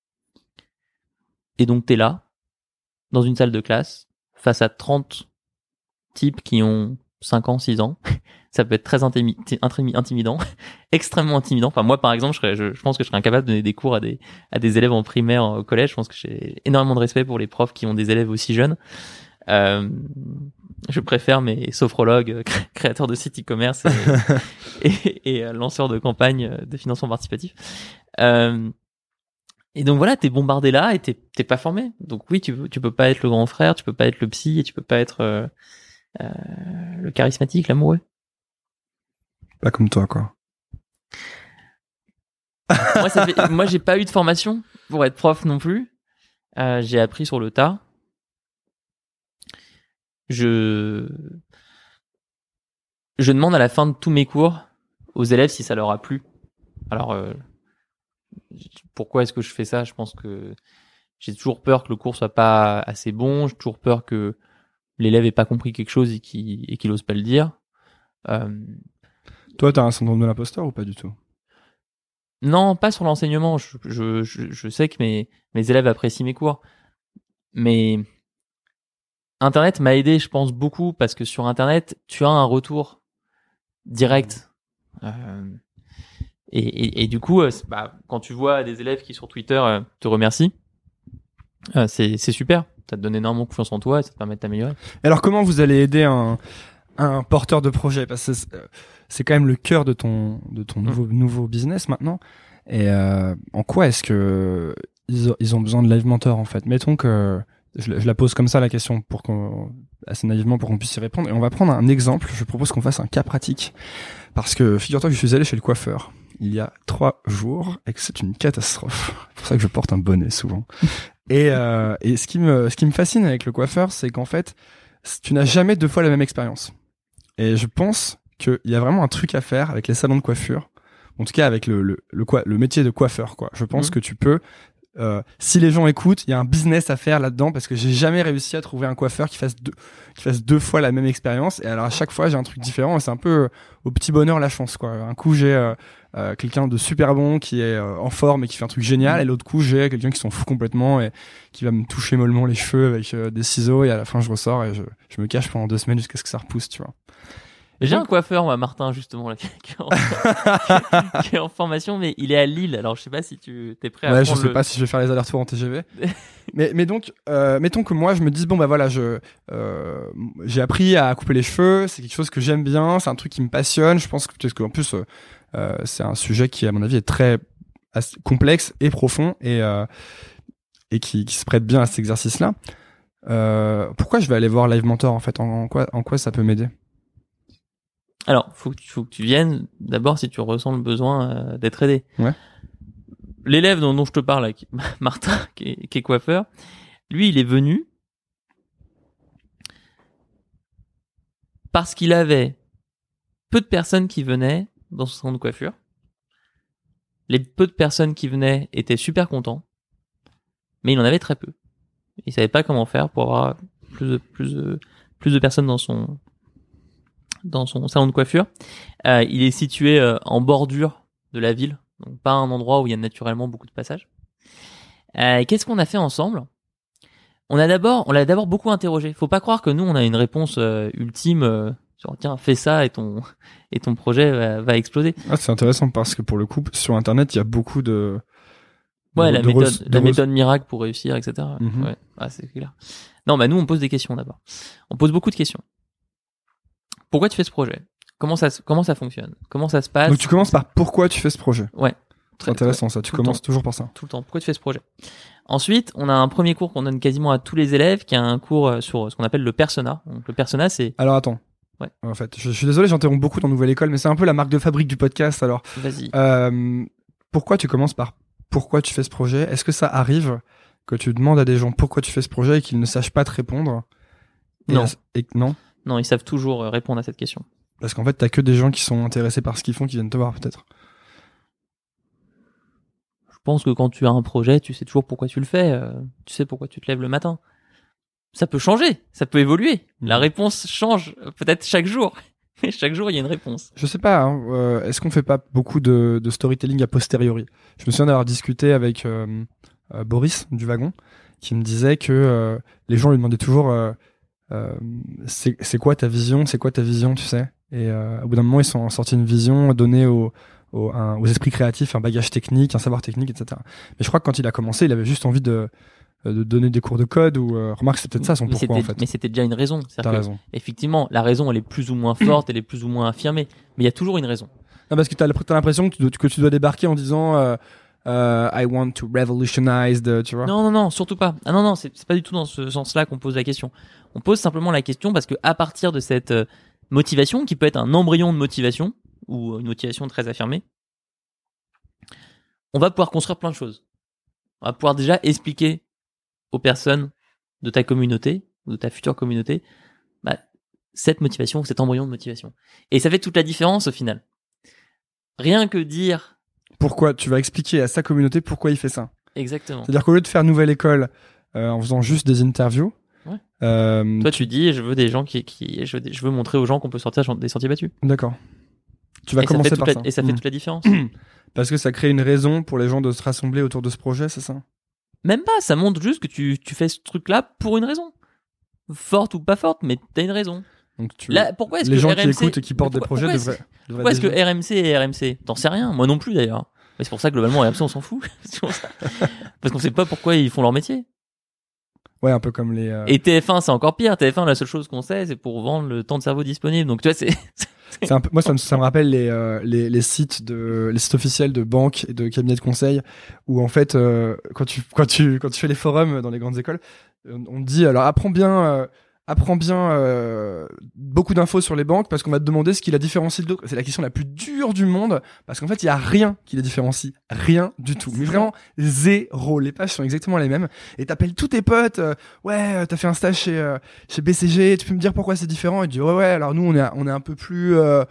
Et donc t'es là, dans une salle de classe, face à trente types qui ont cinq ans, six ans. Ça peut être très intimi- intimi- intimidant, extrêmement intimidant. Enfin moi par exemple, je, serais, je, je pense que je serais incapable de donner des cours à des, à des élèves en primaire, au collège. Je pense que j'ai énormément de respect pour les profs qui ont des élèves aussi jeunes. Euh, je préfère mes sophrologues, créateurs de sites e-commerce et, et, et lanceurs de campagnes de financement participatif. Euh, et donc voilà, t'es bombardé là et t'es, t'es pas formé. Donc oui, tu, tu peux pas être le grand frère, tu peux pas être le psy et tu peux pas être euh, euh, le charismatique, l'amoureux. Pas comme toi, quoi. moi, ça fait, moi, j'ai pas eu de formation pour être prof non plus. Euh, j'ai appris sur le tas. Je je demande à la fin de tous mes cours aux élèves si ça leur a plu. Alors euh, pourquoi est-ce que je fais ça? Je pense que j'ai toujours peur que le cours soit pas assez bon. J'ai toujours peur que l'élève ait pas compris quelque chose et qu'il et qu'il ose pas le dire. Euh... Toi, t'as un syndrome de l'imposteur ou pas du tout? Non, pas sur l'enseignement. Je, je, je, je sais que mes mes élèves apprécient mes cours, mais Internet m'a aidé, je pense, beaucoup, parce que sur Internet, tu as un retour direct. Euh, et, et, et du coup, euh, bah, quand tu vois des élèves qui, sur Twitter, euh, te remercient, euh, c'est, c'est super. Ça te donne énormément confiance en toi et ça te permet de t'améliorer. Alors, comment vous allez aider un, un porteur de projet? Parce que c'est, c'est quand même le cœur de ton, de ton nouveau, mmh. nouveau business maintenant. Et euh, en quoi est-ce que ils ont, ils ont besoin de Live Mentor, en fait? Mettons que... Je, je la pose comme ça la question pour qu'on, assez naïvement pour qu'on puisse y répondre. Et on va prendre un exemple. Je propose qu'on fasse un cas pratique. Parce que figure-toi que je suis allé chez le coiffeur il y a trois jours et que c'est une catastrophe. C'est pour ça que je porte un bonnet souvent. et euh, et ce qui me ce qui me fascine avec le coiffeur, c'est qu'en fait, tu n'as jamais deux fois la même expérience. Et je pense qu'il y a vraiment un truc à faire avec les salons de coiffure. En tout cas avec le le le, quoi, le métier de coiffeur, quoi. Je pense mmh. que tu peux Euh, si les gens écoutent, il y a un business à faire là-dedans parce que j'ai jamais réussi à trouver un coiffeur qui fasse deux, qui fasse deux fois la même expérience. Et alors à chaque fois j'ai un truc différent et c'est un peu euh, au petit bonheur la chance, quoi. Un coup j'ai euh, euh, quelqu'un de super bon qui est euh, en forme et qui fait un truc génial, et l'autre coup j'ai quelqu'un qui s'en fout complètement et qui va me toucher mollement les cheveux avec euh, des ciseaux, et à la fin je ressors et je, je me cache pendant deux semaines jusqu'à ce que ça repousse, tu vois. J'ai un coiffeur, moi, Martin, justement, là, qui, qui est en, qui est en formation, mais il est à Lille. Alors, je sais pas si tu t'es prêt à Ouais, prendre je sais le... pas si je vais faire les allers-retours en T G V. mais, mais donc, euh, mettons que moi, je me dise, bon, bah voilà, je, euh, j'ai appris à couper les cheveux, c'est quelque chose que j'aime bien, c'est un truc qui me passionne. Je pense que, parce qu'en plus, euh, euh, c'est un sujet qui, à mon avis, est très assez complexe et profond et, euh, et qui, qui se prête bien à cet exercice-là. Euh, pourquoi je vais aller voir Live Mentor, en fait? En, en quoi, en quoi ça peut m'aider? Alors, faut que tu, faut que tu viennes d'abord si tu ressens le besoin euh, d'être aidé. Ouais. L'élève dont, dont je te parle, là, qui- Martin, qui est, qui est coiffeur, lui, il est venu parce qu'il avait peu de personnes qui venaient dans son salon de coiffure. Les peu de personnes qui venaient étaient super contents, mais il en avait très peu. Il savait pas comment faire pour avoir plus de, plus de, plus de personnes dans son, dans son salon de coiffure. Euh, il est situé euh, en bordure de la ville, donc pas un endroit où il y a naturellement beaucoup de passages. Euh, qu'est-ce qu'on a fait ensemble? On a d'abord, on l'a d'abord beaucoup interrogé. Faut pas croire que nous on a une réponse euh, ultime euh, sur tiens fais ça et ton et ton projet va, va exploser. Ah, c'est intéressant parce que pour le coup, sur Internet, il y a beaucoup de Ouais, de- la de méthode, res- de la res- méthode miracle pour réussir, et cetera. Mhm. Ouais, ah, c'est clair. Non, bah nous on pose des questions d'abord. On pose beaucoup de questions. Pourquoi tu fais ce projet? Comment ça, se- comment ça fonctionne? Comment ça se passe? Donc tu commences par pourquoi tu fais ce projet. Ouais. C'est intéressant ça. Tu tout le commences temps. toujours par ça. Tout le temps. Pourquoi tu fais ce projet? Ensuite, on a un premier cours qu'on donne quasiment à tous les élèves, qui est un cours euh, sur ce qu'on appelle le persona. Donc le persona, c'est... Alors attends. Ouais. En fait, je, je suis désolé, j'interromps beaucoup dans Nouvelle École, mais c'est un peu la marque de fabrique du podcast. Alors, Vas-y. euh, pourquoi tu commences par pourquoi tu fais ce projet? Est-ce que ça arrive que tu demandes à des gens pourquoi tu fais ce projet et qu'ils ne sachent pas te répondre? Et Non. Et, non. Non, ils savent toujours euh, répondre à cette question. Parce qu'en fait, t'as que des gens qui sont intéressés par ce qu'ils font qui viennent te voir peut-être. Je pense que quand tu as un projet, tu sais toujours pourquoi tu le fais. euh, tu sais pourquoi tu te lèves le matin. Ça peut changer, ça peut évoluer. La Mhm. réponse change euh, peut-être chaque jour. Mais chaque jour, il y a une réponse. Je sais pas, hein, euh, est-ce qu'on fait pas beaucoup de, de storytelling a posteriori? Je me souviens d'avoir discuté avec euh, euh, Boris du wagon, qui me disait que euh, les gens lui demandaient toujours euh, euh, c'est c'est quoi ta vision, c'est quoi ta vision, tu sais? Et euh, au bout d'un moment, ils sont sortis une vision donnée aux, aux, un- aux esprits créatifs, un bagage technique, un savoir technique, et cetera. Mais je crois que quand il a commencé, il avait juste envie de, de donner des cours de code ou euh, remarque, c'est peut-être ça son mais pourquoi en c'était- fait. Mais c'était déjà une raison. T'as C'est-à-dire que, raison. effectivement, la raison, elle est plus ou moins forte, elle est plus ou moins affirmée. Mais il y a toujours une raison. Non, parce que t'as t'as l'impression que tu, dois, que tu dois débarquer en disant euh, euh, I want to revolutionize the, tu vois. Non, non, non, surtout pas. Ah non, non, c'est c'est pas du tout dans ce sens-là qu'on pose la question. On pose simplement la question parce que à partir de cette euh, motivation, qui peut être un embryon de motivation ou une motivation très affirmée, on va pouvoir construire plein de choses. On va pouvoir déjà expliquer aux personnes de ta communauté, ou de ta future communauté, bah, cette motivation, cet embryon de motivation. Et ça fait toute la différence au final. Rien que dire Pourquoi tu vas expliquer à sa communauté pourquoi il fait ça. exactement. C'est-à-dire qu'au lieu de faire Nouvelle École euh, en faisant juste des interviews, Ouais. euh, Toi, tu dis, je veux des gens qui, qui je, veux, des- je veux montrer aux gens qu'on peut sortir des sentiers battus. d'accord. Tu vas et ça commencer fait toute par la, ça. Et ça fait Mm. toute la différence. Parce que ça crée une raison pour les gens de se rassembler autour de ce projet, c'est ça? Même pas, ça montre juste que tu, tu fais ce truc-là pour une raison. Forte ou pas forte, mais t'as une raison. Donc tu... Là, pourquoi est-ce les que gens R M C qui écoutent et qui portent des pourquoi- projets pourquoi devraient, est-ce- devraient Pourquoi est-ce que déjà- R M C et R M C? T'en sais rien, moi non plus d'ailleurs. Mais c'est pour ça que globalement, R M C, on s'en fout. C'est pour ça. Parce qu'on sait pas pourquoi ils font leur métier. Ouais, un peu comme les... euh, Et T F un, c'est encore pire. T F un, la seule chose qu'on sait, c'est pour vendre le temps de cerveau disponible. Donc tu vois, c'est... c'est un peu... Moi, ça me, ça me rappelle les, euh, les, les sites de, les sites officiels de banques et de cabinets de conseil où, en fait, euh, quand tu, quand tu, quand tu fais les forums dans les grandes écoles, on on te dit, alors, apprends bien, euh, apprends bien, euh, beaucoup d'infos sur les banques parce qu'on va te demander ce qui la différencie de d'autres. C'est la question la plus dure du monde parce qu'en fait, il y a rien qui les différencie. Rien du tout. Mais vraiment, zéro. Les pages sont exactement les mêmes. Et t'appelles tous tes potes, euh, ouais, euh, t'as fait un stage chez, euh, chez B C G, tu peux me dire pourquoi c'est différent? Et tu dis, ouais, ouais, alors nous, on est, on est un peu plus, euh,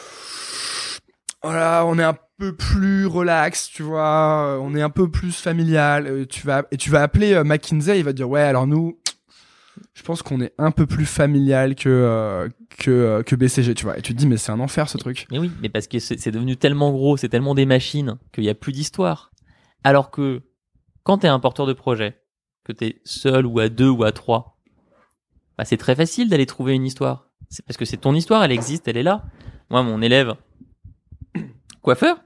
voilà, on est un peu plus relax, tu vois, euh, on est un peu plus familial. Euh, tu vas, et tu vas appeler euh, McKinsey, il va te dire, ouais, alors nous, je pense qu'on est un peu plus familial que, euh, que, euh, que B C G, tu vois. Et tu te dis, mais c'est un enfer, ce truc. Mais oui, mais parce que c'est c'est devenu tellement gros, c'est tellement des machines qu'il y a plus d'histoire. Alors que quand t'es un porteur de projet, que t'es seul ou à deux ou à trois, bah c'est très facile d'aller trouver une histoire. C'est parce que c'est ton histoire, elle existe, elle est là. Moi, mon élève coiffeur,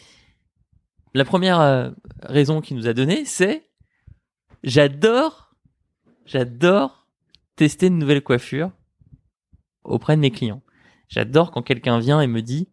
la première euh, raison qu'il nous a donnée, c'est j'adore, j'adore tester de nouvelles coiffures auprès de mes clients. J'adore quand quelqu'un vient et me dit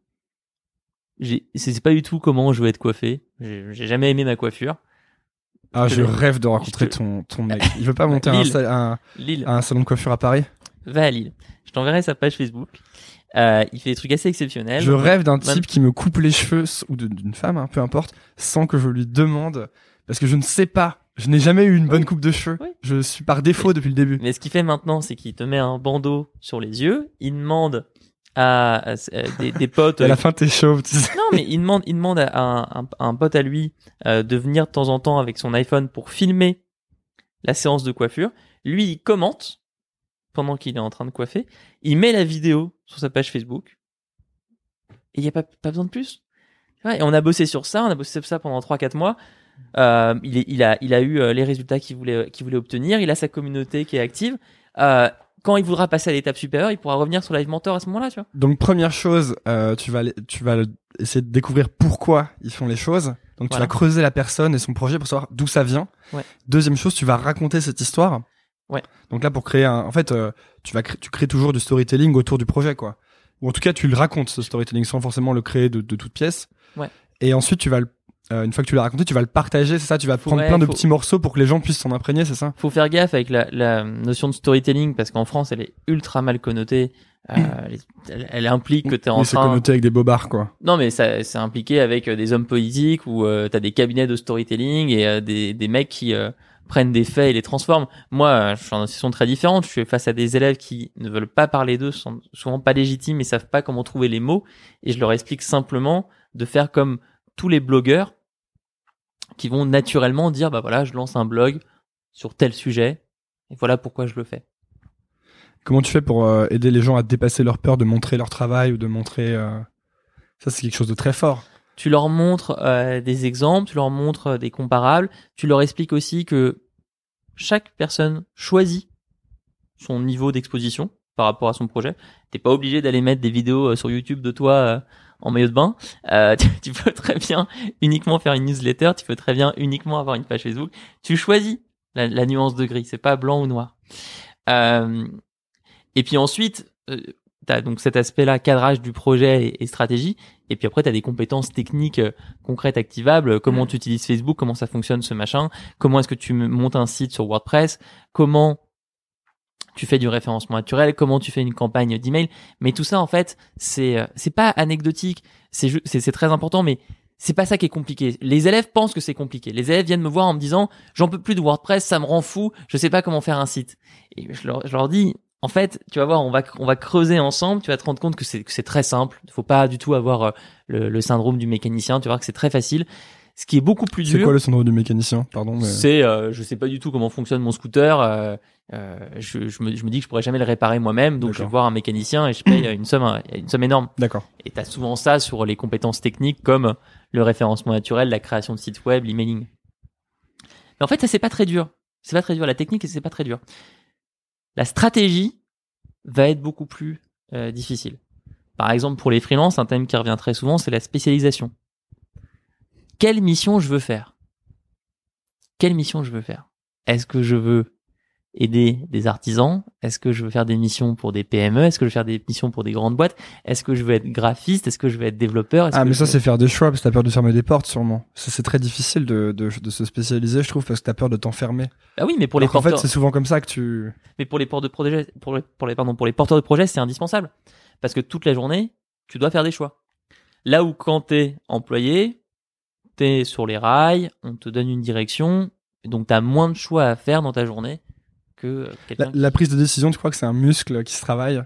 j'ai, c'est pas du tout comment je veux être coiffé. J'ai, j'ai jamais aimé ma coiffure. Ah, je, je rêve de rencontrer te... ton, ton mec. Il veut pas monter un, un, Lille. un salon de coiffure à Paris? Va à Lille. Je t'enverrai sa page Facebook. Euh, il fait des trucs assez exceptionnels. Je rêve d'un type Même... qui me coupe les cheveux, ou de, d'une femme, hein, peu importe, sans que je lui demande, parce que je ne sais pas. Je n'ai jamais eu une bonne oui. coupe de cheveux. Oui. Je suis par défaut mais, depuis le début. Mais ce qu'il fait maintenant, c'est qu'il te met un bandeau sur les yeux. Il demande à, à, à des, des potes. À la fin, t'es chauve, tu sais. Non, mais il demande, il demande à un, un, un pote à lui euh, de venir de temps en temps avec son iPhone pour filmer la séance de coiffure. Lui, il commente pendant qu'il est en train de coiffer. Il met la vidéo sur sa page Facebook. Et il n'y a pas, pas besoin de plus. Ouais, et on a bossé sur ça, on a bossé sur ça pendant trois quatre mois. Euh, il, est, il, a, il a eu les résultats qu'il voulait, qu'il voulait obtenir. Il a sa communauté qui est active. Euh, quand il voudra passer à l'étape supérieure, il pourra revenir sur Live Mentor à ce moment-là, tu vois. Donc, première chose, euh, tu vas, tu vas essayer de découvrir pourquoi ils font les choses. Donc, Voilà. tu vas creuser la personne et son projet pour savoir d'où ça vient. Ouais. Deuxième chose, tu vas raconter cette histoire. Ouais. Donc là, pour créer un, en fait, euh, tu vas, cré... tu crées toujours du storytelling autour du projet, quoi. Ou en tout cas, tu le racontes, ce storytelling, sans forcément le créer de, de toute pièce. Ouais. Et ensuite, tu vas le, euh, une fois que tu l'as raconté, tu vas le partager, c'est ça? Tu vas prendre ouais, plein de faut... petits morceaux pour que les gens puissent s'en imprégner, c'est ça? Faut faire gaffe avec la, la notion de storytelling parce qu'en France, elle est ultra mal connotée. Euh, elle, elle implique que t'es en oui, train. c'est connoté avec des bobards, quoi. Non, mais ça, c'est impliqué avec des hommes politiques où euh, t'as des cabinets de storytelling et euh, des, des mecs qui euh, prennent des faits et les transforment. Moi, je suis en situation très différente. Je suis face à des élèves qui ne veulent pas parler d'eux, sont souvent pas légitimes et savent pas comment trouver les mots. Et je leur explique simplement de faire comme tous les blogueurs qui vont naturellement dire, bah voilà, je lance un blog sur tel sujet et voilà pourquoi je le fais. Comment tu fais pour euh, aider les gens à dépasser leur peur de montrer leur travail ou de montrer... Euh... Ça, c'est quelque chose de très fort. Tu leur montres euh, des exemples, tu leur montres euh, des comparables, tu leur expliques aussi que chaque personne choisit son niveau d'exposition par rapport à son projet. T'es pas obligé d'aller mettre des vidéos euh, sur YouTube de toi euh, en maillot de bain. Euh, tu, tu peux très bien uniquement faire une newsletter, tu peux très bien uniquement avoir une page Facebook. Tu choisis la, la nuance de gris, c'est pas blanc ou noir. Euh, et puis ensuite, euh, t'as donc cet aspect-là, cadrage du projet et, et stratégie. Et puis après, t'as des compétences techniques euh, concrètes, activables. Comment tu utilises Facebook, comment ça fonctionne ce machin, comment est-ce que tu montes un site sur WordPress, comment tu fais du référencement naturel, comment tu fais une campagne d'email. Mais tout ça, en fait, c'est euh, c'est pas anecdotique, c'est, ju- c'est c'est très important, mais c'est pas ça qui est compliqué. Les élèves pensent que c'est compliqué. Les élèves viennent me voir en me disant « J'en peux plus de WordPress, ça me rend fou, je sais pas comment faire un site. » Et je leur, je leur dis « En fait, tu vas voir, on va on va creuser ensemble, tu vas te rendre compte que c'est que c'est très simple. Il faut pas du tout avoir euh, le, le syndrome du mécanicien, tu vas voir que c'est très facile. » Ce qui est beaucoup plus dur. C'est quoi le syndrome du mécanicien? Pardon. Mais... C'est, euh, je sais pas du tout comment fonctionne mon scooter. Euh, euh, je, je, me, je me dis que je pourrais jamais le réparer moi-même, donc D'accord. je vais voir un mécanicien et je paye une somme, une somme énorme. D'accord. Et t'as souvent ça sur les compétences techniques comme le référencement naturel, la création de sites web, l'emailing. Mais en fait, ça c'est pas très dur. C'est pas très dur. La technique, c'est pas très dur. La stratégie va être beaucoup plus euh, difficile. Par exemple, pour les freelances, un thème qui revient très souvent, c'est la spécialisation. Quelle mission je veux faire? Quelle mission je veux faire? Est-ce que je veux aider des artisans? Est-ce que je veux faire des missions pour des P M E? Est-ce que je veux faire des missions pour des grandes boîtes? Est-ce que je veux être graphiste? Est-ce que je veux être développeur? Est-ce Ah, que mais je ça, veux... c'est faire des choix parce que t'as peur de fermer des portes, sûrement. Ça, c'est très difficile de, de, de se spécialiser, je trouve, parce que t'as peur de t'enfermer. Ah oui, mais pour les Alors qu'en porteurs... fait, c'est souvent comme ça que tu... Mais pour les porteurs de projet, pour les, pour les, pardon, pour les porteurs de projet, c'est indispensable. Parce que toute la journée, tu dois faire des choix. Là où quand t'es employé, t'es sur les rails, on te donne une direction, donc t'as moins de choix à faire dans ta journée que quelqu'un. La, la prise de décision, tu crois que c'est un muscle qui se travaille?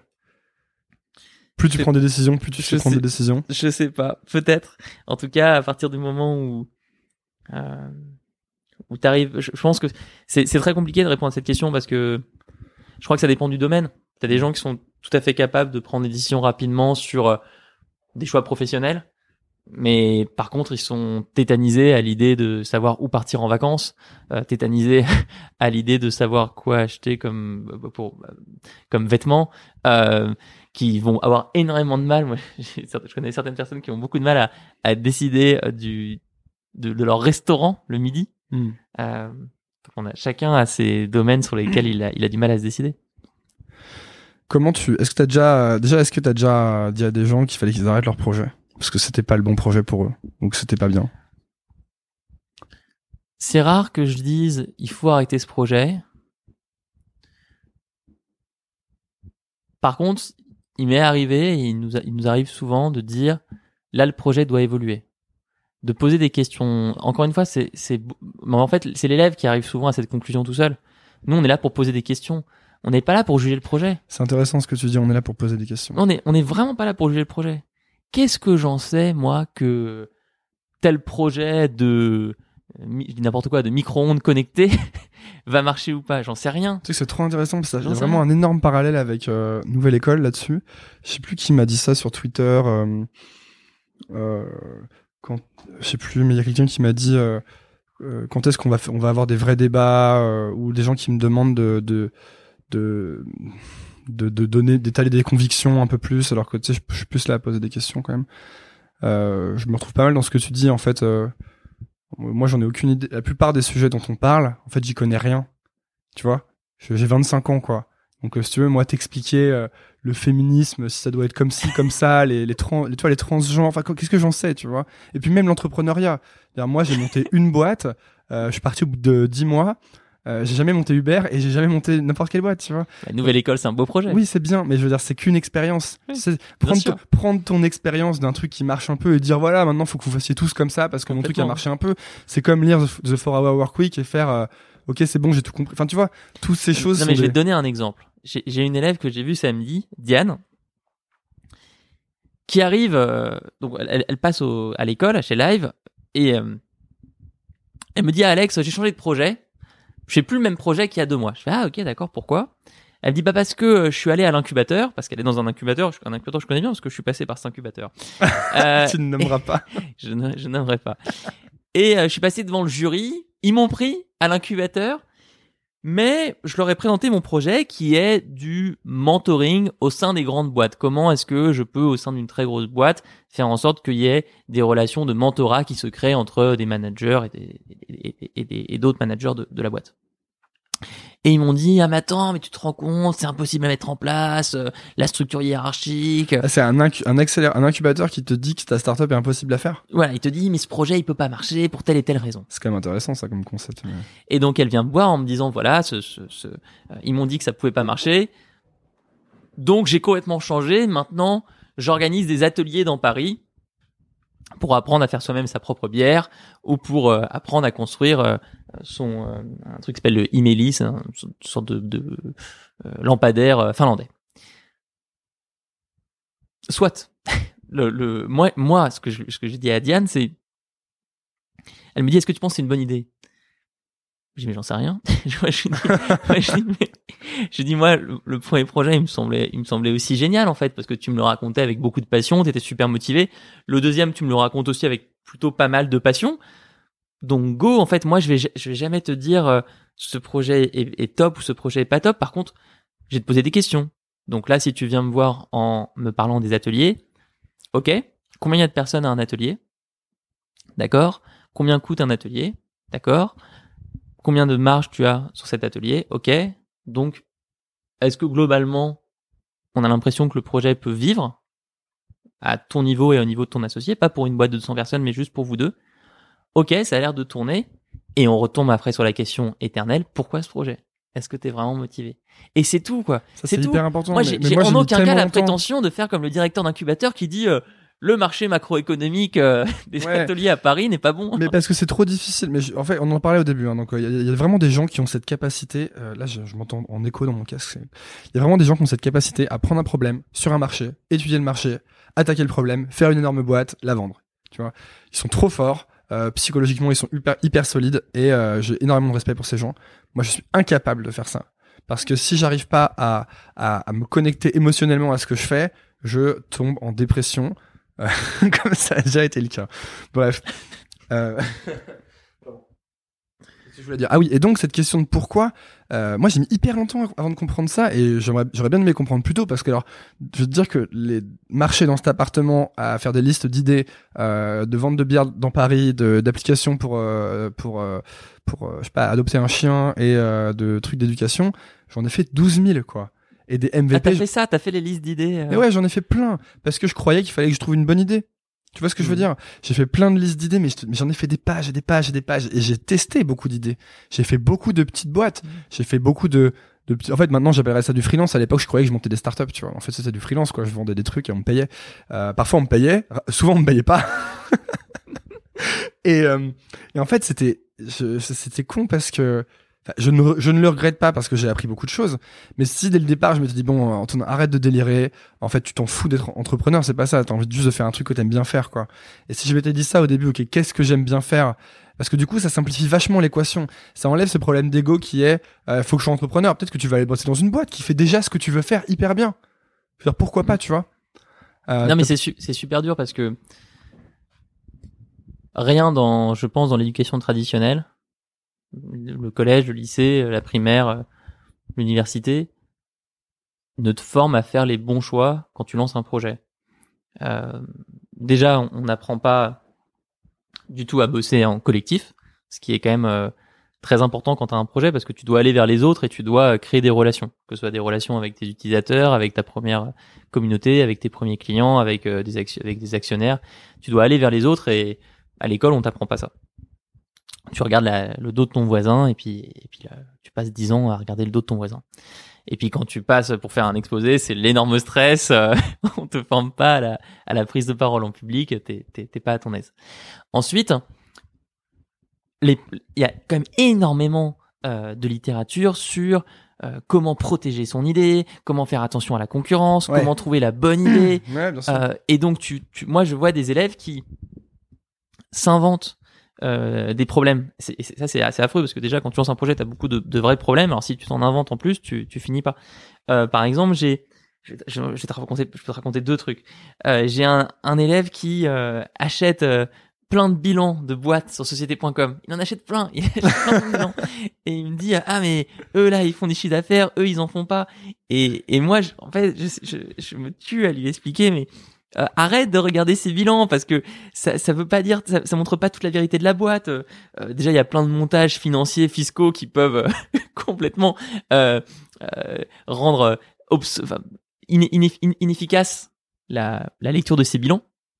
Plus tu Je- prends des décisions, plus tu je sais prendre sais- des décisions. Je sais pas, peut-être. En tout cas, à partir du moment où euh, où t'arrives, je, je pense que c'est c'est très compliqué de répondre à cette question parce que je crois que ça dépend du domaine. T'as des gens qui sont tout à fait capables de prendre des décisions rapidement sur euh, des choix professionnels. Mais par contre, ils sont tétanisés à l'idée de savoir où partir en vacances, euh, tétanisés à l'idée de savoir quoi acheter comme pour comme vêtements, euh, qui vont avoir énormément de mal. Moi, j'ai, je connais certaines personnes qui ont beaucoup de mal à, à décider du de, de leur restaurant le midi. Mm. Euh, donc on a chacun a ses domaines sur lesquels il a il a du mal à se décider. Comment tu, est-ce que t'as déjà, déjà, est-ce que t'as déjà dit à des gens qu'il fallait qu'ils arrêtent leur projet parce que c'était pas le bon projet pour eux, donc c'était pas bien? C'est rare que je dise il faut arrêter ce projet. Par contre, il m'est arrivé, et il nous, a, il nous arrive souvent de dire là le projet doit évoluer, de poser des questions. Encore une fois, c'est, c'est, mais en fait, c'est l'élève qui arrive souvent à cette conclusion tout seul. Nous, on est là pour poser des questions. On n'est pas là pour juger le projet. C'est intéressant ce que tu dis. On est là pour poser des questions. On est, on est vraiment pas là pour juger le projet. Qu'est-ce que j'en sais, moi, que tel projet de n'importe quoi, de micro-ondes connectées va marcher ou pas? J'en sais rien. Tu sais que c'est trop intéressant parce qu'il y a J'en sais vraiment rien. un énorme parallèle avec euh, Nouvelle École là-dessus. Je sais plus qui m'a dit ça sur Twitter. Euh, euh, quand, je sais plus, mais il y a quelqu'un qui m'a dit euh, euh, quand est-ce qu'on va, f- on va avoir des vrais débats euh, ou des gens qui me demandent de, de, de de, de donner, d'étaler des convictions un peu plus, alors que tu sais, je, je suis plus là à poser des questions quand même. Euh, je me retrouve pas mal dans ce que tu dis en fait. Euh, moi, j'en ai aucune idée. La plupart des sujets dont on parle, en fait, j'y connais rien. Tu vois, Je- j'ai vingt-cinq ans quoi. Donc, euh, si tu veux, moi, t'expliquer euh, le féminisme, si ça doit être comme ci, comme ça, les les trans, les, tu vois, les transgenres. Enfin, qu'est-ce que j'en sais, tu vois. Et puis même l'entrepreneuriat. C'est-à-dire, moi, j'ai monté une boîte. Euh, je suis parti au bout de dix mois. Euh, j'ai jamais monté Uber et j'ai jamais monté n'importe quelle boîte, tu vois. La nouvelle école, c'est un beau projet. Oui, c'est bien, mais je veux dire, c'est qu'une expérience. Oui, C'est prendre, sûr. ton, prendre ton expérience d'un truc qui marche un peu et dire voilà, maintenant, faut que vous fassiez tous comme ça parce que mon truc a Complètement. marché un peu. C'est comme lire The, The four hour Work Week et faire euh, ok, c'est bon, j'ai tout compris. Enfin, tu vois, toutes ces choses. Non, sont mais je vais des- te donner un exemple. J'ai, j'ai une élève que j'ai vue samedi, Diane, qui arrive, euh, donc elle, elle passe au, à l'école, chez Live, et euh, elle me dit ah, Alex, j'ai changé de projet. Je fais plus le même projet qu'il y a deux mois. Je fais ah ok d'accord, pourquoi? Elle me dit bah parce que euh, je suis allé à l'incubateur, parce qu'elle est dans un incubateur, je- un incubateur que je connais bien parce que je suis passé par cet incubateur. Euh, tu ne nommeras pas. je ne, je n'aimerais pas. Et euh, je suis passé devant le jury, ils m'ont pris à l'incubateur, mais je leur ai présenté mon projet qui est du mentoring au sein des grandes boîtes. Comment est-ce que je peux, au sein d'une très grosse boîte, faire en sorte qu'il y ait des relations de mentorat qui se créent entre des managers et, des, et, et, et, des- et d'autres managers de, de la boîte. Et ils m'ont dit, ah mais attends, mais tu te rends compte, c'est impossible à mettre en place, euh, la structure hiérarchique. Ah, c'est un, incu- un, accélér- un incubateur qui te dit que ta startup est impossible à faire. Voilà, il te dit, mais ce projet, il peut pas marcher pour telle et telle raison. C'est quand même intéressant ça comme concept. mais- Et donc elle vient me voir en me disant voilà, ce, ce, ce, euh, ils m'ont dit que ça pouvait pas marcher. Donc j'ai complètement changé. Maintenant, j'organise des ateliers dans Paris pour apprendre à faire soi-même sa propre bière ou pour euh, apprendre à construire euh, son euh, un truc qui s'appelle le Imélis, c'est un- une sorte de, de euh, lampadaire euh, finlandais. Soit. Le, le moi moi ce que je, ce que j'ai dit à Diane, c'est elle me dit est-ce que tu penses que c'est une bonne idée? Je dis mais j'en sais rien. je, je, dis, moi, je, dis, mais- je dis moi le, le premier projet il me semblait il me semblait aussi génial en fait parce que tu me le racontais avec beaucoup de passion, t'étais super motivé. Le deuxième tu me le racontes aussi avec plutôt pas mal de passion. Donc go en fait moi je vais je vais jamais te dire euh, ce projet est, est top ou ce projet est pas top. Par contre je vais te poser des questions. Donc là si tu viens me voir en me parlant des ateliers, ok, combien il y a de personnes à un atelier? D'accord. Combien coûte un atelier? D'accord. Combien de marge tu as sur cet atelier? Ok. Donc, est-ce que globalement, on a l'impression que le projet peut vivre à ton niveau et au niveau de ton associé, pas pour une boîte de deux cents personnes, mais juste pour vous deux? Ok, ça a l'air de tourner. Et on retombe après sur la question éternelle, pourquoi ce projet? Est-ce que t'es vraiment motivé? Et c'est tout, quoi. Ça c'est, C'est tout. hyper important. Moi, mais- j'ai, mais j'ai moi, en mis aucun cas tellement la longtemps. prétention de faire comme le directeur d'incubateur qui dit euh, le marché macroéconomique euh, des Ouais. ateliers à Paris n'est pas bon. Mais parce que c'est trop difficile. Mais je- en fait, on en parlait au début. Hein, donc, il y, a- y a vraiment des gens qui ont cette capacité. Euh, là, je, je m'entends en écho dans mon casque. Il y a vraiment des gens qui ont cette capacité à prendre un problème sur un marché, étudier le marché, attaquer le problème, faire une énorme boîte, la vendre. Tu vois, ils sont trop forts. Euh, psychologiquement, ils sont hyper, hyper solides. Et euh, j'ai énormément de respect pour ces gens. Moi, je suis incapable de faire ça. Parce que si j'arrive pas à, à, à me connecter émotionnellement à ce que je fais, je tombe en dépression. euh, comme ça a déjà été le cas. Bref. Euh... Qu'est-ce que je voulais dire ? Ah oui, et donc cette question de pourquoi, euh, moi j'ai mis hyper longtemps avant de comprendre ça et j'aimerais, j'aurais bien aimé comprendre plus tôt parce que alors, je veux te dire que les marcher dans cet appartement à faire des listes d'idées, euh, de vente de bière dans Paris, de, d'applications pour euh, pour euh, pour euh, je sais pas adopter un chien et euh, de trucs d'éducation, j'en ai fait douze mille quoi. Et des M V P. Ah, t'as fait ça, t'as fait les listes d'idées. Euh... Mais ouais, j'en ai fait plein parce que je croyais qu'il fallait que je trouve une bonne idée. Tu vois ce que mmh. je veux dire ? J'ai fait plein de listes d'idées, mais, je, mais j'en ai fait des pages et des pages et des pages. Et j'ai testé beaucoup d'idées. J'ai fait beaucoup de petites boîtes. Mmh. J'ai fait beaucoup de, de petits... En fait, maintenant, j'appellerais ça du freelance. À l'époque, je croyais que je montais des startups, tu vois. En fait, c'était du freelance, quoi. Je vendais des trucs et on me payait. Euh, parfois, on me payait. Souvent, on me payait pas. et, euh, et en fait, c'était, je, c'était con parce que, enfin, je ne, je ne le regrette pas parce que j'ai appris beaucoup de choses. Mais si dès le départ, je m'étais dit, bon, Antonin, arrête de délirer. En fait, tu t'en fous d'être entrepreneur, c'est pas ça. T'as envie juste de faire un truc que t'aimes bien faire, quoi. Et si je m'étais dit ça au début, ok, qu'est-ce que j'aime bien faire? Parce que du coup, ça simplifie vachement l'équation. Ça enlève ce problème d'ego qui est, euh, faut que je sois entrepreneur. Peut-être que tu vas aller bosser dans une boîte qui fait déjà ce que tu veux faire hyper bien. Je veux dire, pourquoi pas, tu vois? Euh, non, mais c'est, su- c'est super dur parce que rien dans, je pense, dans l'éducation traditionnelle, le collège, le lycée, la primaire, l'université, ne te forme à faire les bons choix quand tu lances un projet. Euh, déjà, on n'apprend pas du tout à bosser en collectif, ce qui est quand même euh, très important quand tu as un projet parce que tu dois aller vers les autres et tu dois créer des relations, que ce soit des relations avec tes utilisateurs, avec ta première communauté, avec tes premiers clients, avec, euh, des, action- avec des actionnaires. Tu dois aller vers les autres et à l'école, on t'apprend pas ça. Tu regardes la, le dos de ton voisin et puis, et puis là, tu passes dix ans à regarder le dos de ton voisin. Et puis quand tu passes pour faire un exposé, c'est l'énorme stress. Euh, on te forme pas à la, à la prise de parole en public. T'es, t'es, t'es pas à ton aise. Ensuite, il y a quand même énormément euh, de littérature sur euh, comment protéger son idée, comment faire attention à la concurrence, ouais. comment trouver la bonne idée. Ouais, bien sûr. Euh, et donc, tu, tu, moi, je vois des élèves qui s'inventent Euh, des problèmes. C'est, c'est, ça, c'est assez affreux parce que déjà, quand tu lances un projet, t'as beaucoup de, de vrais problèmes. Alors, si tu t'en inventes en plus, tu, tu finis pas. Euh, par exemple, j'ai, je, je, je vais te raconter, je peux te raconter deux trucs. Euh, j'ai un, un élève qui euh, achète euh, plein de bilans de boîtes sur société point com. Il en achète plein. Il achète plein de bilans. Et il me dit, ah, mais eux, là, ils font des chiffres d'affaires. Eux, ils en font pas. Et, et moi, je, en fait, je, je, je me tue à lui expliquer, mais Euh, arrête de regarder ces bilans parce que ça ça veut pas dire ça, ça montre pas toute la vérité de la boîte. Euh, déjà il y a plein de montages financiers fiscaux qui peuvent euh, complètement euh, euh, rendre obs- enfin, in- in- in- inefficace la la lecture de ces bilans.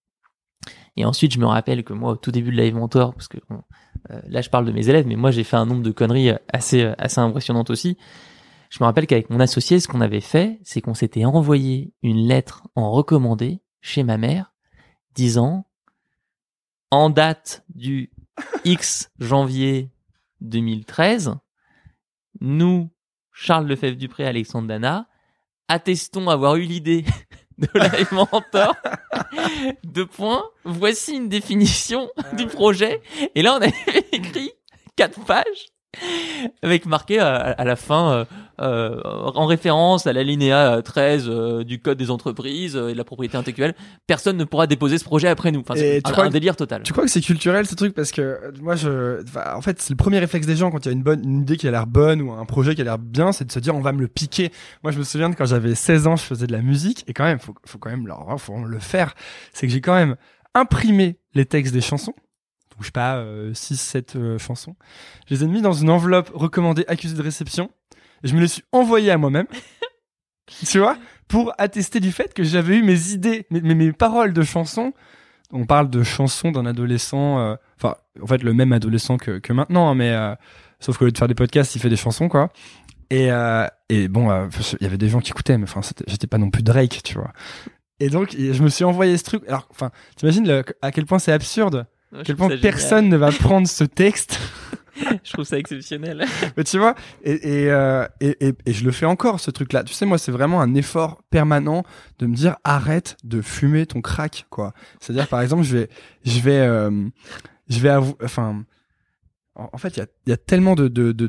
Et ensuite je me rappelle que moi au tout début de Live Mentor, parce que bon, euh, là je parle de mes élèves, mais moi j'ai fait un nombre de conneries assez assez impressionnantes aussi. Je me rappelle qu'avec mon associé, ce qu'on avait fait, c'est qu'on s'était envoyé une lettre en recommandé chez ma mère, disant, en date du X janvier deux mille treize, nous, Charles Lefebvre-Dupré, Alexandre Dana, attestons avoir eu l'idée de Live Mentor. Deux points. Voici une définition du projet. Et là, on avait écrit quatre pages avec marqué à, à la fin euh, euh, en référence à l'alinéa treize euh, du code des entreprises euh, et de la propriété intellectuelle, personne ne pourra déposer ce projet après nous. Enfin, c'est un, un délire total. Tu crois que c'est culturel ce truc? Parce que moi je en fait c'est le premier réflexe des gens quand il y a une bonne une idée qui a l'air bonne ou un projet qui a l'air bien, c'est de se dire on va me le piquer. Moi je me souviens de quand j'avais seize ans, je faisais de la musique et quand même faut faut quand même leur faut le faire. C'est que j'ai quand même imprimé les textes des chansons. Je sais pas, euh, six, sept euh, chansons. Je les ai mis dans une enveloppe recommandée accusée de réception. Et je me les suis envoyées à moi-même. Tu vois, pour attester du fait que j'avais eu mes idées, mes, mes, mes paroles de chansons. On parle de chansons d'un adolescent, euh, enfin, en fait, le même adolescent que, que maintenant, hein, mais euh, sauf qu'au lieu de faire des podcasts, il fait des chansons, quoi. Et, euh, et bon, il euh, y avait des gens qui écoutaient, mais enfin, j'étais pas non plus Drake, tu vois. Et donc, je me suis envoyé ce truc. Alors, enfin, t'imagines le, à quel point c'est absurde. À quel point personne ne va prendre ce texte. Je trouve ça exceptionnel. Mais tu vois, et, et, euh, et, et, et je le fais encore, ce truc-là. Tu sais, moi, c'est vraiment un effort permanent de me dire arrête de fumer ton crack, quoi. C'est-à-dire, par exemple, je vais, je vais, euh, je vais avouer, enfin, en, en fait, il y a, il y a tellement de, de, de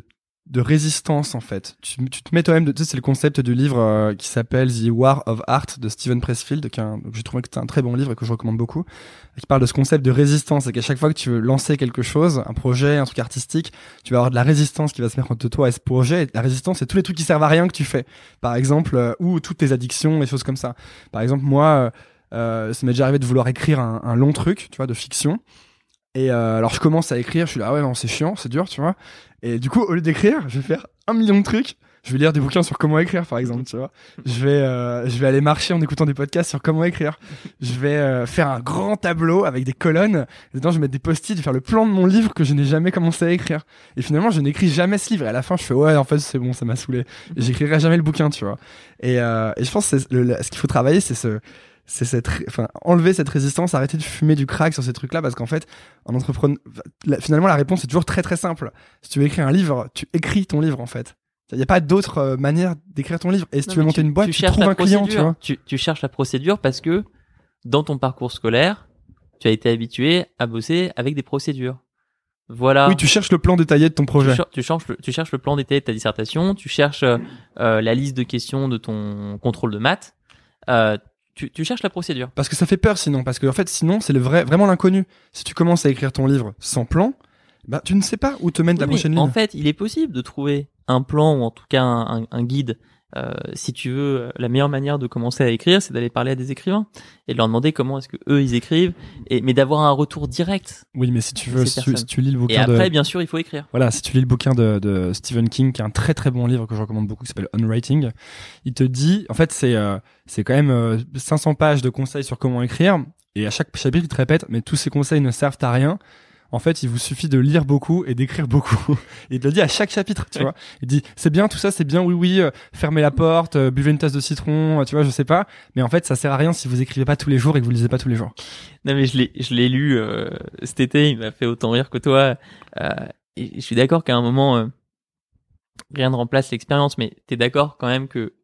de résistance en fait. Tu, tu te mets toi-même, de, tu sais, c'est le concept du livre euh, qui s'appelle The War of Art de Steven Pressfield, qui est un, j'ai trouvé que c'est un très bon livre et que je recommande beaucoup, qui parle de ce concept de résistance, et qu'à chaque fois que tu veux lancer quelque chose, un projet, un truc artistique, tu vas avoir de la résistance qui va se mettre entre toi et ce projet. Et la résistance, c'est tous les trucs qui servent à rien que tu fais, par exemple, euh, ou toutes tes addictions, et choses comme ça. Par exemple, moi, euh, euh, ça m'est déjà arrivé de vouloir écrire un, un long truc, tu vois, de fiction. Et euh, alors je commence à écrire, je suis là, ah ouais, non, c'est chiant, c'est dur, tu vois. Et du coup, au lieu d'écrire, je vais faire un million de trucs. Je vais lire des bouquins sur comment écrire, par exemple, tu vois. Je vais, euh, je vais aller marcher en écoutant des podcasts sur comment écrire. Je vais euh, faire un grand tableau avec des colonnes. Et dedans, je vais mettre des post-it, je vais faire le plan de mon livre que je n'ai jamais commencé à écrire. Et finalement, je n'écris jamais ce livre. Et à la fin, je fais, ouais, en fait, c'est bon, ça m'a saoulé. Et j'écrirai jamais le bouquin, tu vois. Et, euh, et je pense que c'est le, le, ce qu'il faut travailler, c'est ce... c'est cette, enfin, enlever cette résistance, arrêter de fumer du crack sur ces trucs-là, parce qu'en fait, en entrepreneur, finalement, la réponse est toujours très très simple. Si tu veux écrire un livre, tu écris ton livre, en fait. Il n'y a pas d'autre euh, manière d'écrire ton livre. Et si non, tu veux monter tu, une boîte, tu, tu trouves un client, tu vois. Tu, tu cherches la procédure parce que dans ton parcours scolaire, tu as été habitué à bosser avec des procédures. Voilà. Oui, tu cherches le plan détaillé de ton projet. Tu, cher- tu, cherches, le, tu cherches le plan détaillé de ta dissertation, tu cherches euh, la liste de questions de ton contrôle de maths. Euh, Tu, tu cherches la procédure. Parce que ça fait peur sinon, parce que en fait sinon c'est le vrai, vraiment l'inconnu. Si tu commences à écrire ton livre sans plan, bah tu ne sais pas où te mène ta oui, prochaine ligne. En fait, il est possible de trouver un plan ou en tout cas un, un, un guide. Euh, si tu veux, la meilleure manière de commencer à écrire, c'est d'aller parler à des écrivains et de leur demander comment est-ce que eux ils écrivent, et mais d'avoir un retour direct. Oui, mais si tu veux, si tu, si tu lis le bouquin et après, de... bien sûr, il faut écrire. Voilà, si tu lis le bouquin de, de Stephen King, qui est un très très bon livre que je recommande beaucoup, qui s'appelle On Writing, il te dit, en fait, c'est euh, c'est quand même euh, cinq cents pages de conseils sur comment écrire, et à chaque chapitre, il te répète, mais tous ces conseils ne servent à rien. En fait, il vous suffit de lire beaucoup et d'écrire beaucoup. Et il te le dit à chaque chapitre, tu vois. Il dit, c'est bien, tout ça, c'est bien, oui, oui, euh, fermez la porte, euh, buvez une tasse de citron, euh, tu vois, je sais pas. Mais en fait, ça sert à rien si vous écrivez pas tous les jours et que vous lisez pas tous les jours. Non, mais je l'ai, je l'ai lu euh, cet été, il m'a fait autant rire que toi. Euh, et je suis d'accord qu'à un moment, euh, rien ne remplace l'expérience, mais t'es d'accord quand même que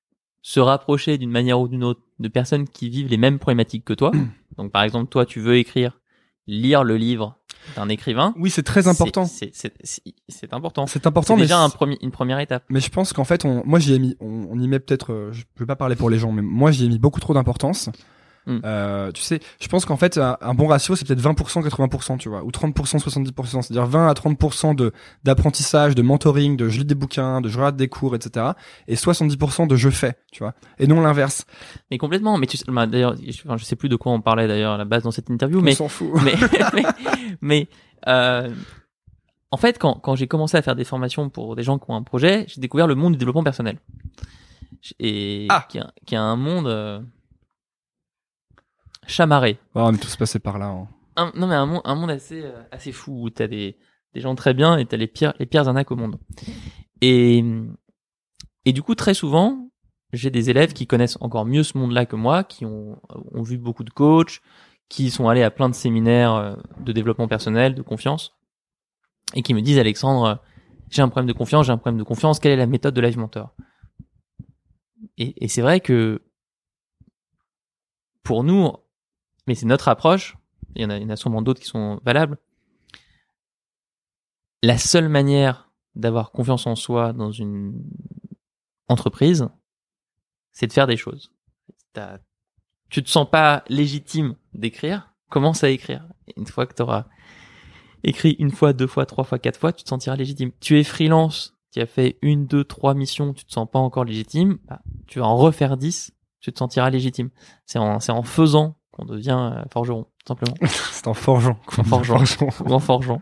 se rapprocher d'une manière ou d'une autre de personnes qui vivent les mêmes problématiques que toi. Donc, par exemple, toi, tu veux écrire, lire le livre d'un écrivain. Oui, c'est très important. C'est, c'est, c'est, c'est, c'est important. C'est important, c'est mais déjà un premier, une première étape. Mais je pense qu'en fait, on, moi, j'y ai mis, on, on y met peut-être, euh, je peux pas parler pour les gens, mais moi, j'y ai mis beaucoup trop d'importance. Mm. Euh, tu sais, je pense qu'en fait, un, un bon ratio, c'est peut-être vingt pour cent, quatre-vingts pour cent, tu vois, ou trente pour cent, soixante-dix pour cent. C'est-à-dire vingt à trente pour cent de, d'apprentissage, de mentoring, de je lis des bouquins, de je regarde des cours, et cetera. Et soixante-dix pour cent de je fais, tu vois. Et non l'inverse. Mais complètement. Mais tu sais, bah, d'ailleurs, je, enfin, je sais plus de quoi on parlait d'ailleurs à la base dans cette interview, mais. On s'en fout. Mais, mais, mais euh, en fait, quand, quand j'ai commencé à faire des formations pour des gens qui ont un projet, j'ai découvert le monde du développement personnel. Et ah. qui, a, qui a un monde, euh, chamarré. Oh, on est tous passés par là. Hein. Un, non, mais un monde, un monde assez, euh, assez fou où t'as des, des gens très bien et t'as les pires, les pires arnaques au monde. Et, et du coup, très souvent, j'ai des élèves qui connaissent encore mieux ce monde-là que moi, qui ont, ont vu beaucoup de coachs, qui sont allés à plein de séminaires de développement personnel, de confiance, et qui me disent, Alexandre, j'ai un problème de confiance, j'ai un problème de confiance, quelle est la méthode de Live Mentor? Et, et c'est vrai que, pour nous, mais c'est notre approche, il y en a, il y en a sûrement d'autres qui sont valables, la seule manière d'avoir confiance en soi dans une entreprise, c'est de faire des choses. T'as, tu te sens pas légitime d'écrire, commence à écrire. Et une fois que tu auras écrit une fois, deux fois, trois fois, quatre fois, tu te sentiras légitime. Tu es freelance, tu as fait une, deux, trois missions, tu te sens pas encore légitime, bah, tu vas en refaire dix, tu te sentiras légitime. C'est en, c'est en faisant qu'on devient euh, forgeron, tout simplement. C'est en forgeant. En forgeant. Ou en forgeant.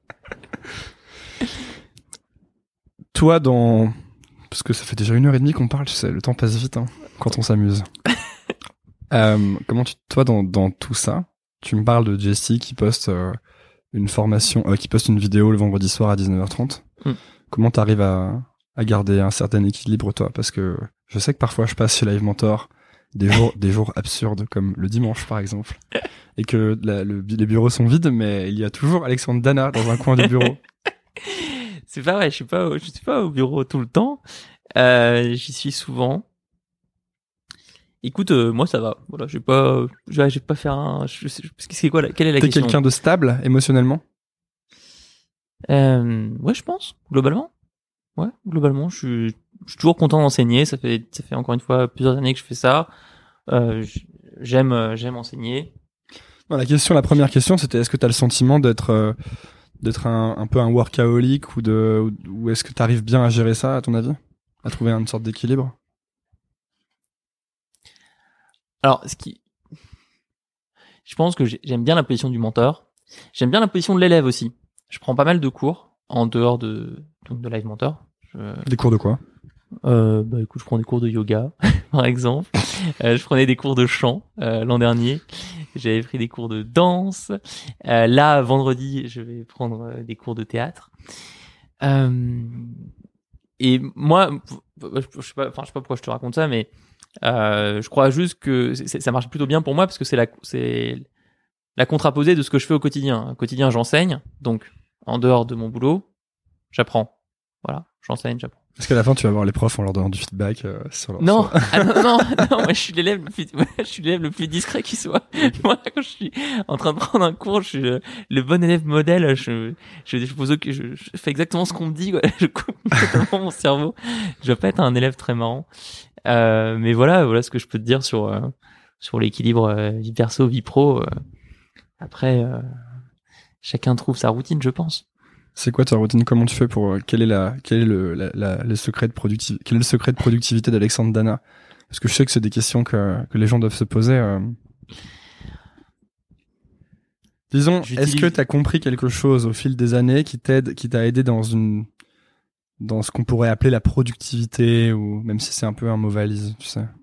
Toi, dans... Parce que ça fait déjà une heure et demie qu'on parle, tu sais, le temps passe vite hein, quand on s'amuse. euh, comment tu... Toi, dans, dans tout ça, tu me parles de Jessie qui poste euh, une formation, euh, qui poste une vidéo le vendredi soir à dix-neuf heures trente. Mm. Comment t'arrives à, à garder un certain équilibre, toi? Parce que je sais que parfois je passe chez Live Mentor des jours, des jours absurdes, comme le dimanche par exemple, et que la, le, les bureaux sont vides, mais il y a toujours Alexandre Dana dans un coin du bureau. C'est pas vrai, je suis pas, au, je suis pas au bureau tout le temps. Euh, j'y suis souvent. Écoute, euh, moi ça va. Voilà, j'ai pas, j'ai, j'ai pas faire un. Je sais, c'est quoi, quelle est la T'es question? T'es quelqu'un de stable émotionnellement? Euh, ouais, je pense globalement. Ouais, globalement, je suis, je suis toujours content d'enseigner. Ça fait, ça fait encore une fois plusieurs années que je fais ça. Euh, j'aime, euh, j'aime enseigner. Non, la question, la première question, c'était est-ce que tu as le sentiment d'être, euh, d'être un, un peu un workaholic ou de, ou, ou est-ce que tu arrives bien à gérer ça, à ton avis, à trouver une sorte d'équilibre? Alors, ce qui, je pense que j'aime bien la position du mentor. J'aime bien la position de l'élève aussi. Je prends pas mal de cours en dehors de, donc de Live Mentor. Je... Des cours de quoi? Euh, bah écoute, je prends des cours de yoga, par exemple. Euh, je prenais des cours de chant euh, l'an dernier. J'avais pris des cours de danse. Euh, là, vendredi, je vais prendre euh, des cours de théâtre. Euh, et moi, je sais pas, enfin, je sais pas pourquoi je te raconte ça, mais euh, je crois juste que c'est, ça marche plutôt bien pour moi parce que c'est la, c'est la contraposée de ce que je fais au quotidien. Au quotidien, j'enseigne, donc en dehors de mon boulot, j'apprends. Voilà, j'enseigne, j'apprends. Est-ce qu'à la fin tu vas voir les profs en leur donnant du feedback euh, sur leur non, sur... ah non, non, non, moi je suis l'élève le plus, je suis l'élève le plus discret qui soit. Moi, quand je suis en train de prendre un cours, je suis le, le bon élève modèle. Je, je, je pose, je, je fais exactement ce qu'on me dit. Quoi. Je coupe totalement mon cerveau. Je dois pas être un élève très marrant. Euh, mais voilà, voilà ce que je peux te dire sur euh, sur l'équilibre euh, vie perso, vie pro. Euh, après, euh, chacun trouve sa routine, je pense. C'est quoi ta routine? Comment tu fais pour quel est la quel est le la, la le secret de productivité quel est le secret de productivité d'Alexandre Dana? Parce que je sais que c'est des questions que que les gens doivent se poser. Euh... Disons, J'utilise... est-ce que tu as compris quelque chose au fil des années qui t'aide, qui t'a aidé dans une dans ce qu'on pourrait appeler la productivité, ou même si c'est un peu un mot valise, tu sais?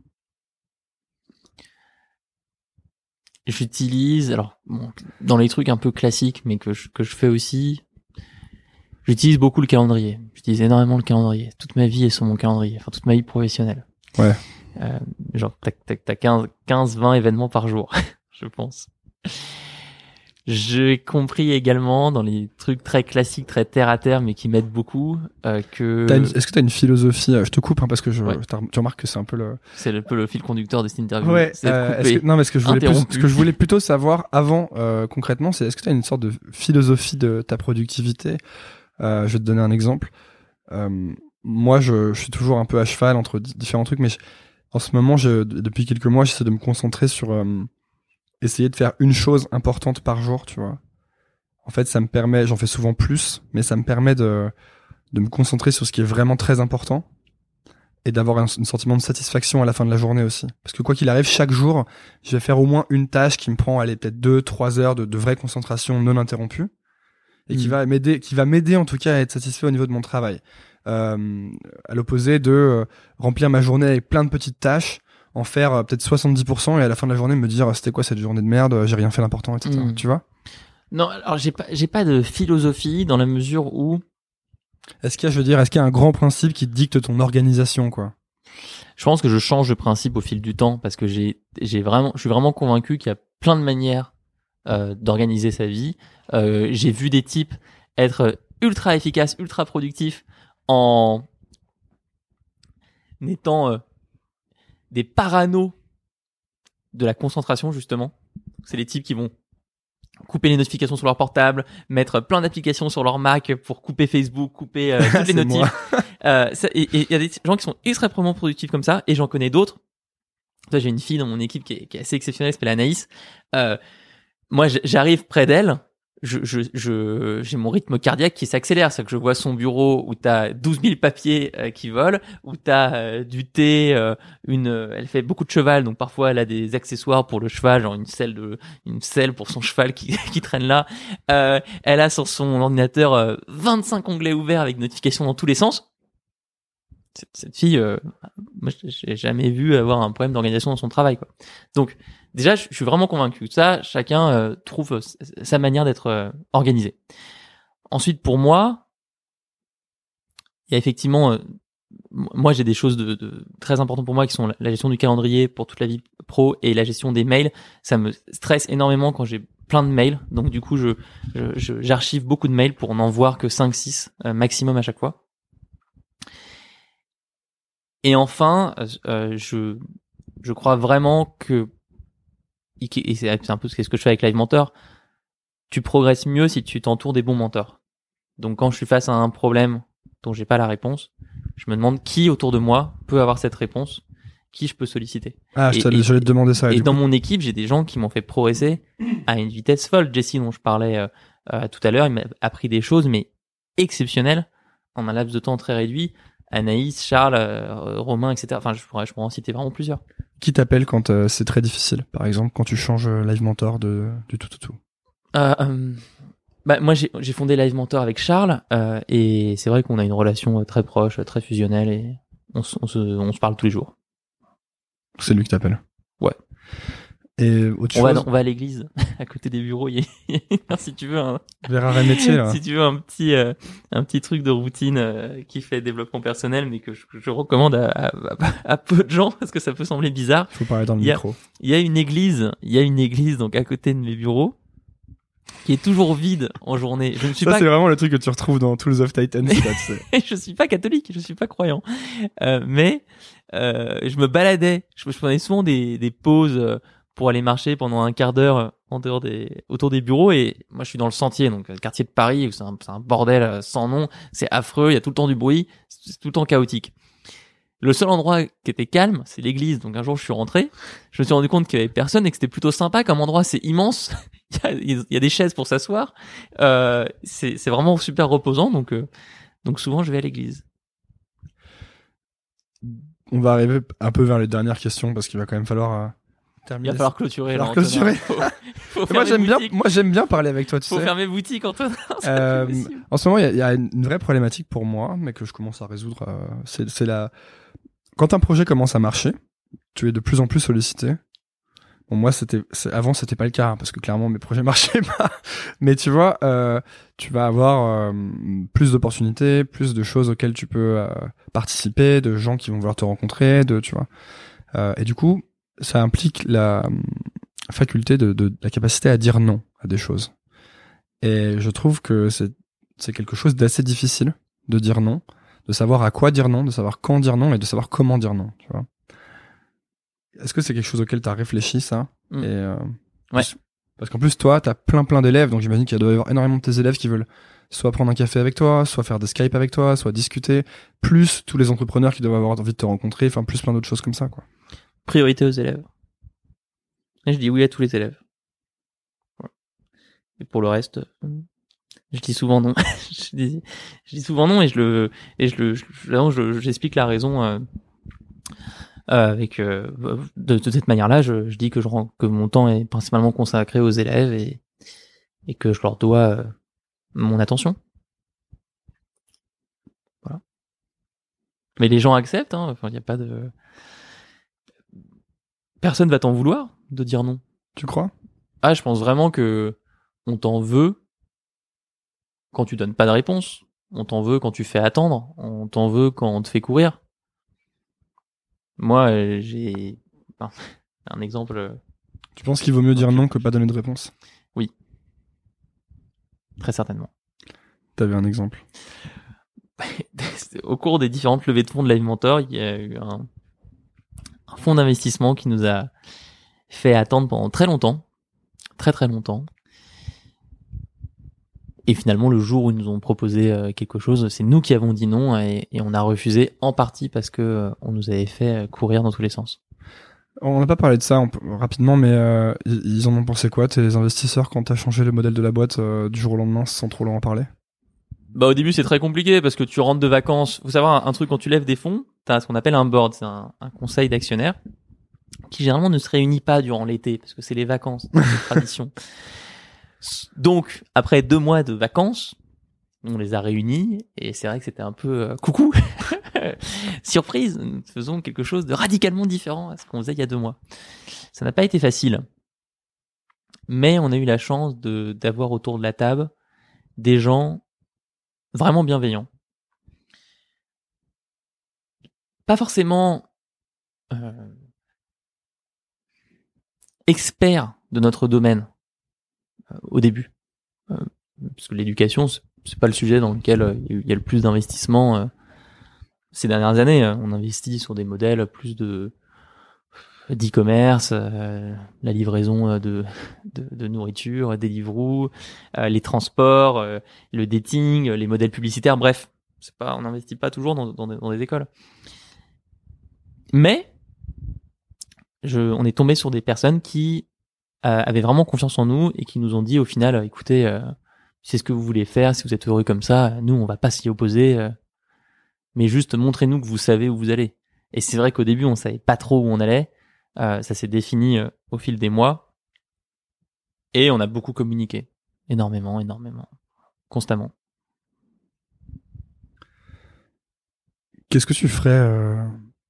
J'utilise, alors bon, dans les trucs un peu classiques, mais que je, que je fais aussi. J'utilise beaucoup le calendrier. J'utilise énormément le calendrier. Toute ma vie est sur mon calendrier. Enfin, toute ma vie professionnelle. Ouais. Euh, genre, t'as, t'as, t'as quinze, vingt événements par jour, je pense. J'ai compris également dans les trucs très classiques, très terre à terre, mais qui m'aident beaucoup, euh, que... T'as une, est-ce que t'as une philosophie? Je te coupe, hein, parce que je, ouais. tu remarques que c'est un peu le... C'est un peu le fil conducteur de cette interview. Ouais. C'est euh, est-ce que, non, mais ce que je voulais plus, ce que je voulais plutôt savoir avant, euh, concrètement, c'est est-ce que t'as une sorte de philosophie de ta productivité? Euh, je vais te donner un exemple. Euh, moi, je, je suis toujours un peu à cheval entre d- différents trucs, mais je, en ce moment, je, depuis quelques mois, j'essaie de me concentrer sur euh, essayer de faire une chose importante par jour, tu vois. En fait, ça me permet, j'en fais souvent plus, mais ça me permet de, de me concentrer sur ce qui est vraiment très important et d'avoir un, un sentiment de satisfaction à la fin de la journée aussi. Parce que quoi qu'il arrive, chaque jour, je vais faire au moins une tâche qui me prend, allez, peut-être deux, trois heures de, de vraie concentration non interrompue. Et qui mmh. va m'aider, qui va m'aider en tout cas à être satisfait au niveau de mon travail. Euh, à l'opposé de euh, remplir ma journée avec plein de petites tâches, en faire euh, peut-être soixante-dix pour cent et à la fin de la journée me dire c'était quoi cette journée de merde, j'ai rien fait d'important, et cetera. Mmh. Tu vois? Non, alors j'ai pas, j'ai pas de philosophie dans la mesure où. Est-ce qu'il y a, je veux dire, est-ce qu'il y a un grand principe qui dicte ton organisation, quoi? Je pense que je change de principe au fil du temps parce que j'ai, j'ai vraiment, je suis vraiment convaincu qu'il y a plein de manières euh, d'organiser sa vie. Euh, j'ai vu des types être ultra efficaces, ultra productifs en étant euh, des paranos de la concentration, justement. C'est les types qui vont couper les notifications sur leur portable, mettre plein d'applications sur leur Mac pour couper Facebook, couper euh, toutes les notifs. euh, ça, et il y a des gens qui sont extrêmement productifs comme ça, et j'en connais d'autres. Là, j'ai une fille dans mon équipe qui est, qui est assez exceptionnelle, qui s'appelle Anaïs. Euh, moi, j'arrive près d'elle, je, je, je, j'ai mon rythme cardiaque qui s'accélère. C'est que je vois son bureau où t'as douze mille papiers euh, qui volent, où t'as euh, du thé, euh, une, euh, elle fait beaucoup de cheval, donc parfois elle a des accessoires pour le cheval, genre une selle de, une selle pour son cheval qui, qui traîne là. Euh, elle a sur son ordinateur euh, vingt-cinq onglets ouverts avec notifications dans tous les sens. Cette, cette fille, euh, moi, j'ai jamais vu avoir un problème d'organisation dans son travail, quoi. Donc, déjà, je suis vraiment convaincu que ça, chacun euh, trouve sa manière d'être euh, organisé. Ensuite, pour moi, il y a effectivement, euh, moi, j'ai des choses de, de très importantes pour moi qui sont la, la gestion du calendrier pour toute la vie pro et la gestion des mails. Ça me stresse énormément quand j'ai plein de mails. Donc, du coup, je, je, je j'archive beaucoup de mails pour n'en voir que cinq six euh, maximum à chaque fois. Et enfin, euh, je, je crois vraiment que, et c'est un peu ce que je fais avec Live Mentor, tu progresses mieux si tu t'entoures des bons mentors. Donc quand je suis face à un problème dont j'ai pas la réponse, je me demande qui autour de moi peut avoir cette réponse, qui je peux solliciter. Ah, je Et- t'allais- et- j'allais te demander ça. Et du dans coup. mon équipe, j'ai des gens qui m'ont fait progresser à une vitesse folle. Jesse, dont je parlais euh, euh, tout à l'heure, il m'a appris des choses, mais exceptionnelles, en un laps de temps très réduit. Anaïs, Charles, euh, Romain, et cetera. Enfin, je pourrais, je pourrais en citer vraiment plusieurs. Qui t'appelle quand euh, c'est très difficile, par exemple, quand tu changes euh, Live Mentor de, du tout, tout, tout. Euh, euh, bah, moi, j'ai, j'ai fondé Live Mentor avec Charles, euh, et c'est vrai qu'on a une relation euh, très proche, euh, très fusionnelle, et on, se- on, se, on se parle tous les jours. C'est lui qui t'appelle. Ouais. Et autre On va, chose, on va à l'église, à côté des bureaux. Il y a, si tu veux, un, vers un métier, là. si tu veux un petit, euh, un petit truc de routine euh, qui fait développement personnel, mais que je, que je recommande à, à, à peu de gens parce que ça peut sembler bizarre. Il faut parler dans le Il y a- micro. Il y a une église, il y a une église donc à côté de mes bureaux qui est toujours vide en journée. Je ne suis Ça, pas c'est vraiment le truc que tu retrouves dans Tools of Titans, là, tu sais. je suis pas catholique, je suis pas croyant, euh, mais euh, je me baladais, je, je prenais souvent des, des pauses euh, pour aller marcher pendant un quart d'heure euh, en dehors des, autour des bureaux. Et moi, je suis dans le Sentier, donc le quartier de Paris, où c'est un, c'est un bordel euh, sans nom, c'est affreux, il y a tout le temps du bruit, c'est tout le temps chaotique. Le seul endroit qui était calme, c'est l'église. Donc un jour, je suis rentré, je me suis rendu compte qu'il y avait personne et que c'était plutôt sympa comme endroit. C'est immense, il y a, il y a des chaises pour s'asseoir. Euh, c'est, c'est vraiment super reposant. Donc, euh, donc souvent, je vais à l'église. On va arriver un peu vers les dernières questions parce qu'il va quand même falloir euh, Il terminer. va falloir clôturer. falloir là, Antonin. clôturer. Faut, faut Moi, fermer j'aime bien, boutique. moi, j'aime bien parler avec toi, tu Faut sais. fermer boutique, Antonin. C'est Euh, pas possible. en ce moment, il y a, il y a une vraie problématique pour moi, mais que je commence à résoudre. euh, c'est, c'est la. Quand un projet commence à marcher, tu es de plus en plus sollicité. Bon, moi, c'était c'est, avant, c'était pas le cas hein, parce que clairement, mes projets marchaient pas. Mais tu vois, euh, tu vas avoir euh, plus d'opportunités, plus de choses auxquelles tu peux euh, participer, de gens qui vont vouloir te rencontrer, de tu vois. Euh, et du coup, ça implique la euh, faculté de, de, de la capacité à dire non à des choses. Et je trouve que c'est c'est quelque chose d'assez difficile de dire non, de savoir à quoi dire non, de savoir quand dire non et de savoir comment dire non, tu vois. Est-ce que c'est quelque chose auquel tu as réfléchi, ça Mm. et euh, Ouais. Parce qu'en plus, toi, tu as plein plein d'élèves, donc j'imagine qu'il doit y avoir énormément de tes élèves qui veulent soit prendre un café avec toi, soit faire des Skype avec toi, soit discuter, plus tous les entrepreneurs qui doivent avoir envie de te rencontrer, enfin plus plein d'autres choses comme ça, quoi. Priorité aux élèves. Et je dis oui à tous les élèves. Voilà. Et pour le reste, euh, je dis souvent non. je, dis, je dis souvent non et je le et je le je, je- je- j'explique la raison euh, euh, avec euh, de, de cette manière-là. Je, je dis que je rends que mon temps est principalement consacré aux élèves et et que je leur dois euh, mon attention. Voilà. Mais les gens acceptent. Hein. Enfin, il y a pas de personne va t'en vouloir de dire non. Tu crois? Ah, je pense vraiment que on t'en veut quand tu donnes pas de réponse. On t'en veut quand tu fais attendre. On t'en veut quand on te fait courir. Moi, euh, j'ai enfin, un exemple. euh, Tu penses qu'il vaut mieux dire non que pas donner de réponse? Très certainement. T'avais un exemple. Au cours des différentes levées de fonds de Live Mentor, il y a eu un, un fonds d'investissement qui nous a fait attendre pendant très longtemps. Très très longtemps. Et finalement, le jour où ils nous ont proposé euh, quelque chose, c'est nous qui avons dit non et, et on a refusé en partie parce que euh, on nous avait fait euh, courir dans tous les sens. On n'a pas parlé de ça on peut- rapidement, mais euh, ils ils en ont pensé quoi, tes investisseurs, quand t'as changé le modèle de la boîte euh, du jour au lendemain sans trop leur en parler? Bah au début c'est très compliqué parce que tu rentres de vacances. Faut savoir un, un truc, quand tu lèves des fonds, t'as ce qu'on appelle un board, c'est un, un conseil d'actionnaires qui généralement ne se réunit pas durant l'été parce que c'est les vacances, c'est une tradition. Donc après deux mois de vacances, on les a réunis et c'est vrai que c'était un peu euh, coucou, surprise, nous faisons quelque chose de radicalement différent à ce qu'on faisait il y a deux mois. Ça n'a pas été facile, mais on a eu la chance de d'avoir autour de la table des gens vraiment bienveillants. Pas forcément euh, experts de notre domaine euh, au début, euh, parce que l'éducation c'est, c'est pas le sujet dans lequel euh, il y a le plus d'investissement euh, ces dernières années. Euh, on investit sur des modèles plus de d'e-commerce, euh, la livraison de, de, de nourriture, Deliveroo, euh, les transports, euh, le dating, les modèles publicitaires, bref, C'est pas, on n'investit pas toujours dans, dans, dans des écoles. Mais je, on est tombé sur des personnes qui euh, avaient vraiment confiance en nous et qui nous ont dit au final, euh, écoutez, euh, c'est ce que vous voulez faire, si vous êtes heureux comme ça, nous on va pas s'y opposer, euh, mais juste montrez-nous que vous savez où vous allez. Et c'est vrai qu'au début on savait pas trop où on allait, euh, ça s'est défini euh, au fil des mois et on a beaucoup communiqué, énormément, énormément, constamment. Qu'est-ce que tu ferais euh,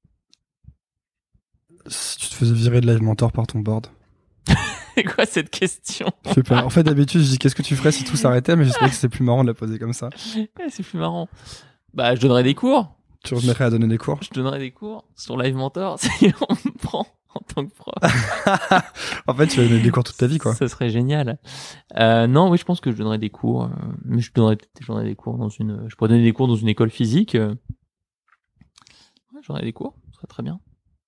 si tu te faisais virer de Live Mentor par ton board? C'est quoi cette question? Je sais pas. En fait, d'habitude, je dis qu'est-ce que tu ferais si tout s'arrêtait, mais je trouvais que c'est plus marrant de la poser comme ça. C'est plus marrant. Bah, je donnerais des cours. Tu remettrais à donner des cours? Je donnerais des cours sur Live Mentor si on me prend en tant que prof. En fait, tu vas donner des cours toute ta vie, quoi. Ça serait génial. Euh, non, oui, je pense que je donnerais des cours, euh, mais je donnerais peut-être je donnerais des cours dans une, je pourrais donner des cours dans une école physique. Euh... Ouais, je donnerais des cours, ce serait très bien.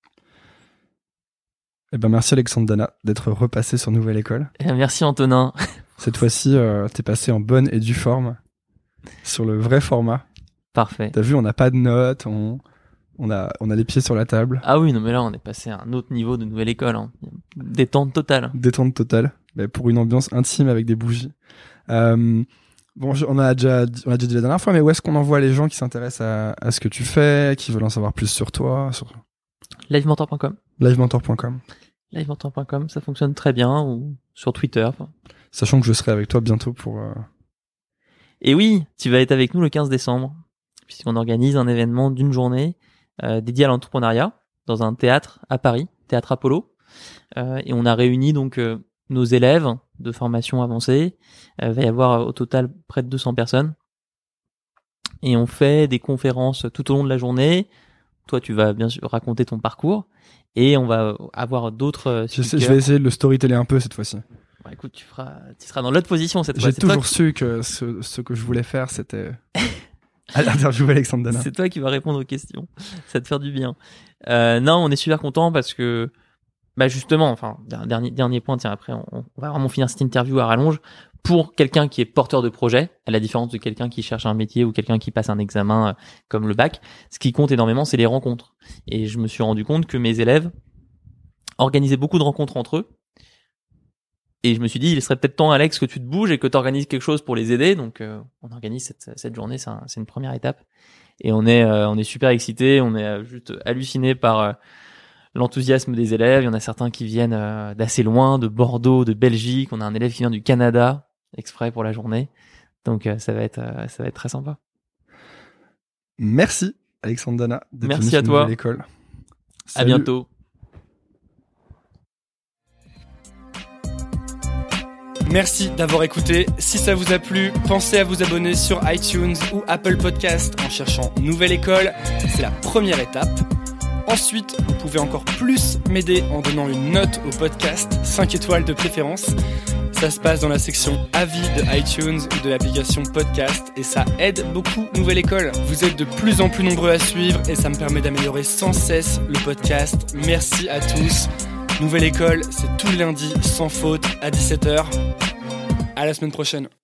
Eh ben, merci Alexandre Dana d'être repassé sur Nouvelle École. Et merci Antonin. Cette fois-ci, euh, t'es passé en bonne et due forme sur le vrai format. Parfait. T'as vu, on n'a pas de notes, on, on a, on a les pieds sur la table. Ah oui, non, mais là, on est passé à un autre niveau de Nouvelle École, hein. Détente totale. Détente totale. Mais pour une ambiance intime avec des bougies. Euh, bon, je, on a déjà, on a déjà dit la dernière fois, mais où est-ce qu'on envoie les gens qui s'intéressent à, à ce que tu fais, qui veulent en savoir plus sur toi, sur live mentor point com. live mentor point com. live mentor point com, ça fonctionne très bien, ou sur Twitter. Enfin. Sachant que je serai avec toi bientôt pour... Euh... Et oui, tu vas être avec nous le quinze décembre, puisqu'on organise un événement d'une journée euh, dédié à l'entrepreneuriat dans un théâtre à Paris, Théâtre Apollo. Euh, et on a réuni donc euh, nos élèves de formation avancée. Il euh, va y avoir euh, au total près de deux cents personnes. Et on fait des conférences tout au long de la journée. Toi, tu vas bien sûr raconter ton parcours. Et on va avoir d'autres euh, je, sais, je vais essayer de le storyteller un peu cette fois-ci. Bah, écoute, tu feras, tu seras dans l'autre position cette fois. J'ai c'est toujours qui... su que ce, ce que je voulais faire, c'était à l'interviewer Alexandre Dana. C'est toi qui vas répondre aux questions. Ça va te faire du bien. Euh, non, on est super content parce que, bah justement, enfin, dernier dernier point. Tiens, après, on, on va vraiment finir cette interview à rallonge. Pour quelqu'un qui est porteur de projet, à la différence de quelqu'un qui cherche un métier ou quelqu'un qui passe un examen euh, comme le bac, ce qui compte énormément, c'est les rencontres. Et je me suis rendu compte que mes élèves organisaient beaucoup de rencontres entre eux. Et je me suis dit, il serait peut-être temps, Alex, que tu te bouges et que tu organises quelque chose pour les aider. Donc, euh, on organise cette, cette journée, c'est, un, c'est une première étape. Et on est, euh, on est super excités, on est euh, juste hallucinés par euh, l'enthousiasme des élèves. Il y en a certains qui viennent euh, d'assez loin, de Bordeaux, de Belgique. On a un élève qui vient du Canada, exprès pour la journée. Donc, euh, ça va être, euh, ça va être très sympa. Merci, Alexandre Dana. Merci à toi. École. À bientôt. Merci d'avoir écouté. Si ça vous a plu, pensez à vous abonner sur iTunes ou Apple Podcast en cherchant Nouvelle École. C'est la première étape. Ensuite, vous pouvez encore plus m'aider en donnant une note au podcast, cinq étoiles de préférence. Ça se passe dans la section avis de iTunes ou de l'application podcast et ça aide beaucoup Nouvelle École. Vous êtes de plus en plus nombreux à suivre et ça me permet d'améliorer sans cesse le podcast. Merci à tous. Nouvelle École, c'est tous les lundis sans faute à dix-sept heures. À la semaine prochaine.